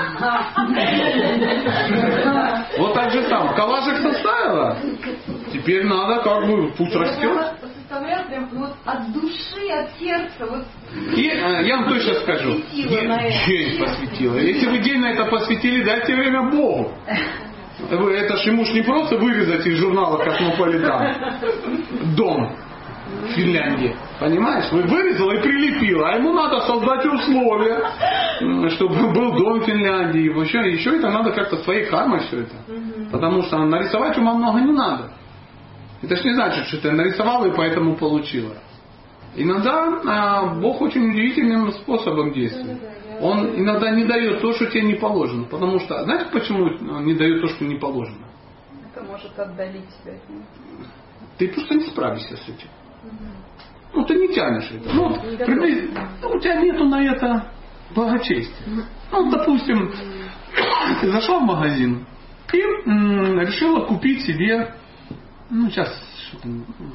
Вот так же самое. Калашик составила. Теперь надо, путь растет. Составляю прям от души, от сердца. И я вам точно скажу. День посвятила. Если вы день на это посвятили, дайте время Богу. Это ж ему ж не просто вырезать из журнала «Космополитан» дом в Финляндии. Понимаешь? Вы вырезала и прилепила. А ему надо создать условия, чтобы был дом в Финляндии. Еще это надо как-то своей кармой все это. Потому что нарисовать ума много не надо. Это ж не значит, что ты нарисовала и поэтому получила. Иногда Бог очень удивительным способом действует. Он иногда не дает то, что тебе не положено. Потому что, знаете, почему он не дает то, что не положено? Это может отдалить тебя от него. Ты просто не справишься с этим. Ну, ты не тянешь это. Ну, у тебя нету на это благочестия. Ну, допустим, ты зашла в магазин и решила купить себе, ну, сейчас что-то...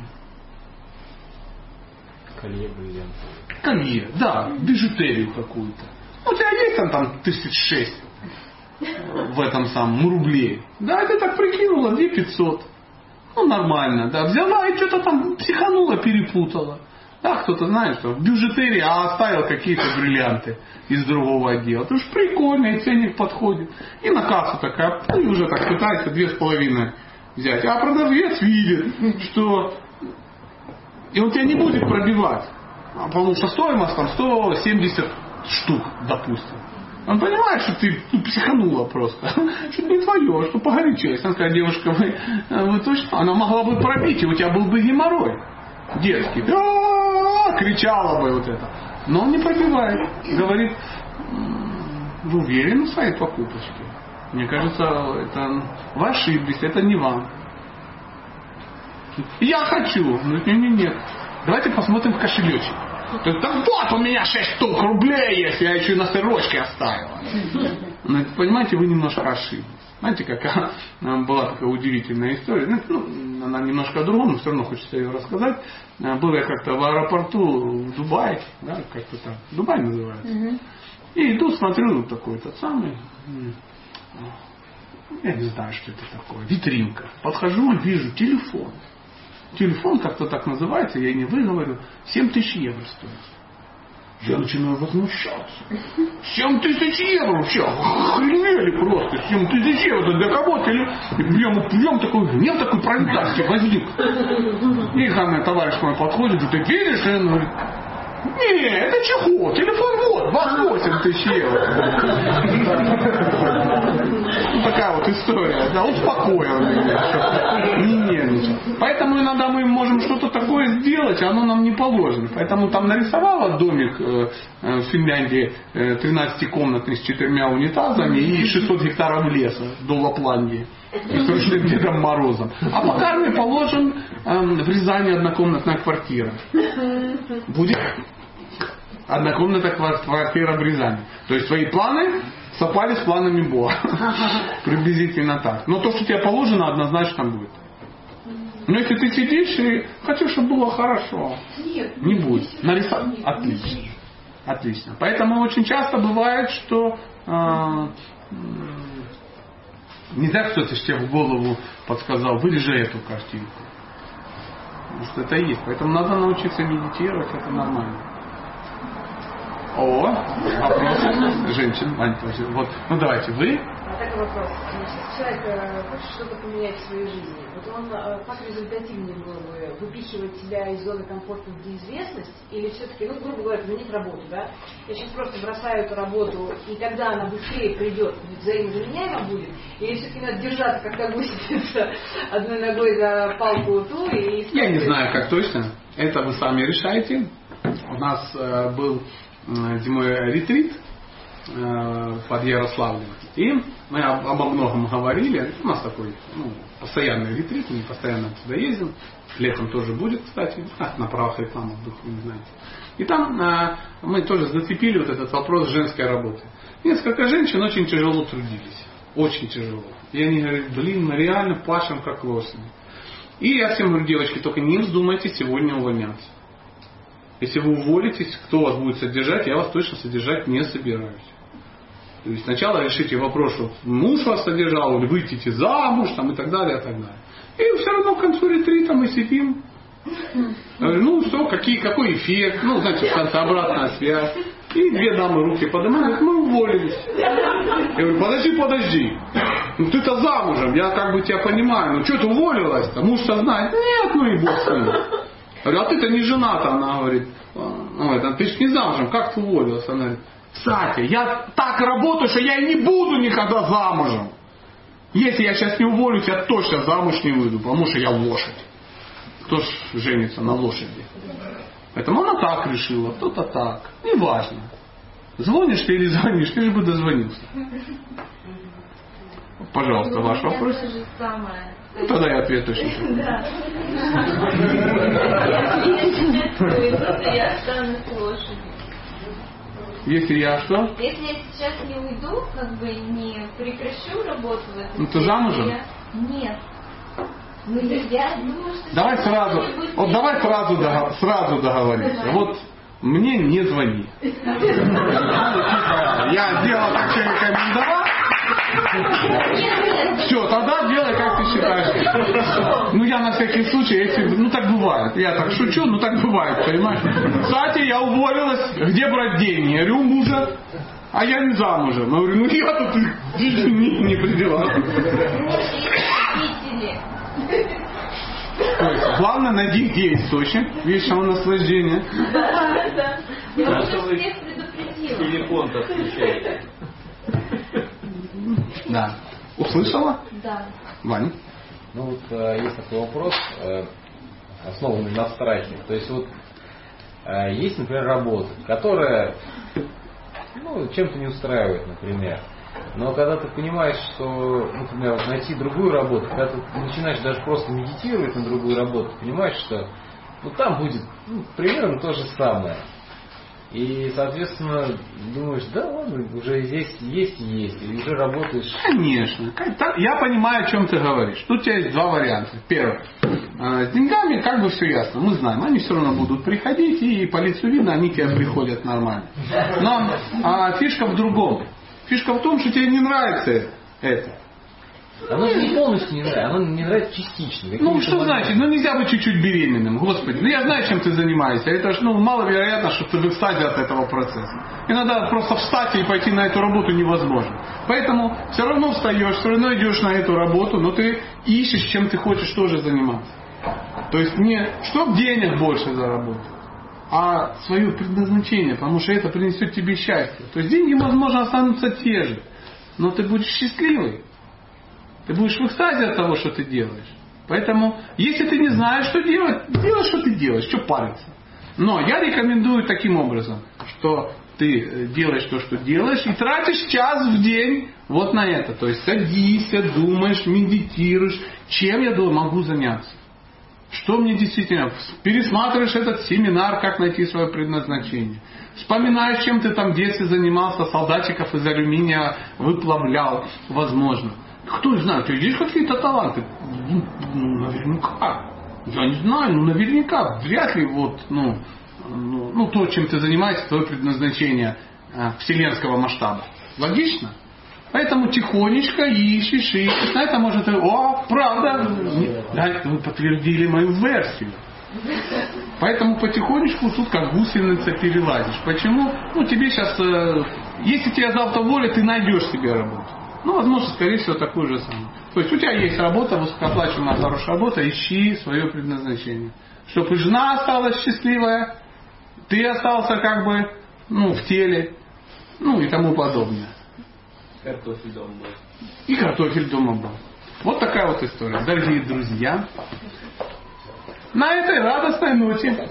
Колье, бриллиант. Колье, да, бижутерию какую-то. У тебя есть там 1006 в этом самом рублей. Да, ты так прикинула, 2500. Ну, нормально, да. Взяла и что-то там психанула, перепутала. Да, кто-то знает, что в бижутерии, а оставил какие-то бриллианты из другого отдела. Это уж прикольно, и ценник подходит. И на кассу такая, и уже так пытается 2,5 взять. А продавец видит, что... И он тебя не будет пробивать. Потому что стоимость там 170 штук, допустим. Он понимает, что ты психанула просто. Что это не твое, что погорячилась. Она сказала, девушка, вы точно... Она могла бы пробить, и у тебя был бы геморрой. Детский. Кричала бы вот это. Но он не пробивает. Говорит, вы уверены в своей покупочке? Мне кажется, это вы ошиблись, это не вам. Я хочу. Нет. Давайте посмотрим в кошелечек. Так вот, у меня 6 штук рублей есть, я еще и на сырочке оставила. Но, понимаете, вы немножко ошиблись. Знаете, какая была такая удивительная история. Ну, она немножко о другом, но все равно хочется ее рассказать. Был я как-то в аэропорту в Дубае, да, как-то там, Дубай называется. И иду, смотрю, такой этот самый, я не знаю, что это такое, витринка. Подхожу и вижу телефон. Телефон как-то так называется, я не выговорю, 7000 евро стоит. Я начинаю возмущаться. 7000 евро вообще, охренели просто, 7000 евро, для кого ты? Прям такой гнев такой пролетарский возник. И ко товарищ мой подходит, ты веришь? И он говорит, не, это чехол, телефон вот, 28 тысяч евро. Ну, такая вот история, да, успокоил меня, не нервничал. Поэтому иногда мы можем что-то такое сделать, а оно нам не положено. Поэтому там нарисовала домик в Финляндии 13-комнатный с 4 унитазами и 600 гектаров леса до Лапландии. С ручным Дедом Морозом. А по карме положен в Рязани однокомнатная квартира. Будет однокомнатная квартира в Рязани. То есть твои планы совпали с планами Бога. Приблизительно так. Но то, что тебе положено, однозначно там будет. Но если ты сидишь и хочешь, чтобы было хорошо, не будет. Нарисовать. Отлично. Отлично. Поэтому очень часто бывает, что не так кто-то тебе в голову подсказал, вырежи эту картинку. Потому что это есть. Поэтому надо научиться медитировать, это нормально. О, вопрос. Женщин. Вот. Ну давайте, вы. Такой вопрос. Значит, человек хочет что-то поменять в своей жизни. Вот он, как результативнее было бы выпихивать себя из зоны комфорта в неизвестность, или все-таки, ну, грубо говоря, заменить работу, да? Я сейчас просто бросаю эту работу, и тогда она быстрее придет, взаимозаменяема будет, или все-таки надо держаться, как гусеница, одной ногой за палку ту и... Я не знаю, как точно. Это вы сами решаете. У нас был зимой ретрит под Ярославлем. И мы обо многом говорили. У нас такой постоянный ретрит, мы постоянно туда ездим. Летом тоже будет, кстати. На правах рекламы, вдруг вы не знаете. И там мы тоже зацепили вот этот вопрос женской работы. Несколько женщин очень тяжело трудились. Очень тяжело. И они говорят, блин, мы реально пашем как лошади. И я всем говорю, девочки, только не вздумайте сегодня увольняться. Если вы уволитесь, кто вас будет содержать, я вас точно содержать не собираюсь. То есть сначала решите вопрос, что муж вас содержал, или выйдите замуж, там, и так далее, и так далее. И все равно к концу ретрита мы сидим. Я говорю, ну что, какой эффект, ну, знаете, в конце обратная связь. И две дамы руки поднимают, мы уволились. Я говорю, подожди. Ну ты-то замужем, я как бы тебя понимаю, ну что ты уволилась-то? Муж-то знает. Нет, ну и бог с ним. Я говорю, а ты-то не жената, она говорит. Ты же не замужем, как ты уволилась? Она говорит, кстати, я так работаю, что я и не буду никогда замужем. Если я сейчас не уволюсь, я точно замуж не выйду, потому что я лошадь. Кто ж женится на лошади? Поэтому она так решила, кто-то так. Неважно. Звонишь ты или звонишь, лишь бы дозвонился. Пожалуйста, ваш вопрос. То же самое. Ну, тогда я ответ точно. Да. Я останусь лошадью. Если я что? Если я сейчас не уйду, как бы не прекращу работу в этом. Ну ты замужем? Нет. Ну я думаю, что... Давай сразу, вот давай сразу договоримся. Вот мне не звони. Я сделал, как тебе рекомендовал. Все, тогда делай, как ты считаешь. Ну, я на всякий случай, если... Ну, так бывает. Я так шучу, но так бывает, понимаешь? Кстати, я уволилась. Где брать деньги? Я говорю, у мужа. А я не замужем. Я говорю, ну, я тут не при делах. То есть, главное, найди, где источник вечного наслаждения. Да. Я уже всех предупредила. Телефон-то включай. Да. Услышала? Да. Ваня? Ну вот есть такой вопрос, основанный на страхе. То есть вот есть, например, работа, которая чем-то не устраивает, например. Но когда ты понимаешь, что, например, вот найти другую работу, когда ты начинаешь даже просто медитировать на другую работу, ты понимаешь, что там будет примерно то же самое. И, соответственно, думаешь, да ладно, уже здесь есть и есть, и уже работаешь. Конечно. Я понимаю, о чем ты говоришь. Тут у тебя есть два варианта. Первый. С деньгами как бы все ясно. Мы знаем, они все равно будут приходить, и по лицу видно, они тебе приходят нормально. Но фишка в другом. Фишка в том, что тебе не нравится это. Оно же не полностью не нравится, оно не нравится частично. Ну, что значит? Ну, нельзя быть чуть-чуть беременным. Господи, я знаю, чем ты занимаешься. Это же, маловероятно, что ты в экстазе от этого процесса. Иногда просто встать и пойти на эту работу невозможно. Поэтому все равно встаешь, все равно идешь на эту работу, но ты ищешь, чем ты хочешь тоже заниматься. То есть не чтоб денег больше заработать, а свое предназначение, потому что это принесет тебе счастье. То есть деньги, возможно, останутся те же, но ты будешь счастливый. Ты будешь в экстазе от того, что ты делаешь. Поэтому, если ты не знаешь, что делать, делай, что ты делаешь, что париться. Но я рекомендую таким образом, что ты делаешь то, что делаешь, и тратишь час в день вот на это. То есть садишься, думаешь, медитируешь, чем я могу заняться. Что мне действительно... Пересматриваешь этот семинар, как найти свое предназначение. Вспоминаешь, чем ты там в детстве занимался, солдатиков из алюминия выплавлял, возможно. Кто знает, у тебя есть какие-то таланты? Наверняка. Я не знаю, наверняка. Вряд ли то, чем ты занимаешься, твое предназначение вселенского масштаба. Логично? Поэтому тихонечко ищешь. На это может... правда? Да, вы подтвердили мою версию. Поэтому потихонечку тут как гусеница перелазишь. Почему? Тебе сейчас... Если тебя завтра уволят, ты найдешь себе работу. Возможно, скорее всего, такую же самую. То есть у тебя есть работа, высокооплачиваемая, хорошая работа, ищи свое предназначение. Чтобы жена осталась счастливая, ты остался как бы, в теле, и тому подобное. Картофель дома был. И картофель дома был. Вот такая вот история. Дорогие друзья, на этой радостной ноте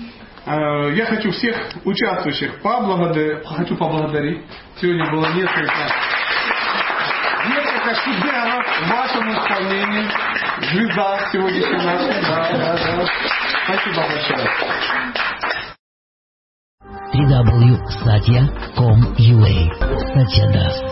я хочу всех участвующих поблагодарить. Сегодня было несколько шедевров в вашем исполнении. Звезда сегодняшней нашей. Да. Спасибо большое. www.satya.com.ua Satya Das.